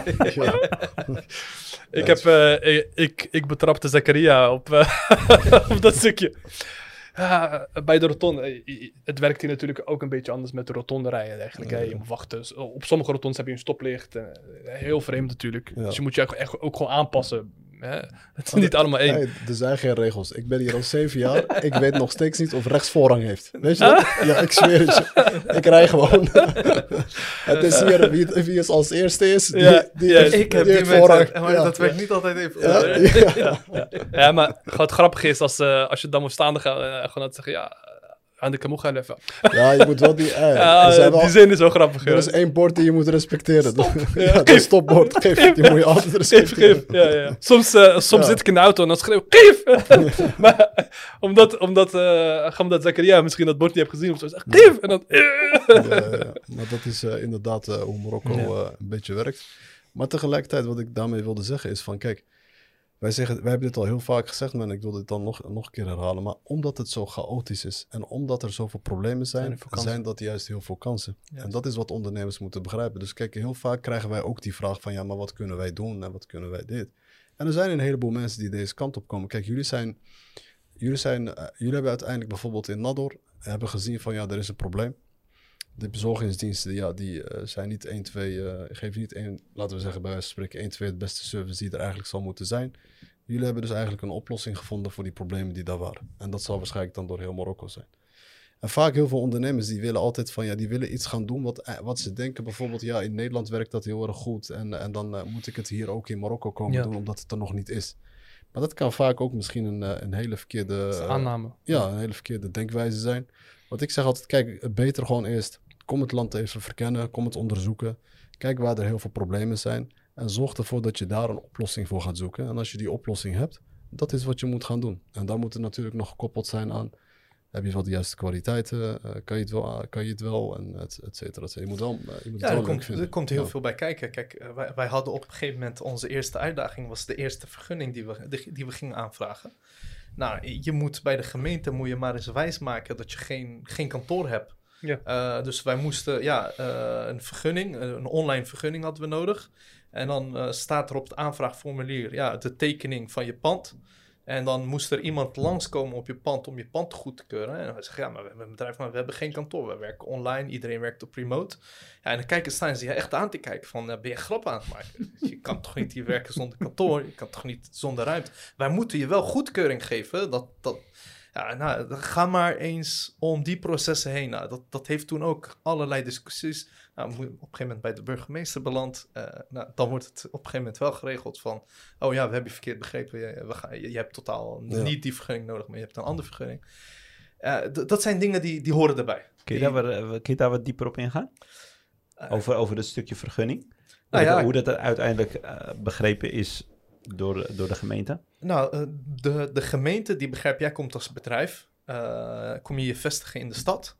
S1: Ik betrapte Zakaria op dat stukje. Bij de rotonde. Het werkt hier natuurlijk ook een beetje anders met de rotonde rijden eigenlijk. Ja. Je moet wachten. Op sommige rotondes heb je een stoplicht. Heel vreemd natuurlijk. Ja. Dus je moet je echt ook gewoon aanpassen. Het is niet allemaal één.
S2: Nee, er zijn geen regels. Ik ben hier al 7 jaar. Ik weet nog steeds niet of rechts voorrang heeft. Weet je dat? Ja, ik zweer het je. Ik rij gewoon. Het is hier wie het als eerste is.
S3: Ik heb die voorrang. Maar dat werkt niet altijd even.
S1: Ja, maar het grappige is als je dan moet staan, dan gaan gewoon zeggen, ja, عندك مخالفة.
S2: Ja, je moet wel die...
S1: die zin is zo grappig.
S2: Er is 1 bord die je moet respecteren.
S1: Stop.
S2: Ja, dat stopbord. Geef. Die moet je altijd respecteren.
S1: Geef. Ja. Soms zit ik in de auto en dan schreeuw ik, geef! Maar omdat Hamdat Zakaria misschien dat bord niet heeft gezien of zo, zegt geef! En dan...
S2: Maar dat is inderdaad hoe Marokko een beetje werkt. Maar tegelijkertijd wat ik daarmee wilde zeggen is van, kijk, wij hebben dit al heel vaak gezegd, maar ik wil dit dan nog een keer herhalen. Maar omdat het zo chaotisch is en omdat er zoveel problemen zijn dat juist heel veel kansen. Ja. En dat is wat ondernemers moeten begrijpen. Dus kijk, heel vaak krijgen wij ook die vraag van, ja, maar wat kunnen wij doen en wat kunnen wij dit? En er zijn een heleboel mensen die deze kant op komen. Kijk, jullie hebben uiteindelijk bijvoorbeeld in Nador hebben gezien van, ja, er is een probleem. De bezorgingsdiensten, ja, die zijn niet 1, 2, geven niet 1, laten we zeggen bij wijze van spreken, 1, 2 het beste service die er eigenlijk zal moeten zijn. Jullie hebben dus eigenlijk een oplossing gevonden voor die problemen die daar waren. En dat zal waarschijnlijk dan door heel Marokko zijn. En vaak heel veel ondernemers die willen altijd van, ja, die willen iets gaan doen wat ze denken. Bijvoorbeeld, ja, in Nederland werkt dat heel erg goed en dan moet ik het hier ook in Marokko komen doen, omdat het er nog niet is. Maar dat kan vaak ook misschien een hele verkeerde...
S1: aanname.
S2: Ja, een hele verkeerde denkwijze zijn. Want ik zeg altijd, kijk, beter gewoon eerst... Kom het land even verkennen, kom het onderzoeken. Kijk waar er heel veel problemen zijn. En zorg ervoor dat je daar een oplossing voor gaat zoeken. En als je die oplossing hebt, dat is wat je moet gaan doen. En daar moet het natuurlijk nog gekoppeld zijn aan... Heb je wel de juiste kwaliteiten? Kan je het wel? En et cetera. Je moet wel
S3: er komt heel veel bij kijken. Kijk, wij hadden op een gegeven moment... Onze eerste uitdaging was de eerste vergunning die we gingen aanvragen. Nou, je moet bij de gemeente maar eens wijsmaken dat je geen kantoor hebt. Ja. Dus wij moesten een vergunning, een online vergunning hadden we nodig. En dan staat er op het aanvraagformulier de tekening van je pand. En dan moest er iemand langskomen op je pand om je pand goed te keuren. En dan zeggen maar we hebben een bedrijf, maar we hebben geen kantoor. We werken online, iedereen werkt op remote. Ja, en dan staan ze je echt aan te kijken van, ben je grap aan het maken? Je kan toch niet hier werken zonder kantoor? Je kan toch niet zonder ruimte? Wij moeten je wel goedkeuring geven, Ja, nou, ga maar eens om die processen heen. Nou, dat heeft toen ook allerlei discussies. Nou, op een gegeven moment bij de burgemeester beland. Dan wordt het op een gegeven moment wel geregeld van... Oh ja, we hebben je verkeerd begrepen. Je hebt totaal niet die vergunning nodig, maar je hebt een andere vergunning. Dat zijn dingen die horen erbij.
S4: Kun je daar wat dieper op ingaan? Over dat stukje vergunning? Hoe dat uiteindelijk begrepen is... Door de gemeente?
S3: Nou, de gemeente, die begrijp jij, komt als bedrijf. Kom je vestigen in de stad.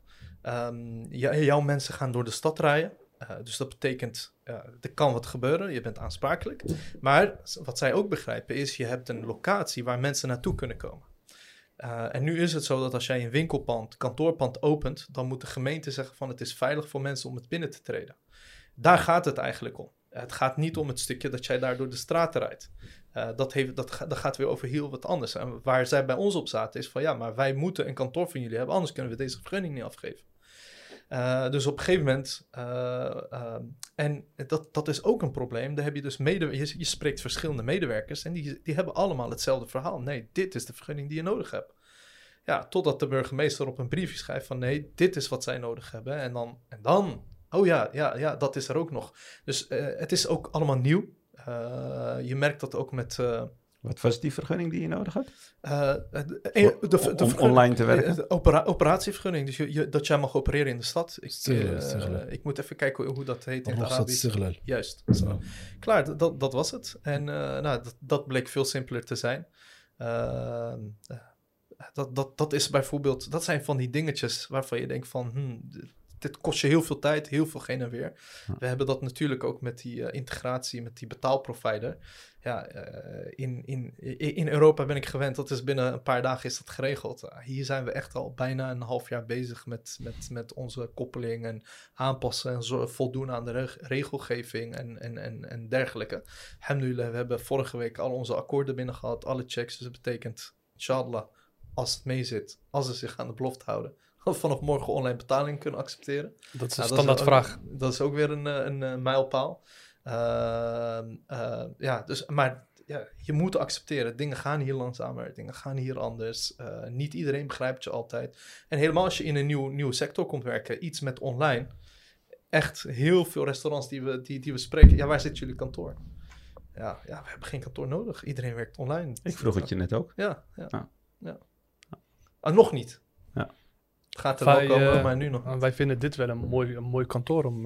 S3: Jouw mensen gaan door de stad rijden. Dus dat betekent, er kan wat gebeuren. Je bent aansprakelijk. Maar wat zij ook begrijpen is, je hebt een locatie waar mensen naartoe kunnen komen. En nu is het zo dat als jij een winkelpand, kantoorpand opent, dan moet de gemeente zeggen van het is veilig voor mensen om het binnen te treden. Daar gaat het eigenlijk om. Het gaat niet om het stukje dat jij daar door de straten rijdt. Dat gaat weer over heel wat anders. En waar zij bij ons op zaten is van ja, maar wij moeten een kantoor van jullie hebben, anders kunnen we deze vergunning niet afgeven. Dus op een gegeven moment, en dat is ook een probleem, daar heb je dus je spreekt verschillende medewerkers en die hebben allemaal hetzelfde verhaal. Nee, dit is de vergunning die je nodig hebt. Ja, totdat de burgemeester op een briefje schrijft van nee, dit is wat zij nodig hebben. En dan oh ja, dat is er ook nog. Dus het is ook allemaal nieuw. Je merkt dat ook met...
S4: Wat was die vergunning die je nodig had?
S3: Om
S4: online te werken?
S3: Operatievergunning. Dus dat jij mag opereren in de stad. Ik moet even kijken hoe dat heet in het Arabisch. Juist. Zo. Klaar, dat was het. En dat bleek veel simpeler te zijn. Dat is bijvoorbeeld... Dat zijn van die dingetjes waarvan je denkt van... Dit kost je heel veel tijd, heel veel heen en weer. Ja. We hebben dat natuurlijk ook met die integratie, met die betaalprovider. Ja, in Europa ben ik gewend, dat is binnen een paar dagen is dat geregeld. Hier zijn we echt al bijna een half jaar bezig met onze koppeling en aanpassen en voldoen aan de regelgeving en dergelijke. Alhamdulillah, we hebben vorige week al onze akkoorden binnen gehad, alle checks. Dus dat betekent, inshallah, als het mee zit, als ze zich aan de belofte houden, vanaf morgen online betaling kunnen accepteren.
S1: Dat is een standaardvraag.
S3: Dat is ook weer een mijlpaal. Maar je moet accepteren. Dingen gaan hier langzamer, dingen gaan hier anders. Niet iedereen begrijpt je altijd. En helemaal als je in een nieuwe sector komt werken, iets met online. Echt heel veel restaurants die we spreken. Ja, waar zit jullie kantoor? Ja, we hebben geen kantoor nodig. Iedereen werkt online.
S4: Ik vroeg het je net ook.
S3: Ja. Nog niet.
S4: Ja.
S3: Het gaat er wel komen, maar nu nog.
S1: Wij vinden dit wel een mooi kantoor om...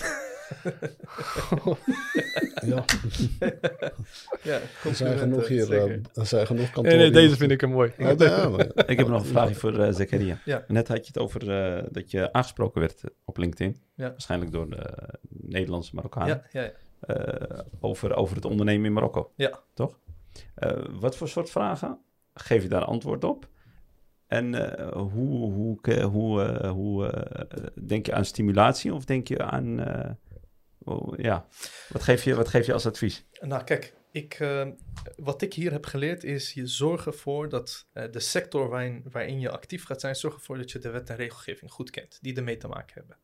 S2: Ja.
S3: Ja,
S2: Er zijn genoeg hier.
S3: zeker.
S2: Er zijn genoeg kantoren.
S1: Nee, deze vind ik hem mooi.
S2: Ja, maar-
S4: Ik heb nog een vraagje voor Zakaria.
S3: Ja.
S4: Net had je het over dat je aangesproken werd op LinkedIn.
S3: Ja.
S4: Waarschijnlijk door de Nederlandse Marokkanen.
S3: Ja.
S4: Over het ondernemen in Marokko.
S3: Ja.
S4: Toch? Wat voor soort vragen? Geef je daar antwoord op? En hoe denk je aan stimulatie of denk je aan... Wat geef je als advies?
S3: Nou, kijk, wat ik hier heb geleerd is je zorgen voor dat de sector waarin je actief gaat zijn, zorg ervoor dat je de wet en regelgeving goed kent, die ermee te maken hebben.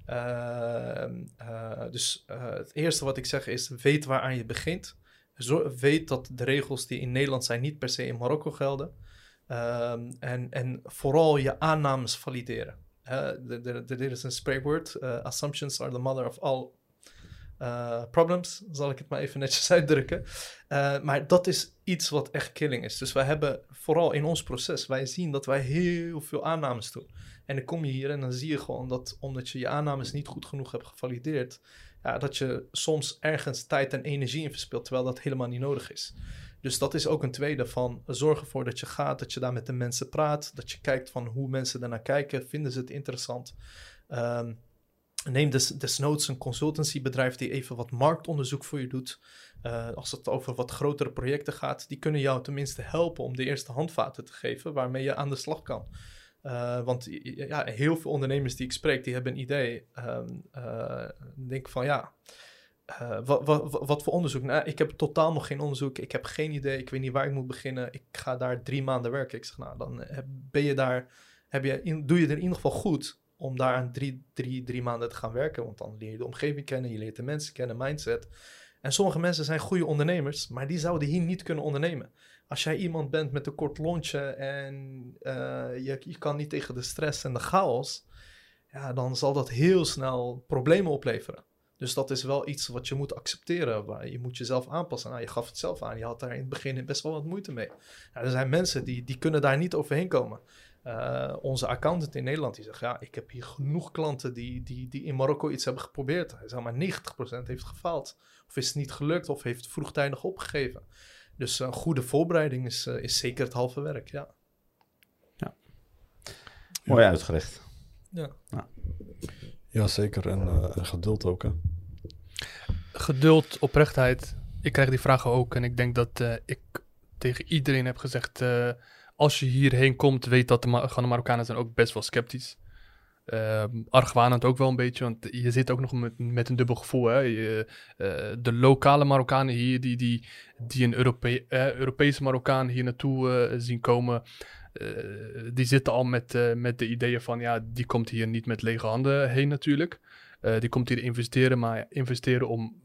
S3: Dus het eerste wat ik zeg is, weet waaraan je begint. Weet dat de regels die in Nederland zijn niet per se in Marokko gelden. En vooral je aannames valideren. Er is een spreekwoord, assumptions are the mother of all problems, zal ik het maar even netjes uitdrukken. Maar dat is iets wat echt killing is. Dus wij hebben, vooral in ons proces, wij zien dat wij heel veel aannames doen. En dan kom je hier en dan zie je gewoon dat, omdat je je aannames niet goed genoeg hebt gevalideerd, dat je soms ergens tijd en energie in verspilt, terwijl dat helemaal niet nodig is. Dus dat is ook een tweede van, zorg ervoor dat je gaat, dat je daar met de mensen praat, dat je kijkt van hoe mensen daarnaar kijken, vinden ze het interessant. Neem desnoods een consultancybedrijf die even wat marktonderzoek voor je doet. Als het over wat grotere projecten gaat, die kunnen jou tenminste helpen om de eerste handvaten te geven waarmee je aan de slag kan. Want heel veel ondernemers die ik spreek, die hebben een idee. Denk van wat voor onderzoek? Nou, ik heb totaal nog geen onderzoek. Ik heb geen idee. Ik weet niet waar ik moet beginnen. Ik ga daar 3 maanden werken. Ik zeg, nou, dan ben je daar. Doe je er in ieder geval goed om daar aan 3 maanden te gaan werken. Want dan leer je de omgeving kennen, je leert de mensen kennen, mindset. En sommige mensen zijn goede ondernemers, maar die zouden hier niet kunnen ondernemen. Als jij iemand bent met een kort lontje en je kan niet tegen de stress en de chaos, dan zal dat heel snel problemen opleveren. Dus dat is wel iets wat je moet accepteren. Je moet jezelf aanpassen. Nou, je gaf het zelf aan. Je had daar in het begin best wel wat moeite mee. Er zijn mensen die kunnen daar niet overheen komen. Onze accountant in Nederland die zegt, ik heb hier genoeg klanten die in Marokko iets hebben geprobeerd. Hij zegt maar 90% heeft gefaald. Of is het niet gelukt of heeft vroegtijdig opgegeven. Dus een goede voorbereiding is zeker het halve werk, ja.
S4: Mooi uitgelegd.
S2: Ja, zeker. En geduld ook, hè.
S1: Geduld, oprechtheid. Ik krijg die vragen ook. En ik denk dat ik tegen iedereen heb gezegd, als je hierheen komt, weet dat de Marokkanen zijn ook best wel sceptisch. Argwanend ook wel een beetje, want je zit ook nog met een dubbel gevoel. Hè? De lokale Marokkanen hier, die een Europese Marokkaan hier naartoe zien komen, die zitten al met de ideeën van, die komt hier niet met lege handen heen natuurlijk. Die komt hier investeren, maar investeren om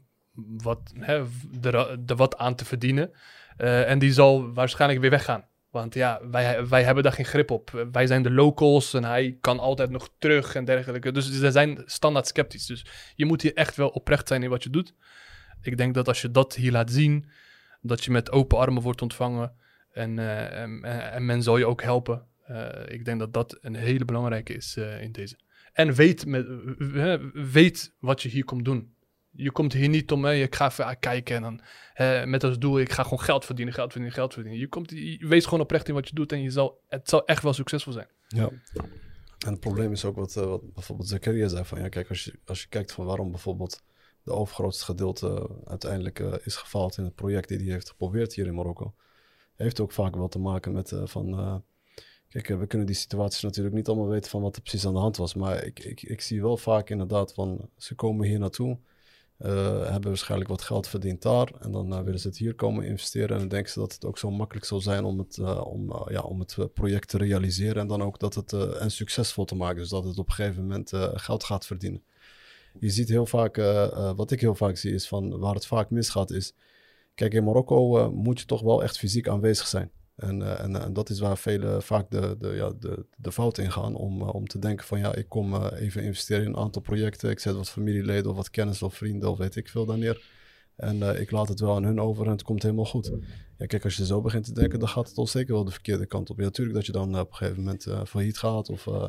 S1: wat aan te verdienen. En die zal waarschijnlijk weer weggaan. Want wij hebben daar geen grip op. Wij zijn de locals en hij kan altijd nog terug en dergelijke. Dus ze zijn standaard sceptisch. Dus je moet hier echt wel oprecht zijn in wat je doet. Ik denk dat als je dat hier laat zien, dat je met open armen wordt ontvangen. En men zal je ook helpen. Ik denk dat dat een hele belangrijke is in deze. En weet wat je hier komt doen. Je komt hier niet om, ik ga even kijken en dan met als doel, ik ga gewoon geld verdienen. Je wees gewoon oprecht in wat je doet en het zal echt wel succesvol zijn.
S2: Ja. En het probleem is ook wat bijvoorbeeld Zakaria zei van, kijk, als je kijkt van waarom bijvoorbeeld de overgrootste gedeelte uiteindelijk is gefaald in het project die hij heeft geprobeerd hier in Marokko, heeft ook vaak wel te maken met kijk, we kunnen die situaties natuurlijk niet allemaal weten van wat er precies aan de hand was, maar ik zie wel vaak inderdaad van, ze komen hier naartoe, hebben waarschijnlijk wat geld verdiend daar en dan willen ze het hier komen investeren en dan denken ze dat het ook zo makkelijk zal zijn om het project te realiseren en dan ook dat het en succesvol te maken, dus dat het op een gegeven moment geld gaat verdienen. Je ziet heel vaak, wat ik heel vaak zie is van waar het vaak misgaat is, kijk, in Marokko moet je toch wel echt fysiek aanwezig zijn. En dat is waar velen vaak de fout in gaan om te denken van ik kom even investeren in een aantal projecten. Ik zet wat familieleden of wat kennis of vrienden of weet ik veel daar neer. En ik laat het wel aan hun over en het komt helemaal goed. Ja, kijk, als je zo begint te denken, dan gaat het al zeker wel de verkeerde kant op. Ja, natuurlijk dat je dan op een gegeven moment failliet gaat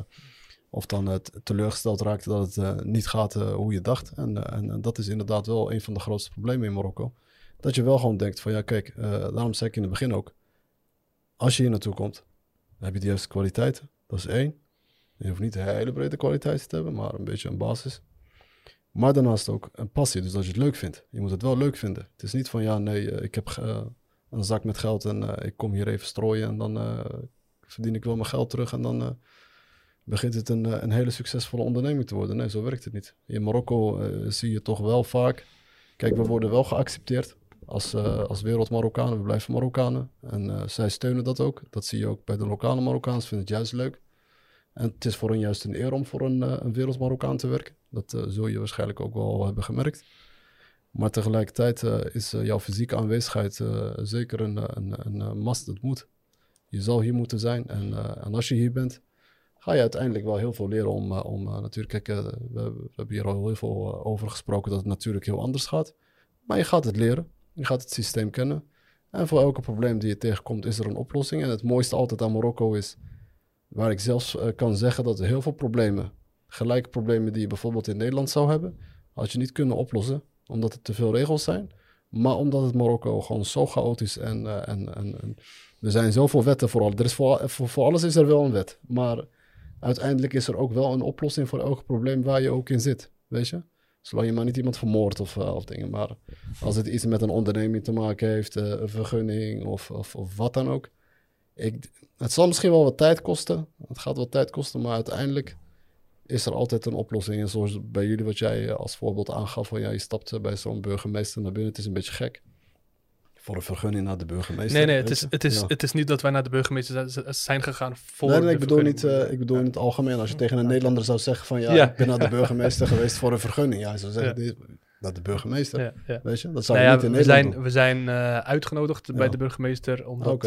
S2: of dan teleurgesteld raakt dat het niet gaat hoe je dacht. En dat is inderdaad wel een van de grootste problemen in Marokko. Dat je wel gewoon denkt van ja, kijk, daarom zei ik in het begin ook. Als je hier naartoe komt, dan heb je de juiste kwaliteiten. Dat is 1. Je hoeft niet een hele brede kwaliteit te hebben, maar een beetje een basis. Maar daarnaast ook een passie, dus dat je het leuk vindt. Je moet het wel leuk vinden. Het is niet van ja, nee, ik heb een zak met geld en ik kom hier even strooien en dan verdien ik wel mijn geld terug en dan begint het een hele succesvolle onderneming te worden. Nee, zo werkt het niet. In Marokko zie je toch wel vaak, kijk, we worden wel geaccepteerd als wereld-Marokkanen. We blijven Marokkanen en zij steunen dat ook. Dat zie je ook bij de lokale Marokkanen, ze vinden het juist leuk. En het is voor hen juist een eer om voor een wereld-Marokkaan te werken. Dat zul je waarschijnlijk ook wel hebben gemerkt. Maar tegelijkertijd is jouw fysieke aanwezigheid zeker een must. Het moet. Je zal hier moeten zijn. En als je hier bent, ga je uiteindelijk wel heel veel leren om natuurlijk... Kijk, we hebben hier al heel veel over gesproken dat het natuurlijk heel anders gaat. Maar je gaat het leren. Je gaat het systeem kennen. En voor elke probleem die je tegenkomt is er een oplossing. En het mooiste altijd aan Marokko is... Waar ik zelfs kan zeggen dat er heel veel problemen, gelijke problemen die je bijvoorbeeld in Nederland zou hebben, had je niet kunnen oplossen, omdat er te veel regels zijn. Maar omdat het Marokko gewoon zo chaotisch en er zijn zoveel wetten voor alles. Voor alles is er wel een wet. Maar uiteindelijk is er ook wel een oplossing voor elk probleem waar je ook in zit. Weet je? Zolang je maar niet iemand vermoordt of dingen. Maar als het iets met een onderneming te maken heeft, een vergunning of wat dan ook. Het zal misschien wel wat tijd kosten. Het gaat wat tijd kosten, maar uiteindelijk is er altijd een oplossing. En zoals bij jullie wat jij als voorbeeld aangaf, van ja, je stapt bij zo'n burgemeester naar binnen. Het is een beetje gek. Voor een vergunning naar de burgemeester.
S1: Nee, het is niet dat wij naar de burgemeester zijn gegaan voor
S2: nee, ik bedoel in het algemeen. Als je tegen een Nederlander zou zeggen van ja, ik ben naar de burgemeester geweest voor een vergunning. Ja, hij zou zeggen, naar de burgemeester. Ja. Weet je, dat zou je niet in Nederland doen.
S1: We zijn uitgenodigd bij de burgemeester, omdat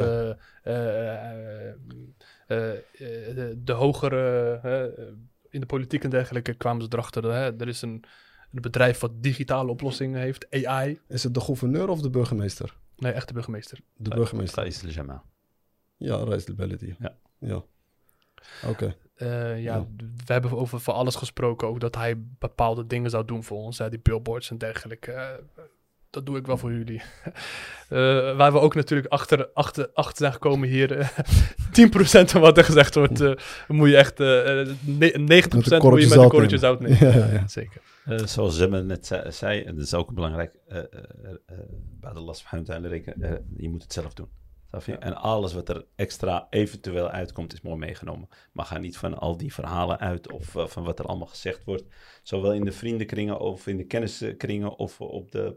S1: de hogere... in de politiek en dergelijke kwamen ze erachter. Er is een bedrijf wat digitale oplossingen heeft, AI.
S2: Is het de gouverneur of de burgemeester?
S1: Nee, echt de burgemeester.
S2: De burgemeester.
S4: Rais El Jamal.
S2: Ja, Rais El Beledi. Ja. Oké.
S1: We hebben over voor alles gesproken. Ook dat hij bepaalde dingen zou doen voor ons. Die billboards en dergelijke. Dat doe ik wel voor jullie. Waar we ook natuurlijk achter zijn gekomen hier. 10% van wat er gezegd wordt, moet je echt... 90% moet je met een korreltje zout nemen.
S2: Ja.
S1: Zeker.
S4: Zoals Zemme net zei, en dat is ook belangrijk, bij de last van je moet het zelf doen. En alles wat er extra eventueel uitkomt, is mooi meegenomen. Maar ga niet van al die verhalen uit of van wat er allemaal gezegd wordt. Zowel in de vriendenkringen of in de kenniskringen of op de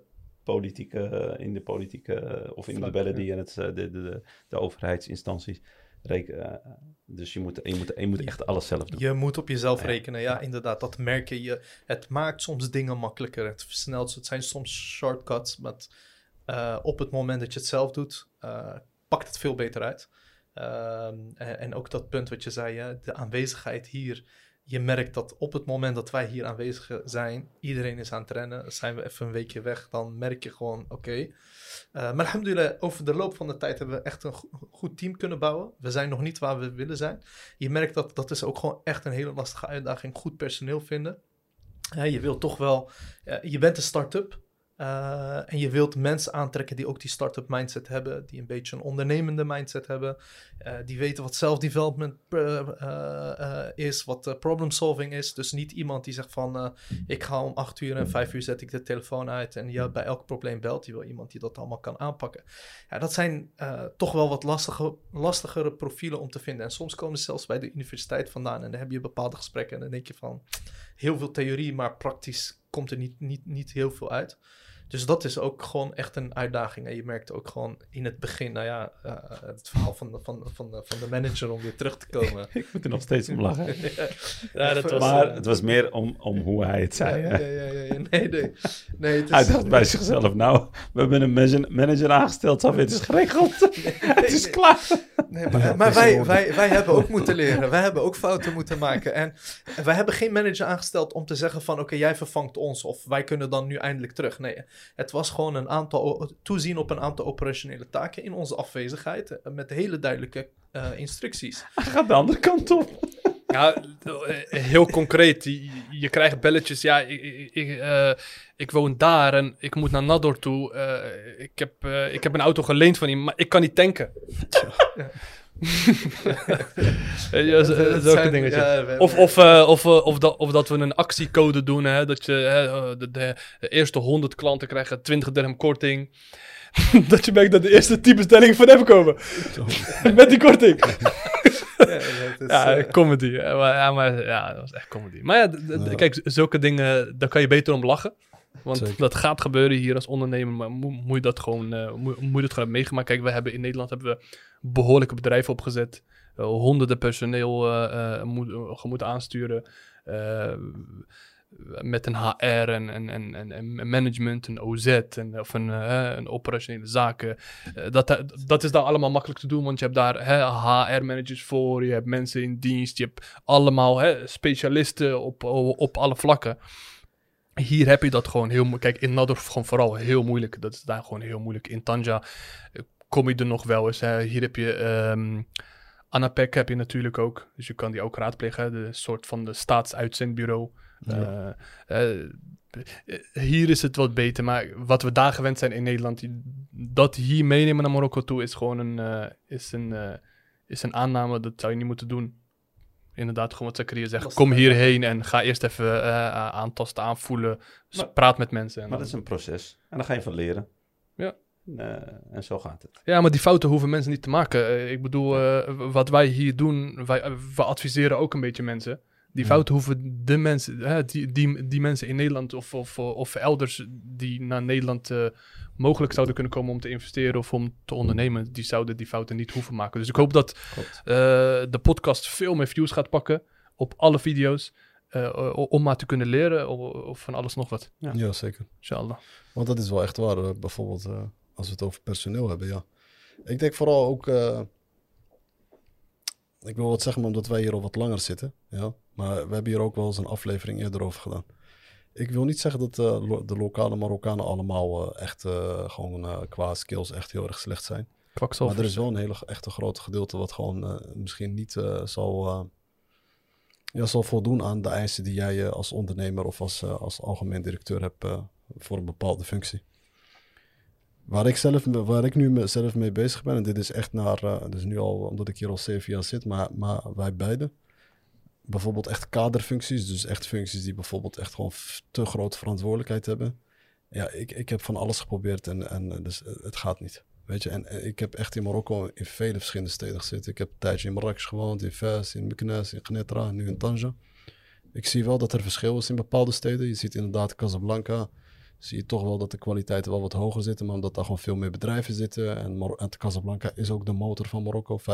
S4: in de politieke of in de belledie en de overheidsinstanties. Dus je moet echt alles zelf doen.
S3: Je moet op jezelf rekenen, ja, inderdaad. Dat merk je. Het maakt soms dingen makkelijker. Het versnelt ze. Het zijn soms shortcuts. Maar op het moment dat je het zelf doet, pakt het veel beter uit. En ook dat punt wat je zei, de aanwezigheid hier. Je merkt dat op het moment dat wij hier aanwezig zijn, iedereen is aan het rennen. Zijn we even een weekje weg, dan merk je gewoon, oké. Maar alhamdulillah, over de loop van de tijd hebben we echt een goed team kunnen bouwen. We zijn nog niet waar we willen zijn. Je merkt dat is ook gewoon echt een hele lastige uitdaging. Goed personeel vinden. Je wilt toch wel, je bent een start-up. En je wilt mensen aantrekken die ook die start-up mindset hebben, die een beetje een ondernemende mindset hebben, die weten wat self-development is, wat problem solving is. Dus niet iemand die zegt van, ik ga om 8 uur en 5 uur zet ik de telefoon uit en je bij elk probleem belt. Je wil iemand die dat allemaal kan aanpakken. Ja, dat zijn toch wel wat lastigere profielen om te vinden. En soms komen ze zelfs bij de universiteit vandaan en dan heb je bepaalde gesprekken en dan denk je van, heel veel theorie, maar praktisch komt er niet heel veel uit. Dus dat is ook gewoon echt een uitdaging. En je merkt ook gewoon in het begin, het verhaal van de manager om weer terug te komen.
S4: Ik moet er nog steeds om lachen. Het was meer om hoe hij het zei.
S3: Nee, het is,
S4: hij dacht bij zichzelf, nou, we hebben een manager aangesteld, het is geregeld. Het is klaar.
S3: Nee, maar wij hebben ook moeten leren. Wij hebben ook fouten moeten maken. En wij hebben geen manager aangesteld om te zeggen van, oké, jij vervangt ons. Of wij kunnen dan nu eindelijk terug. Nee, Het was gewoon toezien op een aantal operationele taken in onze afwezigheid. Met hele duidelijke instructies.
S4: Hij gaat de andere kant op.
S1: Ja, heel concreet. Je krijgt belletjes. Ja, ik woon daar en ik moet naar Nador toe. Ik heb een auto geleend van iemand, maar ik kan niet tanken. Zulke dingetjes. Of dat we een actiecode doen. Hè, dat je de eerste 100 klanten krijgen 20 dirham korting. Dat je merkt dat de eerste 10 bestellingen van hem komen. Met die korting. Comedy. Maar dat was echt comedy. Maar ja, kijk, zulke dingen, daar kan je beter om lachen. Want zeker. Dat gaat gebeuren hier als ondernemer, maar moet je dat gewoon hebben meegemaakt. Kijk, in Nederland hebben we behoorlijke bedrijven opgezet. Honderden personeel moeten aansturen. Met een HR en management, een OZ of een operationele zaken. Dat is daar allemaal makkelijk te doen, want je hebt daar HR-managers voor, je hebt mensen in dienst, je hebt allemaal specialisten op alle vlakken. Hier heb je dat gewoon heel moeilijk. Kijk, in Nador gewoon vooral heel moeilijk. Dat is daar gewoon heel moeilijk. In Tanja kom je er nog wel eens. Hier heb je Anapec heb je natuurlijk ook. Dus je kan die ook raadplegen. De soort van de staatsuitzendbureau. Ja. Hier is het wat beter, maar wat we daar gewend zijn in Nederland, dat hier meenemen naar Marokko toe is gewoon een aanname. Dat zou je niet moeten doen. Inderdaad, gewoon wat Zakaria zegt. Kom hierheen en ga eerst even aantasten, aanvoelen. Praat met mensen.
S4: Maar dat is een proces. En dan ga je van leren.
S1: Ja.
S4: En zo gaat het.
S1: Ja, maar die fouten hoeven mensen niet te maken. Ik bedoel, wat wij hier doen, wij adviseren ook een beetje mensen. Die fouten hoeven de mensen, die mensen in Nederland of elders die naar Nederland mogelijk zouden kunnen komen om te investeren of om te ondernemen, die zouden die fouten niet hoeven maken. Dus ik hoop dat de podcast veel meer views gaat pakken op alle video's, om maar te kunnen leren of van alles nog wat.
S2: Ja, zeker.
S1: Inshallah.
S2: Want dat is wel echt waar. Bijvoorbeeld als we het over personeel hebben, ja. Ik denk vooral ook... ik wil wat zeggen, omdat wij hier al wat langer zitten. Ja? Maar we hebben hier ook wel eens een aflevering eerder over gedaan. Ik wil niet zeggen dat de lokale Marokkanen allemaal echt gewoon qua skills echt heel erg slecht zijn. Maar er is wel een echt een groot gedeelte wat gewoon misschien niet zal voldoen aan de eisen die jij als ondernemer of als algemeen directeur hebt voor een bepaalde functie. Waar ik nu zelf mee bezig ben, en dit is echt dus nu al, omdat ik hier al 7 jaar zit, maar wij beiden. Bijvoorbeeld echt kaderfuncties, dus echt functies die bijvoorbeeld echt gewoon te grote verantwoordelijkheid hebben. Ja, ik heb van alles geprobeerd en dus het gaat niet. Weet je, en ik heb echt in Marokko in vele verschillende steden gezeten. Ik heb een tijdje in Marrakesh gewoond, in Fez, in Meknes, in Gnetra en nu in Tanja. Ik zie wel dat er verschil is in bepaalde steden. Je ziet inderdaad Casablanca. Zie je toch wel dat de kwaliteiten wel wat hoger zitten, maar omdat daar gewoon veel meer bedrijven zitten. En Casablanca is ook de motor van Marokko. 35%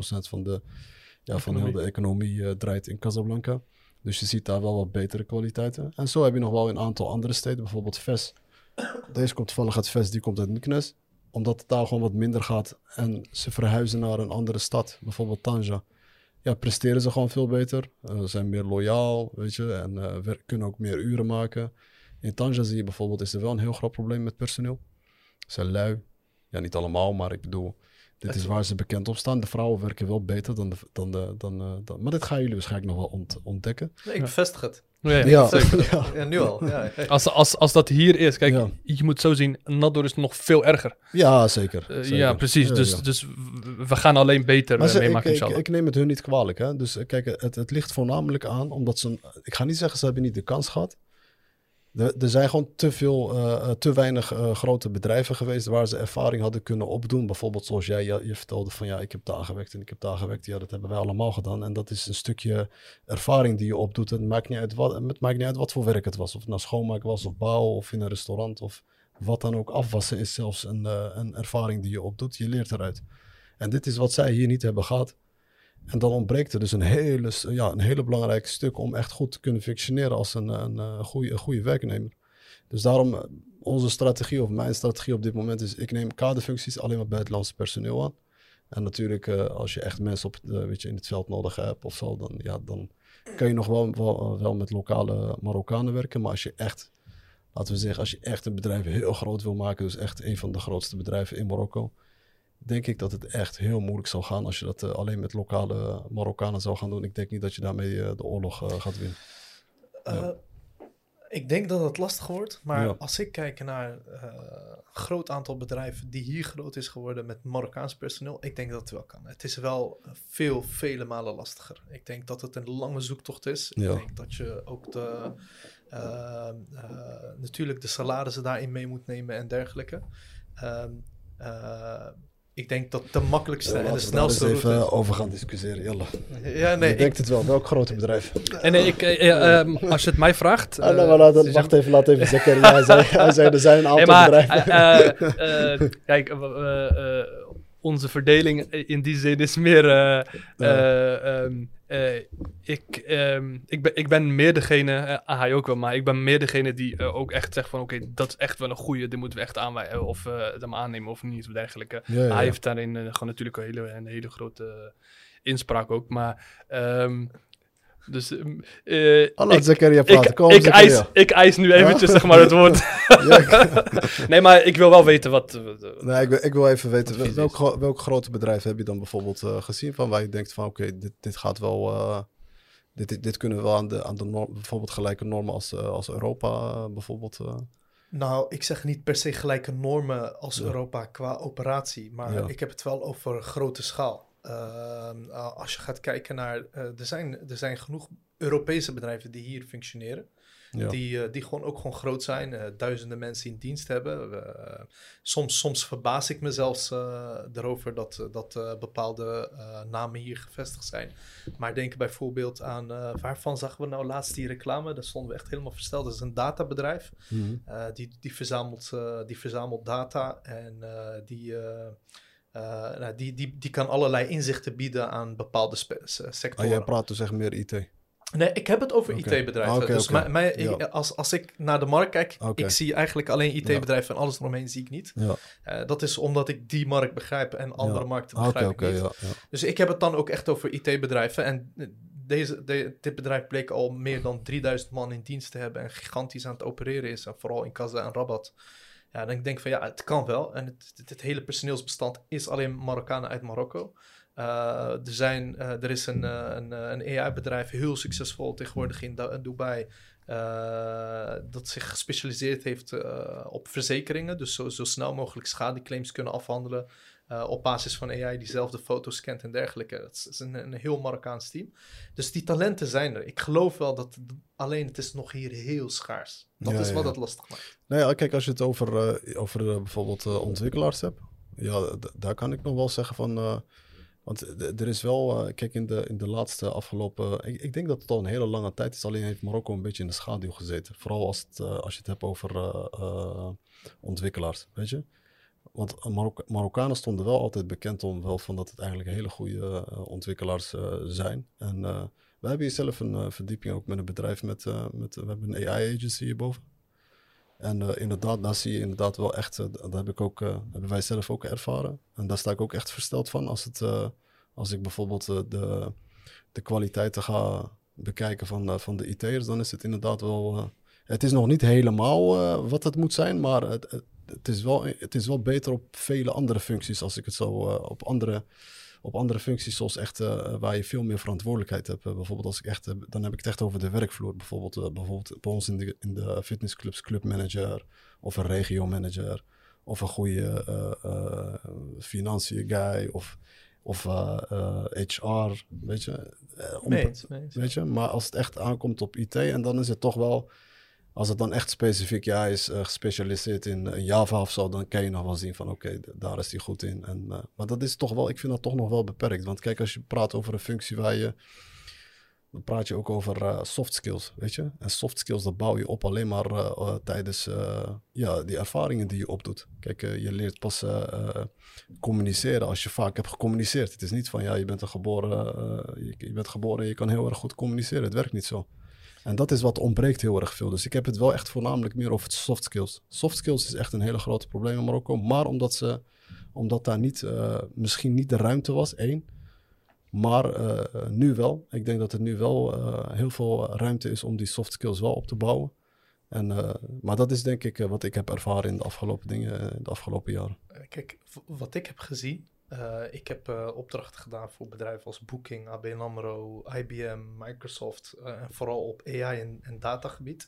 S2: van heel de economie draait in Casablanca. Dus je ziet daar wel wat betere kwaliteiten. En zo heb je nog wel een aantal andere steden, bijvoorbeeld Fez. Deze komt toevallig uit Fez, die komt uit Meknes. Omdat het daar gewoon wat minder gaat en ze verhuizen naar een andere stad, bijvoorbeeld Tanja. Ja, presteren ze gewoon veel beter. Zijn meer loyaal, weet je, en kunnen ook meer uren maken. In Tanja zie je bijvoorbeeld, is er wel een heel groot probleem met personeel. Ze zijn lui. Ja, niet allemaal, maar ik bedoel, dit is waar ze bekend op staan. De vrouwen werken wel beter dan maar dit gaan jullie waarschijnlijk nog wel ontdekken.
S3: Nee, ik bevestig het.
S1: Ja.
S3: Ja, nu al. Ja.
S1: Als dat hier is, kijk, je moet zo zien, Nador is nog veel erger.
S2: Ja, zeker.
S1: Ja, precies. Dus we gaan alleen beter meemaken, inshallah.
S2: Ik neem het hun niet kwalijk. Hè? Dus kijk, het ligt voornamelijk aan, omdat ik ga niet zeggen, ze hebben niet de kans gehad. Er zijn gewoon te weinig grote bedrijven geweest waar ze ervaring hadden kunnen opdoen. Bijvoorbeeld zoals jij je vertelde van ja, ik heb daar gewerkt en ik heb daar gewerkt. Ja, dat hebben wij allemaal gedaan. En dat is een stukje ervaring die je opdoet. Het maakt niet uit wat voor werk het was. Of het nou schoonmaken was of bouwen of in een restaurant of wat dan ook. Afwassen is zelfs een ervaring die je opdoet. Je leert eruit. En dit is wat zij hier niet hebben gehad. En dan ontbreekt er dus een hele belangrijk stuk om echt goed te kunnen functioneren als een goede werknemer. Dus daarom onze strategie of mijn strategie op dit moment is, ik neem kaderfuncties alleen maar buitenlandse personeel aan. En natuurlijk als je echt mensen in het veld nodig hebt of zo, dan kun je nog wel met lokale Marokkanen werken. Maar als je echt laten we zeggen, als je echt een bedrijf heel groot wil maken, dus echt een van de grootste bedrijven in Marokko, denk ik dat het echt heel moeilijk zal gaan als je dat alleen met lokale Marokkanen zou gaan doen. Ik denk niet dat je daarmee de oorlog gaat winnen.
S3: Ik denk dat het lastig wordt, maar
S2: Ja.
S3: als ik kijk naar een groot aantal bedrijven die hier groot is geworden met Marokkaans personeel, ik denk dat het wel kan. Het is wel vele malen lastiger. Ik denk dat het een lange zoektocht is.
S2: Ja.
S3: Ik denk dat je ook natuurlijk de salarissen daarin mee moet nemen en dergelijke. Ik denk dat de makkelijkste en de snelste
S2: route...
S3: route...
S2: even over gaan discussiëren, Jelle.
S3: Ja, nee,
S2: Je denkt het wel, welk grote bedrijf?
S1: Als je het mij vraagt...
S2: wacht even, laat even Zakaria. Hij zei, er zijn een aantal bedrijven.
S1: Kijk, onze verdeling in die zin is meer... Ik ben meer degene, hij ook wel, maar ik ben meer degene die ook echt zegt van oké, dat is echt wel een goeie, dit moeten we echt aannemen of niet of dergelijke.
S2: Ja.
S1: Hij heeft daarin gewoon natuurlijk een hele grote inspraak ook, maar dus
S2: Laat Zakaria praten, kom Zakaria.
S1: Ik eis nu eventjes zeg maar het woord. Nee, maar ik wil wel weten wat...
S2: Nee, ik wil even weten, welk grote bedrijf heb je dan bijvoorbeeld gezien van waar je denkt van oké, dit gaat wel... Dit kunnen we wel aan de norm, bijvoorbeeld gelijke normen als Europa bijvoorbeeld...
S3: Nou, ik zeg niet per se gelijke normen als Europa qua operatie, maar ik heb het wel over grote schaal. Als je gaat kijken naar... er zijn genoeg Europese bedrijven die hier functioneren. Ja. Die gewoon groot zijn. Duizenden mensen in dienst hebben. Soms verbaas ik me zelfs erover dat bepaalde namen hier gevestigd zijn. Maar denk bijvoorbeeld aan... waarvan zagen we nou laatst die reclame? Daar stonden we echt helemaal versteld. Dat is een databedrijf. Mm-hmm. Die verzamelt data en die kan allerlei inzichten bieden aan bepaalde sectoren.
S2: Jij praat dus echt meer IT?
S3: Nee, ik heb het over IT-bedrijven. Als ik naar de markt kijk, ik zie eigenlijk alleen IT-bedrijven en alles eromheen zie ik niet. Ja. Dat is omdat ik die markt begrijp en andere markten begrijp ik niet. Ja. Dus ik heb het dan ook echt over IT-bedrijven. En dit bedrijf bleek al meer dan 3000 man in dienst te hebben en gigantisch aan het opereren is. En vooral in Casa en Rabat. Ja, dan denk ik van het kan wel. En het hele personeelsbestand is alleen Marokkanen uit Marokko. Er is een AI-bedrijf heel succesvol tegenwoordig in Dubai. Dat zich gespecialiseerd heeft op verzekeringen. Dus zo snel mogelijk schadeclaims kunnen afhandelen. Op basis van AI die zelf de foto's scant en dergelijke. Dat is een heel Marokkaans team. Dus die talenten zijn er. Ik geloof wel dat alleen het is nog hier heel schaars. Dat is wat het lastig maakt.
S2: Nee, kijk, als je het over bijvoorbeeld ontwikkelaars hebt. Ja, daar kan ik nog wel zeggen van... want er is wel, kijk, in de laatste afgelopen... Ik denk dat het al een hele lange tijd is. Alleen heeft Marokko een beetje in de schaduw gezeten. Vooral als je het hebt over ontwikkelaars, weet je. Want Marokkanen stonden wel altijd bekend om wel van dat het eigenlijk hele goede ontwikkelaars zijn. En we hebben hier zelf een verdieping ook met een bedrijf we hebben een AI-agency hierboven. En inderdaad, daar zie je inderdaad wel echt, dat hebben wij zelf ook ervaren. En daar sta ik ook echt versteld van als ik bijvoorbeeld de kwaliteiten ga bekijken van de IT'ers, dan is het inderdaad wel... het is nog niet helemaal wat het moet zijn, maar het is wel beter op vele andere functies als ik het zo... op andere functies zoals echt waar je veel meer verantwoordelijkheid hebt. Bijvoorbeeld als dan heb ik het echt over de werkvloer. Bijvoorbeeld bij ons in de fitnessclubs, clubmanager of een regiomanager of een goede financiën guy of HR, weet je. Weet je. Maar als het echt aankomt op IT en dan is het toch wel... Als het dan echt specifiek hij is gespecialiseerd in Java of zo, dan kan je nog wel zien van oké, daar is hij goed in. Maar dat is toch wel, ik vind dat toch nog wel beperkt. Want kijk, als je praat over een functie dan praat je ook over soft skills, weet je. En soft skills, dat bouw je op alleen maar tijdens die ervaringen die je opdoet. Kijk, je leert pas communiceren als je vaak hebt gecommuniceerd. Het is niet van je bent geboren en je kan heel erg goed communiceren. Het werkt niet zo. En dat is wat ontbreekt heel erg veel. Dus ik heb het wel echt voornamelijk meer over soft skills. Soft skills is echt een hele grote probleem in Marokko. Maar omdat daar misschien niet de ruimte was, maar nu wel. Ik denk dat er nu wel heel veel ruimte is om die soft skills wel op te bouwen. Maar dat is denk ik wat ik heb ervaren in de afgelopen jaren.
S3: Kijk, wat ik heb gezien, ik heb opdrachten gedaan voor bedrijven als Booking, ABN AMRO, IBM, Microsoft, en vooral op AI en datagebied.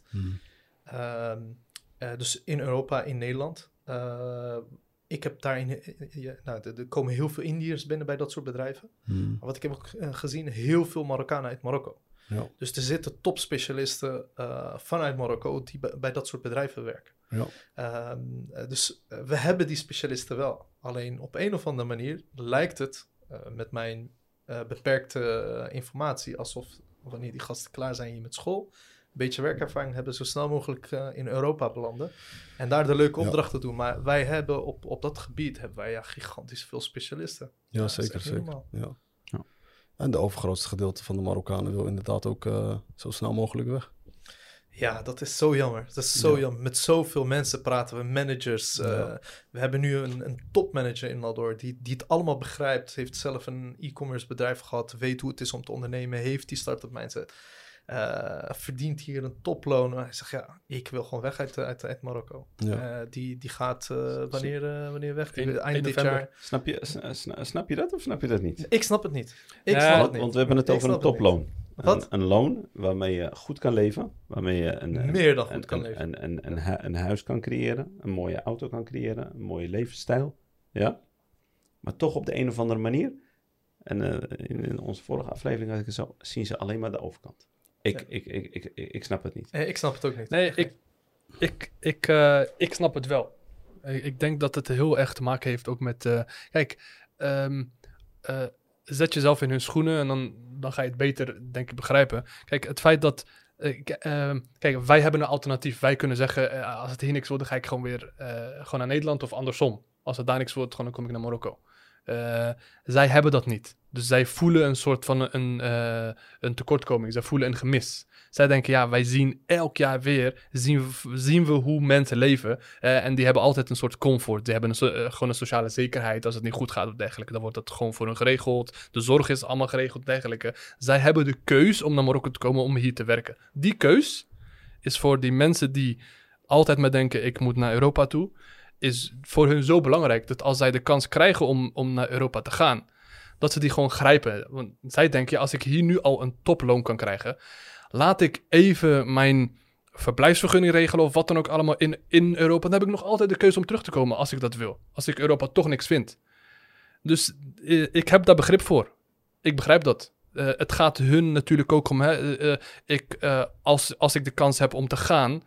S3: Dus in Europa, in Nederland. Ik heb daarin, er komen heel veel Indiërs binnen bij dat soort bedrijven. Maar wat ik heb ook gezien, heel veel Marokkanen uit Marokko.
S2: Ja.
S3: Dus er zitten topspecialisten vanuit Marokko die bij dat soort bedrijven werken.
S2: Ja.
S3: Dus we hebben die specialisten wel. Alleen op een of andere manier lijkt het met mijn beperkte informatie alsof wanneer die gasten klaar zijn hier met school, een beetje werkervaring hebben, zo snel mogelijk in Europa belanden en daar de leuke opdrachten doen. Maar wij hebben op dat gebied gigantisch veel specialisten.
S2: Ja, zeker. Ja. En de overgrootste gedeelte van de Marokkanen wil inderdaad ook zo snel mogelijk weg.
S3: Ja, dat is zo jammer. Dat is zo jammer. Met zoveel mensen praten we, managers. We hebben nu een topmanager in Nador die het allemaal begrijpt. Heeft zelf een e-commerce bedrijf gehad, weet hoe het is om te ondernemen, heeft die start-up mindset. Verdient hier een toploon. Hij zegt, ik wil gewoon weg uit Marokko.
S2: Ja.
S3: Die gaat wanneer weg? Eind dit
S1: november.
S3: jaar.
S4: Snap je dat of snap je dat niet?
S3: Ik snap het niet.
S4: Want we hebben het over een toploon.
S3: Wat?
S4: Een loon waarmee je goed kan leven. Waarmee je
S3: meer dan goed kan leven.
S4: Een huis kan creëren. Een mooie auto kan creëren. Een mooie levensstijl. Ja. Maar toch op de een of andere manier. En in onze vorige aflevering had ik het zo. Zien ze alleen maar de overkant. Ik snap het niet.
S3: Ik snap het ook niet.
S1: Nee, ik snap het wel. Ik denk dat het heel erg te maken heeft ook met... zet jezelf in hun schoenen en dan ga je het beter, denk ik, begrijpen. Kijk, het feit dat... kijk, wij hebben een alternatief. Wij kunnen zeggen, als het hier niks wordt, dan ga ik gewoon weer gewoon naar Nederland of andersom. Als het daar niks wordt, dan kom ik naar Marokko. Zij hebben dat niet. Dus zij voelen een soort van een tekortkoming. Zij voelen een gemis. Zij denken, wij zien elk jaar weer, zien we hoe mensen leven. En die hebben altijd een soort comfort. Die hebben gewoon een sociale zekerheid. Als het niet goed gaat of dergelijke, dan wordt dat gewoon voor hun geregeld. De zorg is allemaal geregeld, dergelijke. Zij hebben de keus om naar Marokko te komen, om hier te werken. Die keus is voor die mensen die altijd maar denken, ik moet naar Europa toe, is voor hun zo belangrijk dat als zij de kans krijgen om naar Europa te gaan, dat ze die gewoon grijpen. Want zij denken, als ik hier nu al een toploon kan krijgen, laat ik even mijn verblijfsvergunning regelen of wat dan ook allemaal in Europa. Dan heb ik nog altijd de keuze om terug te komen als ik dat wil. Als ik Europa toch niks vind. Dus ik heb daar begrip voor. Ik begrijp dat. Het gaat hun natuurlijk ook om, als ik de kans heb om te gaan,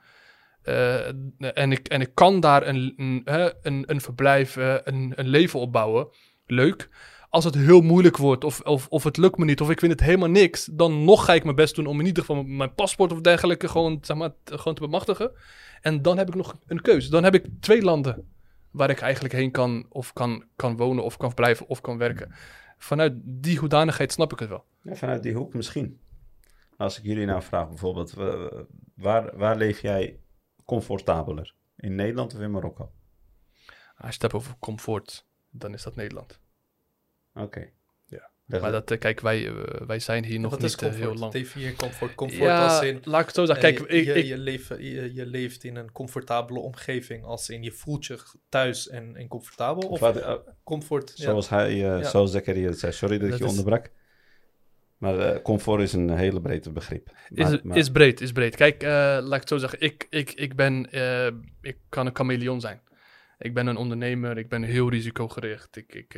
S1: en ik kan daar een verblijf, een leven opbouwen, leuk. Als het heel moeilijk wordt of het lukt me niet of ik vind het helemaal niks, dan nog ga ik mijn best doen om in ieder geval mijn paspoort of dergelijke gewoon te bemachtigen. En dan heb ik nog een keuze. Dan heb ik 2 landen waar ik eigenlijk heen kan of kan wonen of kan blijven of kan werken. Vanuit die hoedanigheid snap ik het wel.
S4: Ja, vanuit die hoek misschien. Als ik jullie nou vraag bijvoorbeeld, waar leef jij comfortabeler? In Nederland of in Marokko?
S1: Als je het hebt over comfort, dan is dat Nederland.
S4: Oké.
S1: Ja. Maar dat, kijk, wij zijn hier nog niet heel lang.
S3: Definiëer comfort. Comfort als in...
S1: laat ik het zo zeggen. Kijk,
S3: je leeft in een comfortabele omgeving, als in je voelt je thuis en comfortabel. Of comfort...
S4: Zoals zoals Zakaria het zei. Sorry dat ik je onderbrak. Maar comfort is een hele brede begrip.
S1: Is breed. Kijk, laat ik het zo zeggen. Ik kan een chameleon zijn. Ik ben een ondernemer. Ik ben heel risicogericht.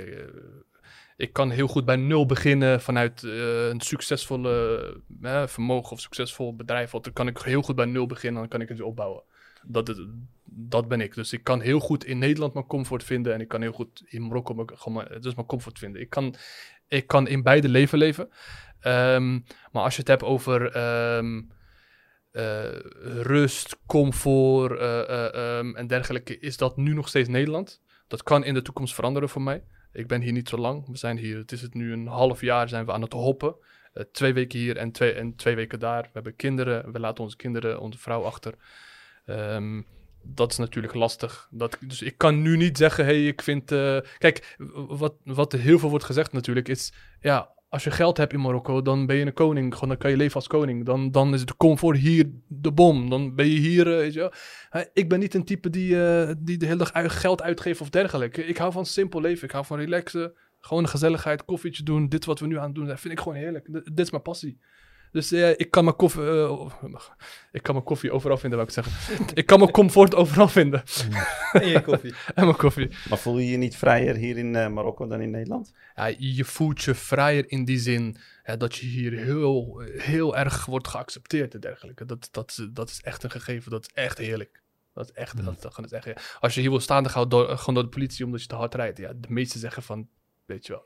S1: Ik kan heel goed bij 0 beginnen vanuit een succesvolle vermogen of succesvol bedrijf. Dan kan ik heel goed bij 0 beginnen en dan kan ik het weer opbouwen. Dat ben ik. Dus ik kan heel goed in Nederland mijn comfort vinden en ik kan heel goed in Marokko mijn comfort vinden. Ik kan in beide leven. Maar als je het hebt over rust, comfort en dergelijke, is dat nu nog steeds Nederland. Dat kan in de toekomst veranderen voor mij. Ik ben hier niet zo lang. We zijn hier, het is het nu een half jaar, zijn we aan het hoppen. 2 weken hier en 2 weken daar. We hebben kinderen, we laten onze kinderen, onze vrouw achter. Dat is natuurlijk lastig. Dus ik kan nu niet zeggen, ik vind... kijk, wat heel veel wordt gezegd natuurlijk is, als je geld hebt in Marokko, dan ben je een koning. Gewoon, dan kan je leven als koning. Dan is de comfort hier de bom. Dan ben je hier, weet je wel. Ik ben niet een type die de hele dag geld uitgeeft of dergelijke. Ik hou van simpel leven. Ik hou van relaxen. Gewoon een gezelligheid, koffietje doen. Dit wat we nu aan het doen, dat vind ik gewoon heerlijk. Dit is mijn passie. Dus ik kan mijn koffie overal vinden, wou ik zeggen. Ik kan mijn comfort overal vinden.
S3: En je koffie.
S1: En mijn koffie.
S4: Maar voel je je niet vrijer hier in Marokko dan in Nederland?
S1: Ja, je voelt je vrijer in die zin dat je hier heel, heel erg wordt geaccepteerd en dergelijke. Dat is echt een gegeven, dat is echt heerlijk. Dat is echt, dat is echt heerlijk. Als je hier wil staan, dan gewoon door de politie omdat je te hard rijdt. Ja, de meesten zeggen van, weet je wel.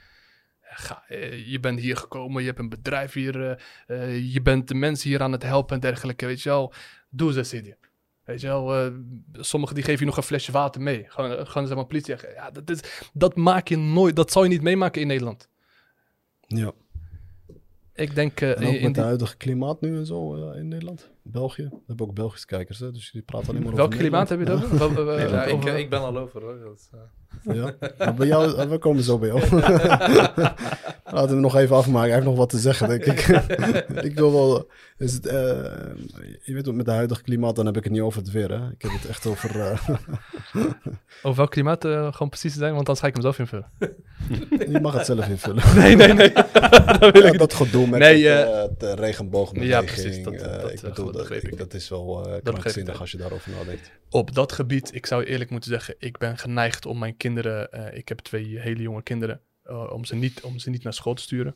S1: Je bent hier gekomen, je hebt een bedrijf hier, je bent de mensen hier aan het helpen en dergelijke, weet je wel. Doe ze, Sidi. Weet je wel, sommigen die geven je nog een flesje water mee. Gewoon zeg maar politie. Ja, dat maak je nooit, dat zal je niet meemaken in Nederland.
S2: Ja.
S1: Ik denk...
S2: en ook met het huidige klimaat nu en zo in Nederland. België. We hebben ook Belgische kijkers, hè, dus die praten alleen maar
S1: Welk
S2: over
S1: klimaat heb je dan?
S3: Ik ben al over, hoor.
S2: Ja, maar bij jou, we komen zo bij jou. Laten we hem nog even afmaken. Hij heeft nog wat te zeggen, denk ik. Ik wil wel... Is het, je weet wat, met het huidige klimaat, dan heb ik het niet over het weer, hè. Ik heb het echt over...
S1: Over welk klimaat gewoon precies te zijn, want anders ga ik hem zelf invullen.
S2: Je mag het zelf invullen.
S1: Nee. Dat wil ik
S2: dat gedoe met de regenboogbeweging.
S1: Ja, precies.
S2: Dat is wel krankzinnig als je daarover nadenkt.
S1: Op dat gebied, ik zou eerlijk moeten zeggen, ik ben geneigd om mijn kinderen, ik heb 2 hele jonge kinderen, om ze niet naar school te sturen.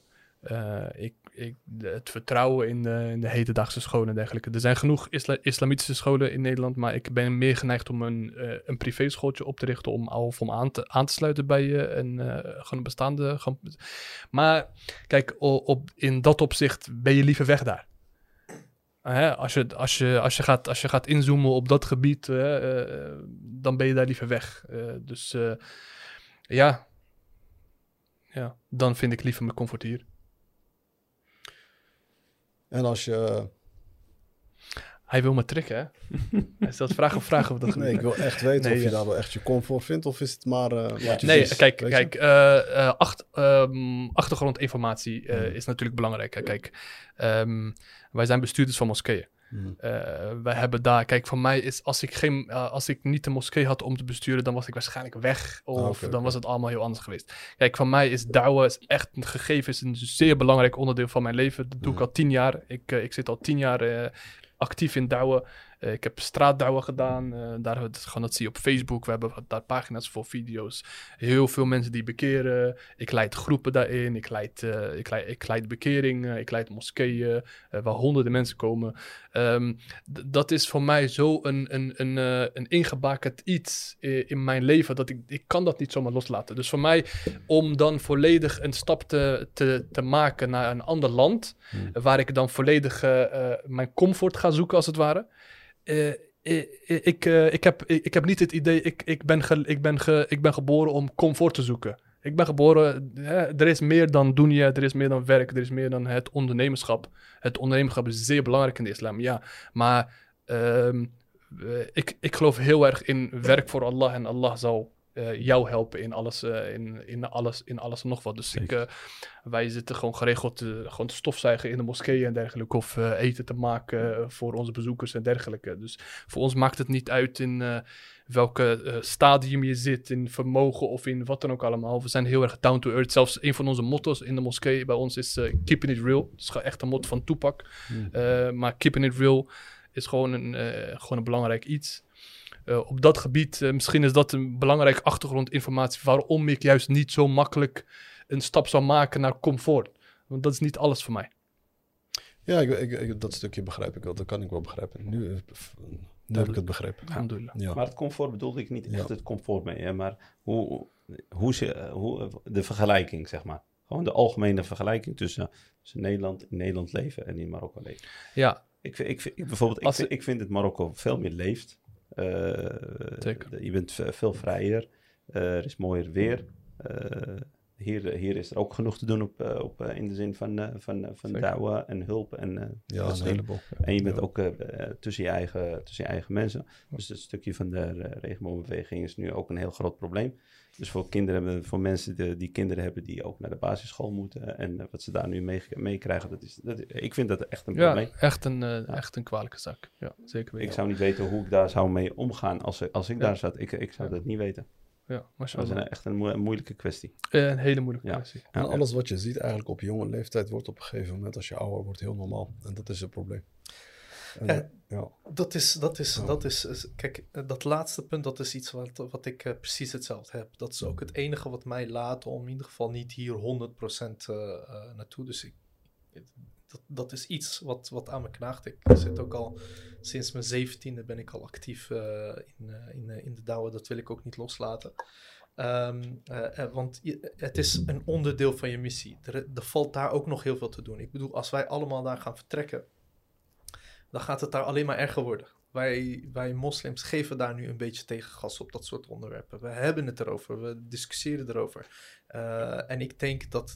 S1: Het vertrouwen in de hedendaagse scholen en dergelijke. Er zijn genoeg islamitische scholen in Nederland, maar ik ben meer geneigd om een privéschooltje op te richten om aan te sluiten bij een bestaande... Maar kijk, in dat opzicht ben je liever weg daar. Als je gaat inzoomen op dat gebied, dan ben je daar liever weg. Dus dan vind ik liever mijn comfort hier.
S2: En als je...
S1: Hij wil me trekken, hè? Hij stelt vragen op vragen op dat gebied.
S2: Nee, ik wil echt weten of je daar wel echt je comfort vindt, of is het maar... achtergrondinformatie is natuurlijk belangrijk. Hè? Kijk, wij zijn bestuurders van moskeeën. Wij hebben daar... Kijk, voor mij is... Als ik niet de moskee had om te besturen, dan was ik waarschijnlijk weg. Of dan was het allemaal heel anders geweest. Kijk, voor mij is da'wah echt een gegeven, is een zeer belangrijk onderdeel van mijn leven. Dat doe ik al 10 jaar. Ik zit al 10 jaar actief in da'wah. Ik heb straatda'wah gedaan. Dat zie je op Facebook. We hebben daar pagina's voor video's. Heel veel mensen die bekeren. Ik leid groepen daarin. Ik leid bekering. Ik leid moskeeën waar honderden mensen komen. Dat is voor mij zo een ingebakend iets in mijn leven dat ik kan dat niet zomaar loslaten. Dus voor mij om dan volledig een stap te maken naar een ander land, waar ik dan volledig mijn comfort ga zoeken als het ware. Ik heb niet het idee, ik ben geboren om comfort te zoeken. Ik ben geboren, er is meer dan dunya, er is meer dan werk, er is meer dan het ondernemerschap. Het ondernemerschap is zeer belangrijk in de islam, ja. Maar ik geloof heel erg in werk voor Allah en Allah zal jou helpen in alles, in alles en nog wat. Dus wij zitten gewoon geregeld gewoon te stofzuigen in de moskeeën en dergelijke. Of eten te maken voor onze bezoekers en dergelijke. Dus voor ons maakt het niet uit in welke stadium je zit, in vermogen of in wat dan ook allemaal. We zijn heel erg down to earth. Zelfs een van onze motto's in de moskee bij ons is keeping it real. Dat is echt een motto van Tupac. Maar keeping it real is gewoon een belangrijk iets. Op dat gebied, misschien is dat een belangrijke achtergrondinformatie waarom ik juist niet zo makkelijk een stap zou maken naar comfort. Want dat is niet alles voor mij. Ja, dat stukje begrijp ik wel. Dat kan ik wel begrijpen. Nu heb ik het begrepen.
S4: Ja. Maar het comfort bedoelde ik niet echt het comfort mee. Hè? Maar hoe de vergelijking, zeg maar. Gewoon de algemene vergelijking tussen Nederland, in Nederland leven en in Marokko leven.
S1: Ja.
S4: Ik vind het Marokko veel meer leeft. Je bent veel vrijer. Er is mooier weer. hier is er ook genoeg te doen in de zin van da'wa en hulp. En,
S2: een heleboel.
S4: En je bent ook tussen je eigen mensen. Dus het stukje van de regenboogbeweging is nu ook een heel groot probleem. Dus voor mensen die kinderen hebben die ook naar de basisschool moeten. En wat ze daar nu meekrijgen, ik vind dat echt een probleem.
S1: Echt een kwalijke zaak. Ja, zeker weten.
S4: Ik zou niet weten hoe ik daar zou mee omgaan als ik daar zat. Ik zou dat niet weten.
S1: Ja, maar
S4: dat is echt een moeilijke kwestie.
S1: Een hele moeilijke kwestie.
S2: En alles wat je ziet eigenlijk op jonge leeftijd wordt op een gegeven moment, als je ouder wordt, heel normaal. En dat is het probleem.
S3: Dat is, kijk, dat laatste punt, dat is iets wat ik precies hetzelfde heb. Dat is ook het enige wat mij laat om in ieder geval niet hier 100% naartoe. Dus dat is iets wat aan me knaagt. Ik zit ook al sinds mijn 17e ben ik al actief in de da'wa. Dat wil ik ook niet loslaten. Want het is een onderdeel van je missie. Er valt daar ook nog heel veel te doen. Ik bedoel, als wij allemaal daar gaan vertrekken, dan gaat het daar alleen maar erger worden. Wij moslims geven daar nu een beetje tegengas op dat soort onderwerpen. We hebben het erover, we discussiëren erover. En ik denk dat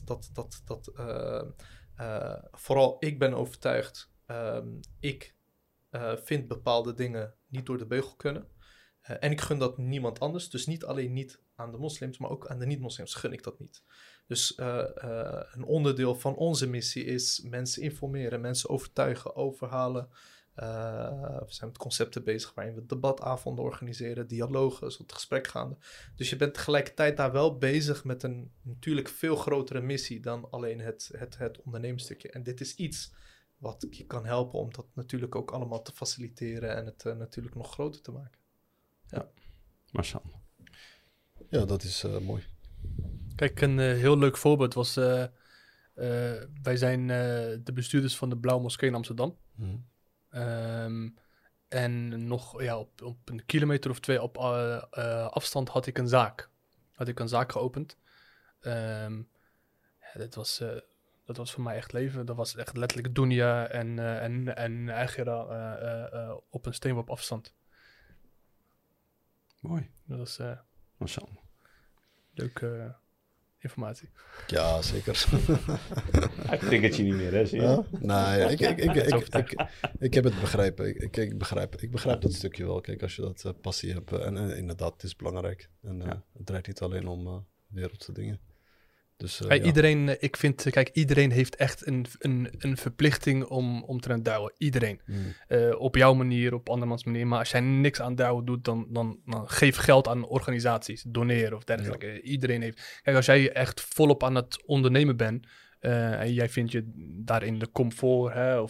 S3: vooral ik ben overtuigd. Ik vind bepaalde dingen niet door de beugel kunnen. En ik gun dat niemand anders. Dus niet alleen niet aan de moslims, maar ook aan de niet-moslims gun ik dat niet. Dus een onderdeel van onze missie is mensen informeren, mensen overtuigen, overhalen. We zijn met concepten bezig waarin we debatavonden organiseren, dialogen, zo'n gesprek gaande. Dus je bent tegelijkertijd daar wel bezig met een natuurlijk veel grotere missie dan alleen het ondernemersstukje. En dit is iets wat je kan helpen om dat natuurlijk ook allemaal te faciliteren en het natuurlijk nog groter te maken. Ja.
S4: Mashallah.
S2: Ja, dat is mooi.
S1: Kijk, een heel leuk voorbeeld was, wij zijn de bestuurders van de Blauwe Moskee in Amsterdam. En nog op een kilometer of 2 op afstand had ik een zaak. Had ik een zaak geopend. Dat was voor mij echt leven. Dat was echt letterlijk dunya en akhira op een steenworp afstand.
S4: Mooi.
S1: Dat was
S4: Mashallah.
S1: leuke informatie.
S2: Ja, zeker.
S4: Ik denk het je niet meer, hè? Zie je?
S2: Nee, ik heb het begrepen. Ik begrijp dat stukje wel. Kijk, als je dat passie hebt. En inderdaad, het is belangrijk. En het draait niet alleen om wereldse dingen. Dus,
S1: iedereen, ik vind, iedereen heeft echt een verplichting om te da'wa. Iedereen. Op jouw manier, op andermans manier. Maar als jij niks aan da'wa doet, dan geef geld aan organisaties. Doneren of dergelijke. Ja. Iedereen heeft... Kijk, als jij echt volop aan het ondernemen bent... en jij vindt je daarin de comfort...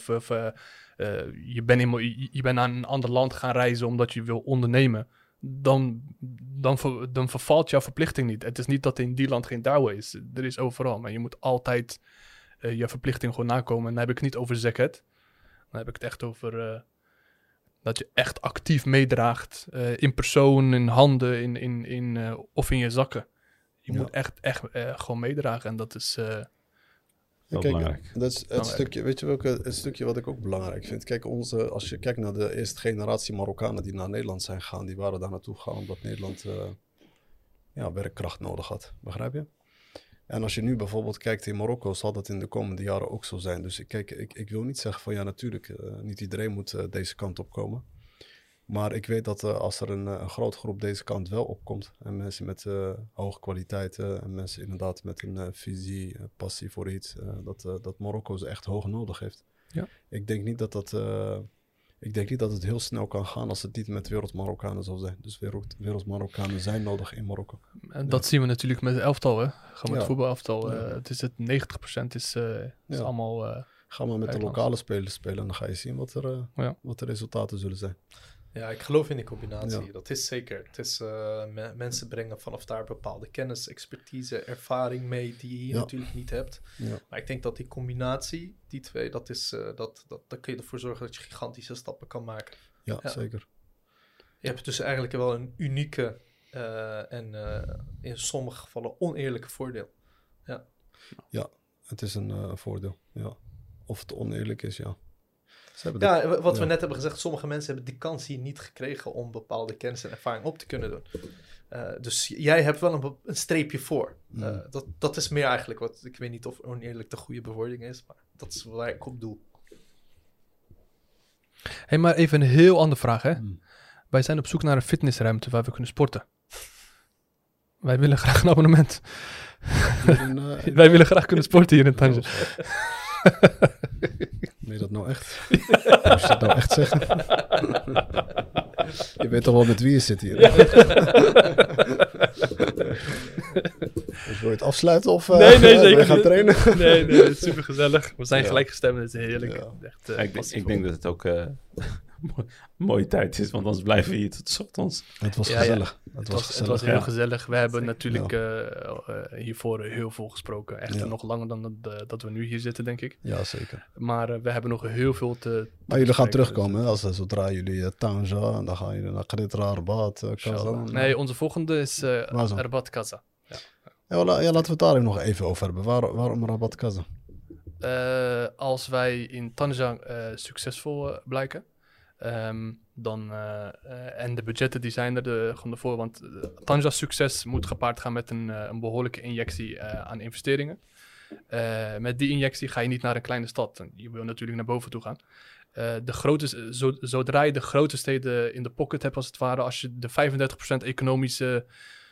S1: je bent naar een ander land gaan reizen omdat je wil ondernemen... Dan vervalt jouw verplichting niet. Het is niet dat in die land geen da'wa is. Er is overal. Maar je moet altijd je verplichting gewoon nakomen. En dan heb ik het niet over zakat. Dan heb ik het echt over dat je echt actief meedraagt. In persoon, in handen, of in je zakken. Je moet echt gewoon meedragen. En dat is...
S2: Kijk, dat is het stukje, weet je welke het stukje wat ik ook belangrijk vind? Kijk, als je kijkt naar de eerste generatie Marokkanen die naar Nederland zijn gegaan, die waren daar naartoe gegaan omdat Nederland werkkracht nodig had. Begrijp je? En als je nu bijvoorbeeld kijkt in Marokko, zal dat in de komende jaren ook zo zijn. Dus ik wil niet zeggen van ja, natuurlijk, niet iedereen moet deze kant op komen. Maar ik weet dat als er een grote groep deze kant wel opkomt... en mensen met hoge kwaliteiten en mensen inderdaad met een visie, passie voor iets... dat Marokko ze echt hoog nodig heeft.
S1: Ja.
S2: Ik denk niet dat het heel snel kan gaan als het niet met wereld-Marokkanen zal zijn. Dus wereld-Marokkanen zijn nodig in Marokko.
S1: En dat zien we natuurlijk met het elftal, hè? Gewoon met het voetbalelftal. Het is 90% is allemaal...
S2: Ga maar met de lokale spelers spelen en dan ga je zien wat de resultaten zullen zijn.
S3: Ja, ik geloof in die combinatie. Ja. Dat is zeker. Het is mensen brengen vanaf daar bepaalde kennis, expertise, ervaring mee die je hier natuurlijk niet hebt. Ja. Maar ik denk dat die combinatie, die twee, daar kun je ervoor zorgen dat je gigantische stappen kan maken.
S2: Ja, zeker.
S3: Je hebt dus eigenlijk wel een unieke en in sommige gevallen oneerlijke voordeel.
S2: Ja, het is een voordeel. Ja. Of het oneerlijk is, ja.
S3: Wat we net hebben gezegd, sommige mensen hebben die kans hier niet gekregen om bepaalde kennis en ervaring op te kunnen doen. Dus jij hebt wel een streepje voor. Dat is meer eigenlijk wat, ik weet niet of oneerlijk de goede bewoording is, maar dat is waar ik op doel.
S1: Hey, maar even een heel andere vraag, hè? Wij zijn op zoek naar een fitnessruimte waar we kunnen sporten. Wij willen graag een abonnement. Wij willen graag kunnen sporten hier in Tanger.
S2: Meen je dat nou echt? Moet je dat nou echt zeggen? Je weet toch wel met wie je zit hier? Dus wil je het afsluiten of
S1: nee, zeker
S2: gaan trainen?
S1: Nee, super gezellig. We zijn gelijkgestemd, het is heerlijk.
S2: Ja.
S1: Echt,
S4: Ik denk dat het ook een mooie tijd is, want anders blijven we hier tot 's ochtends.
S2: Het was gezellig.
S1: Het was heel gezellig. We hebben natuurlijk hiervoor heel veel gesproken. Echt nog langer dan dat we nu hier zitten, denk ik.
S2: Ja, zeker.
S1: Maar we hebben nog heel veel te
S2: Maar jullie gaan terugkomen, hè? Zodra jullie Tanja, dan gaan jullie naar Gretra, Rabat, Kazan.
S1: Nee, onze volgende is Rabat Kaza.
S2: Ja, laten we het daar nog even over hebben. Waarom Rabat Kaza?
S1: Als wij in Tanger succesvol blijken, dan, en de budgetten die zijn er gewoon ervoor, want Tanger's succes moet gepaard gaan met een behoorlijke injectie aan investeringen. Met die injectie ga je niet naar een kleine stad. Je wil natuurlijk naar boven toe gaan. Zodra je de grote steden in de pocket hebt, als het ware, als je de 35% economische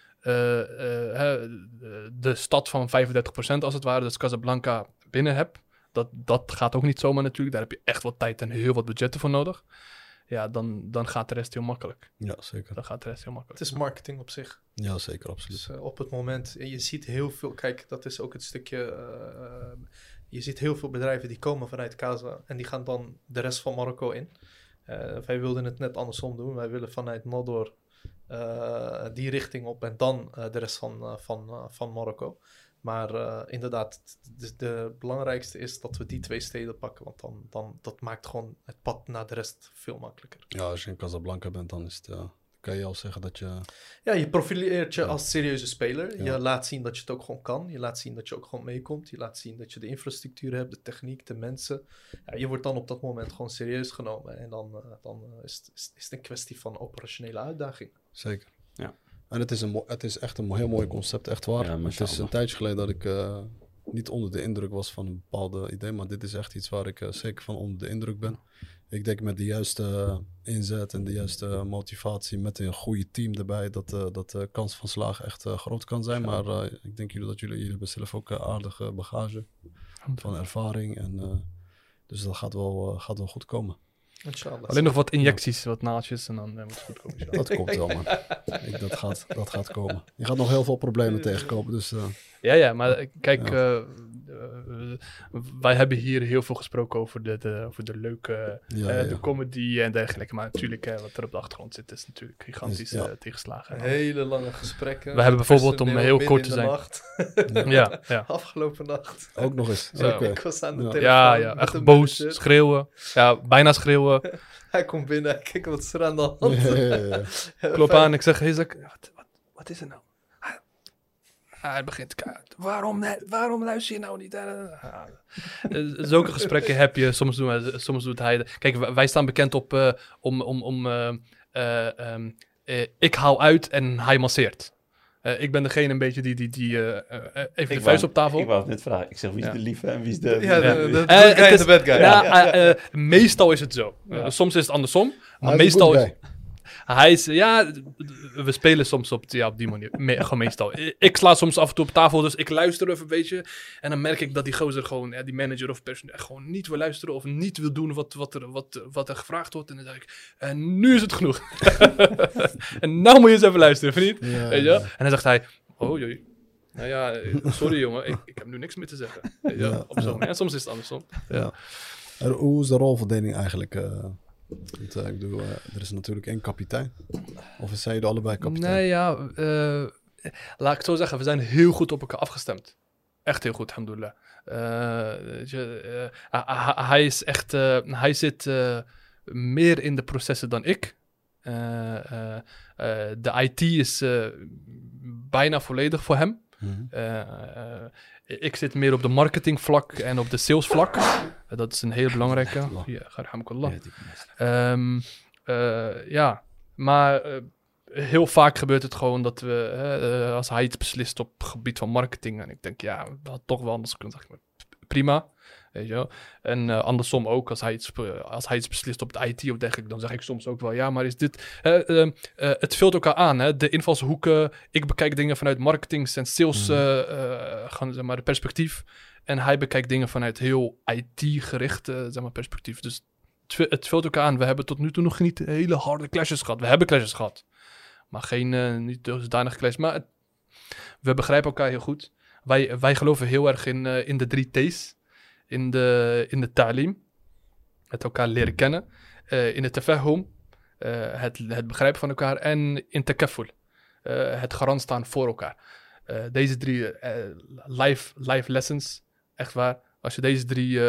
S1: de stad van 35% als het ware, dus Casablanca, binnen hebt, dat gaat ook niet zomaar natuurlijk. Daar heb je echt wat tijd en heel wat budgetten voor nodig. Ja, dan gaat de rest heel makkelijk.
S2: Ja, zeker.
S1: Dan gaat de rest heel makkelijk.
S3: Het is marketing op zich.
S2: Ja, zeker, absoluut.
S3: Dus op het moment, je ziet heel veel, kijk, dat is ook het stukje, je ziet heel veel bedrijven die komen vanuit Casa en die gaan dan de rest van Marokko in. Wij wilden het net andersom doen. Wij willen vanuit Nador die richting op en dan de rest van Marokko. Maar inderdaad, de belangrijkste is dat we die 2 steden pakken. Want dan dat maakt gewoon het pad naar de rest veel makkelijker.
S2: Ja, als je in Casablanca bent, dan is het, kan je al zeggen dat je...
S3: Ja, je profileert je als serieuze speler.
S2: Ja.
S3: Je laat zien dat je het ook gewoon kan. Je laat zien dat je ook gewoon meekomt. Je laat zien dat je de infrastructuur hebt, de techniek, de mensen. Ja, je wordt dan op dat moment gewoon serieus genomen. En dan is het een kwestie van operationele uitdaging.
S2: Zeker.
S4: Ja.
S2: En het is echt een heel mooi concept, echt waar.
S4: Ja,
S2: het is een tijdje geleden dat ik niet onder de indruk was van een bepaalde idee, maar dit is echt iets waar ik zeker van onder de indruk ben. Ik denk met de juiste inzet en de juiste motivatie, met een goede team erbij, dat de kans van slagen echt groot kan zijn. Maar ik denk jullie hebben zelf ook aardige bagage van ervaring. En, dus dat gaat wel goed komen.
S3: Inshallah.
S1: Alleen nog wat injecties, wat naaldjes en dan moet het goed komen.
S2: Dat komt wel, man. Dat gaat komen. Je gaat nog heel veel problemen tegenkomen, dus...
S1: Ja, maar kijk, wij hebben hier heel veel gesproken over de leuke, de comedy en dergelijke. Maar natuurlijk, wat er op de achtergrond zit, is natuurlijk gigantisch tegenslagen.
S3: Hele lange gesprekken.
S1: We hebben bijvoorbeeld, om heel kort te zijn... ja.
S3: Afgelopen nacht.
S2: Ook nog eens.
S1: Zo.
S2: Okay.
S3: Ik was aan de telefoon.
S1: Ja, echt boos, schreeuwen. Ja, bijna schreeuwen.
S3: Hij komt binnen, kijk wat is er aan de hand.
S1: Klop aan, ik zeg, Isaac, wat is er nou? Hij begint waarom luister je nou niet? Zulke gesprekken heb je, soms doet hij... Kijk, wij staan bekend op ik haal uit en hij masseert. Ik ben degene een beetje die even de vuist op tafel.
S4: Ik wou het net vragen. Ik zeg, wie is de lieve en wie is de...
S3: Ja, de good guy en de bad guy.
S1: Meestal is het zo. Soms is het andersom. Maar meestal is... Hij is, we spelen soms op die manier. Gewoon meestal. Ik sla soms af en toe op tafel, dus ik luister even een beetje. En dan merk ik dat die gozer gewoon, die manager of personeel, gewoon niet wil luisteren of niet wil doen wat er gevraagd wordt. En dan zeg ik, en nu is het genoeg. En nou moet je eens even luisteren, vriend.
S2: Ja,
S1: Weet je? En dan zegt hij, oh jee. Nou ja, sorry jongen, ik heb nu niks meer te zeggen. Op zo'n manier. En soms is het andersom.
S2: Ja. Hoe is de rolverdeling eigenlijk? Want, ik bedoel, er is natuurlijk 1 kapitein. Of zijn jullie allebei kapitein?
S1: Nee, laat ik het zo zeggen. We zijn heel goed op elkaar afgestemd. Echt heel goed, alhamdulillah. Hij zit meer in de processen dan ik. De IT is bijna volledig voor hem. Ik zit meer op de marketingvlak en op de salesvlak. Dat is een heel belangrijke. Maar heel vaak gebeurt het gewoon dat we, als hij iets beslist op het gebied van marketing, en ik denk, ja, dat had toch wel anders kunnen. Zeg maar, prima, weet je wel. En andersom ook, als hij iets beslist op het IT of dergelijke, dan zeg ik soms ook wel, ja, maar is dit... het vult elkaar aan, hè? De invalshoeken. Ik bekijk dingen vanuit marketing en sales zeg maar, de perspectief. En hij bekijkt dingen vanuit heel IT-gerichte zeg maar, perspectief. Dus het vult elkaar aan. We hebben tot nu toe nog niet hele harde clashes gehad. We hebben clashes gehad. Maar geen niet dusdanig clashes. Maar we begrijpen elkaar heel goed. Wij geloven heel erg in de 3 T's. In de ta'lim. Het elkaar leren kennen. In de tafahum. Het begrijpen van elkaar. En in takaful. Het garant staan voor elkaar. Deze 3 life lessons. Echt waar. Als je deze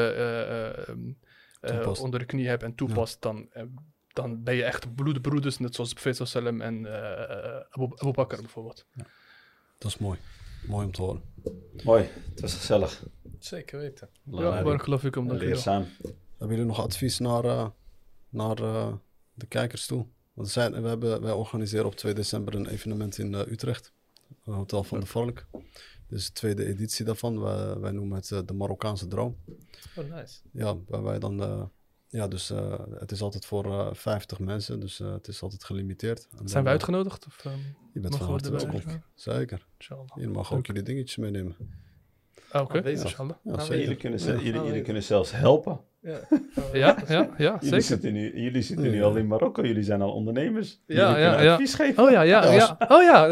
S1: 3 onder de knie hebt en toepast, dan ben je echt bloedbroeders, net zoals de Profeet sallam en Abu Bakr bijvoorbeeld.
S2: Ja. Dat is mooi. Mooi om te horen.
S4: Mooi, het was gezellig.
S3: Zeker weten.
S1: Ja, waar geloof ik om dat
S4: leerzaam.
S2: Hebben jullie nog advies naar de kijkers toe? Want wij organiseren op 2 december een evenement in Utrecht. Hotel van de Valk. Dit is de 2e editie daarvan. Wij noemen het de Marokkaanse Droom.
S3: Oh, nice.
S2: Ja, waar wij dan... het is altijd voor 50 mensen, dus het is altijd gelimiteerd.
S1: Zijn we uitgenodigd? Of,
S2: je bent van harte welkom. Zeker. Jullie mogen ook jullie dingetjes meenemen.
S1: Oké.
S4: Jullie kunnen zelfs helpen.
S1: Ja,
S4: jullie
S1: zeker.
S4: Jullie zitten nu al in Marokko, jullie zijn al ondernemers.
S1: Ja.
S4: Advies geven.
S1: Oh ja.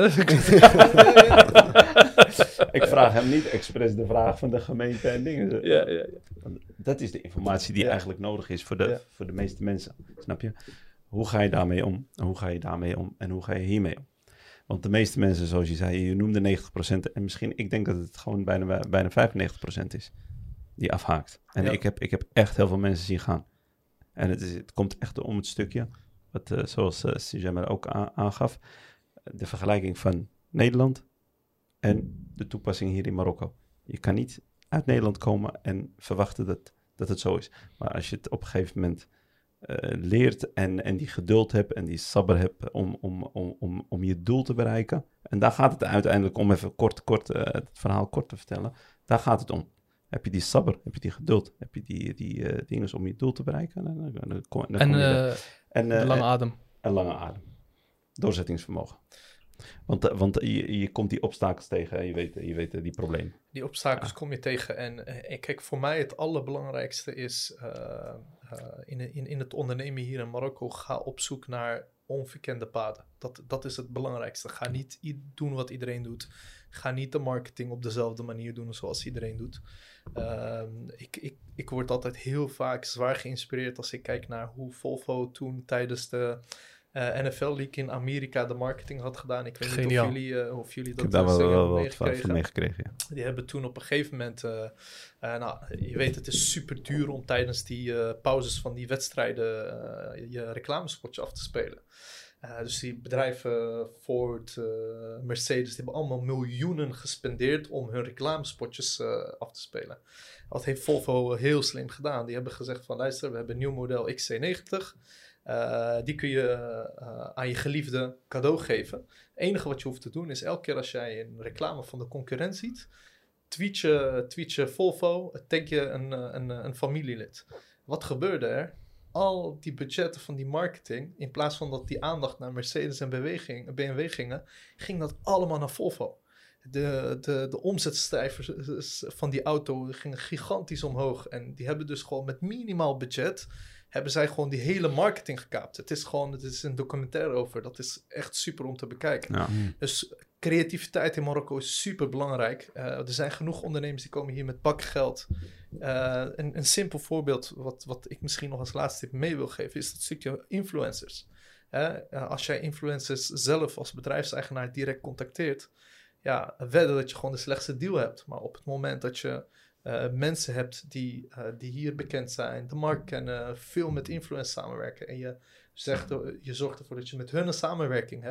S4: Ik vraag hem niet expres de vraag van de gemeente en dingen.
S1: Ja.
S4: Dat is de informatie die eigenlijk nodig is voor de meeste mensen. Snap je? Hoe ga je daarmee om? En hoe ga je daarmee om? En hoe ga je hiermee om? Want de meeste mensen, zoals je zei, je noemde 90%. En misschien, ik denk dat het gewoon bijna 95% is. Die afhaakt. En ik heb echt heel veel mensen zien gaan. En het komt echt om het stukje. Zoals Sijama ook aangaf. De vergelijking van Nederland en de toepassing hier in Marokko. Je kan niet uit Nederland komen en verwachten dat het zo is. Maar als je het op een gegeven moment leert en die geduld hebt en die sabber hebt om je doel te bereiken. En daar gaat het uiteindelijk om, even kort het verhaal kort te vertellen. Daar gaat het om. Heb je die sabber, heb je die geduld, heb je die dingen om je doel te bereiken. Dan kom je
S1: de lange adem.
S4: En lange adem. Doorzettingsvermogen. Want je komt die obstakels tegen en je weet die problemen.
S3: Die obstakels kom je tegen. En kijk, voor mij het allerbelangrijkste is in het ondernemen hier in Marokko, ga op zoek naar onverkende paden. Dat is het belangrijkste. Ga niet doen wat iedereen doet. Ga niet de marketing op dezelfde manier doen zoals iedereen doet. Ik word altijd heel vaak zwaar geïnspireerd als ik kijk naar hoe Volvo toen tijdens de NFL League in Amerika de marketing had gedaan. Ik weet niet of jullie dat
S4: wel meegekregen. Ja.
S3: Die hebben toen op een gegeven moment... je weet, het is super duur om tijdens die pauzes van die wedstrijden je reclamespotje af te spelen. Dus die bedrijven, Ford, Mercedes, die hebben allemaal miljoenen gespendeerd om hun reclamespotjes af te spelen. Dat heeft Volvo heel slim gedaan. Die hebben gezegd van, luister, we hebben een nieuw model XC90. Die kun je aan je geliefde cadeau geven. Het enige wat je hoeft te doen is elke keer als jij een reclame van de concurrent ziet, tweet je Volvo, tag je een familielid. Wat gebeurde er? Al die budgetten van die marketing, in plaats van dat die aandacht naar Mercedes en BMW gingen, ging dat allemaal naar Volvo. De omzetcijfers van die auto gingen gigantisch omhoog. En die hebben dus gewoon met minimaal budget, hebben zij gewoon die hele marketing gekaapt. Het is een documentaire over. Dat is echt super om te bekijken.
S4: Ja.
S3: Dus creativiteit in Marokko is super belangrijk. Er zijn genoeg ondernemers die komen hier met bakken geld. Een simpel voorbeeld wat ik misschien nog als laatste tip mee wil geven, is het stukje influencers. Als jij influencers zelf als bedrijfseigenaar direct contacteert, wedden dat je gewoon de slechtste deal hebt. Maar op het moment dat je mensen hebt die hier bekend zijn, de markt kennen, veel met influencers samenwerken en je zorgt ervoor dat je met hun een samenwerking hebt,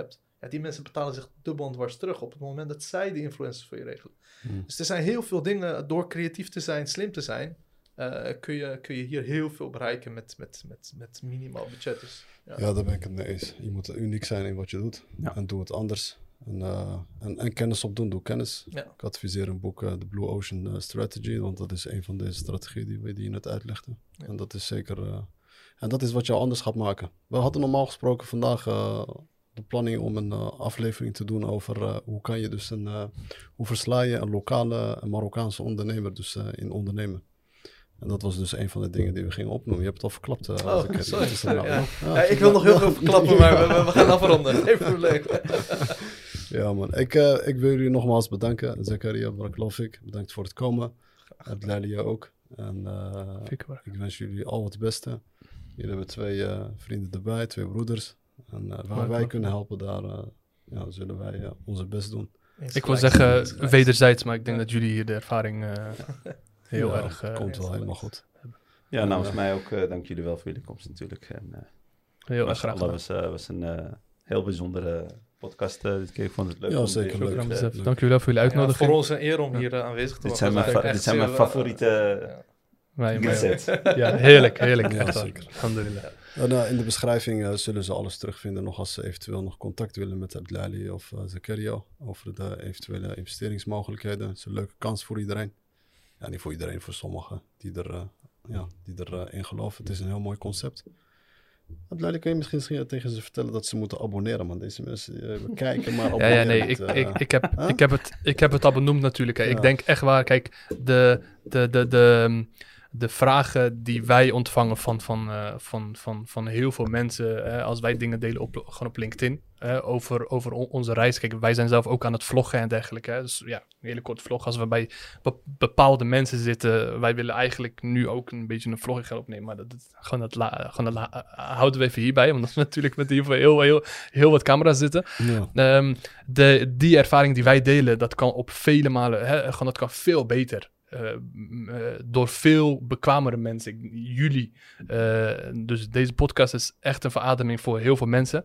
S3: Ja, die mensen betalen zich dubbel en dwars terug op het moment dat zij de influencers voor je regelen. Dus er zijn heel veel dingen, door creatief te zijn, slim te zijn, kun je hier heel veel bereiken met minimaal budget. Dus,
S2: Ja, daar ben ik het mee eens. Je moet uniek zijn in wat je doet en doe het anders. En kennis opdoen, doe kennis.
S3: Ja.
S2: Ik adviseer een boek, The Blue Ocean Strategy, want dat is een van deze strategieën die je net uitlegde.
S3: Ja.
S2: En dat is zeker... en dat is wat jou anders gaat maken. We hadden normaal gesproken vandaag de planning om een aflevering te doen over hoe kan je dus hoe versla je een lokale Marokkaanse ondernemer dus in ondernemen. En dat was dus een van de dingen die we gingen opnoemen. Je hebt het al verklapt.
S3: Sorry. Ik wil nog heel veel verklappen, maar we gaan afronden. Geen probleem.
S2: Ja man, ik wil jullie nogmaals bedanken. Zakaria Baraklavic, bedankt voor het komen. Abdelali ook. En ik wens jullie al het beste. Jullie hebben 2 vrienden erbij, 2 broeders. En waar wij kunnen helpen, daar zullen wij onze best doen.
S1: Ik wil zeggen wederzijds, maar ik denk dat jullie hier de ervaring heel erg...
S2: komt wel helemaal goed.
S4: Ja, namens mij ook dank jullie wel voor jullie komst natuurlijk. En,
S1: heel erg graag
S4: gedaan. was een heel bijzondere podcast dit keer. Ik vond het leuk.
S2: Ja, zeker leuk.
S1: Dank jullie wel voor jullie uitnodiging.
S3: Voor ons een eer om hier aanwezig te
S4: zijn. Dit zijn mijn favoriete...
S1: Ja, heerlijk.
S2: Ja, zeker.
S1: Alhamdulillah.
S2: En, in de beschrijving zullen ze alles terugvinden. Nog als ze eventueel nog contact willen met Abdelali of Zakaria over de eventuele investeringsmogelijkheden. Het is een leuke kans voor iedereen. Ja, niet voor iedereen, voor sommigen die erin geloven. Het is een heel mooi concept. Abdelali, kun je misschien tegen ze vertellen dat ze moeten abonneren, man. Deze mensen kijken maar abonneren.
S1: Ik heb het al benoemd natuurlijk. Hè. Ja. Ik denk echt waar, kijk, de vragen die wij ontvangen van heel veel mensen, als wij dingen delen gewoon op LinkedIn, over onze reis. Kijk, wij zijn zelf ook aan het vloggen en dergelijke. Hè. Dus ja, een hele korte vlog. Als we bij bepaalde mensen zitten, wij willen eigenlijk nu ook een beetje een vlog gaan opnemen, maar dat houden we even hierbij, want dat is natuurlijk met heel wat camera's zitten. Ja. Die ervaring die wij delen, dat kan op vele malen, dat kan veel beter. Door veel bekwamere mensen. Jullie. Dus deze podcast is echt een verademing voor heel veel mensen.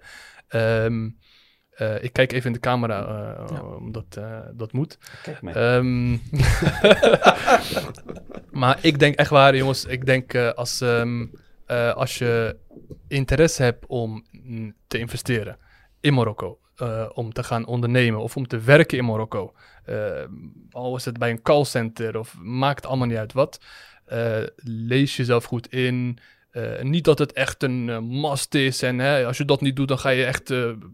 S1: Ik kijk even in de camera, omdat dat moet.
S4: Kijk mij.
S1: Maar ik denk echt waar, jongens. Ik denk als je interesse hebt om te investeren in Marokko, om te gaan ondernemen of om te werken in Marokko, al is het bij een callcenter of maakt allemaal niet uit wat, lees jezelf goed in. Niet dat het echt een must is en als je dat niet doet, dan ga je echt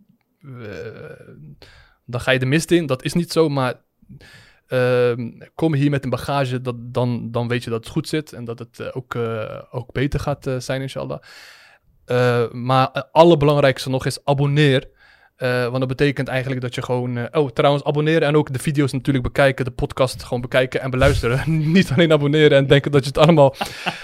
S1: dan ga je de mist in. Dat is niet zo, maar kom hier met een bagage, dan weet je dat het goed zit en dat het ook beter gaat zijn, inshallah. Maar het allerbelangrijkste nog is abonneer. Want dat betekent eigenlijk dat je gewoon... trouwens, abonneren en ook de video's natuurlijk bekijken. De podcast gewoon bekijken en beluisteren. Niet alleen abonneren en denken dat je het allemaal...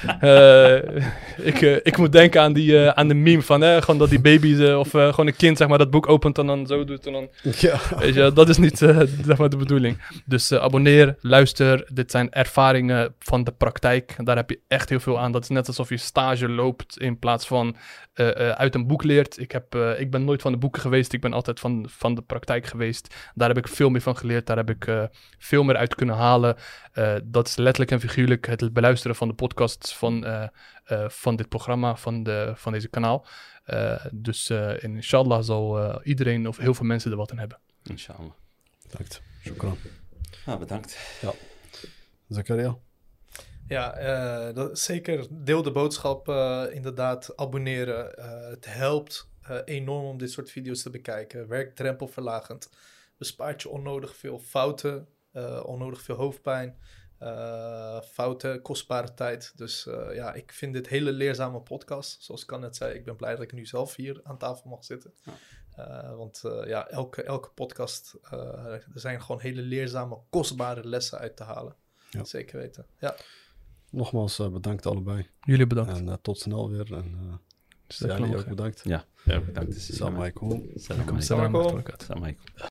S1: Ik moet denken aan de meme van... gewoon dat die baby's of gewoon een kind zeg maar dat boek opent en dan zo doet. En dan, weet je, dat is niet zeg maar de bedoeling. Dus abonneer, luister. Dit zijn ervaringen van de praktijk. Daar heb je echt heel veel aan. Dat is net alsof je stage loopt in plaats van... uit een boek leert. Ik ben nooit van de boeken geweest. Ik ben altijd van de praktijk geweest. Daar heb ik veel meer van geleerd. Daar heb ik veel meer uit kunnen halen. Dat is letterlijk en figuurlijk het beluisteren van de podcasts van dit programma, van deze kanaal. Dus inshallah zal iedereen of heel veel mensen er wat aan hebben.
S4: Inshallah.
S2: Bedankt. Shukran.
S4: Bedankt.
S2: Ja. Zakaria?
S3: Ja, zeker deel de boodschap, inderdaad, abonneren. Het helpt enorm om dit soort video's te bekijken. Werkt drempelverlagend. Bespaart je onnodig veel fouten, onnodig veel hoofdpijn, fouten, kostbare tijd. Dus ik vind dit hele leerzame podcast. Zoals ik al net zei, ik ben blij dat ik nu zelf hier aan tafel mag zitten. Want elke podcast, er zijn gewoon hele leerzame, kostbare lessen uit te halen. Ja. Zeker weten, ja.
S2: Nogmaals bedankt allebei.
S1: Jullie bedankt.
S2: En tot snel weer. En jullie ook bedankt.
S4: Ja, bedankt.
S2: Assalamu alaikum.
S1: Assalamu alaikum.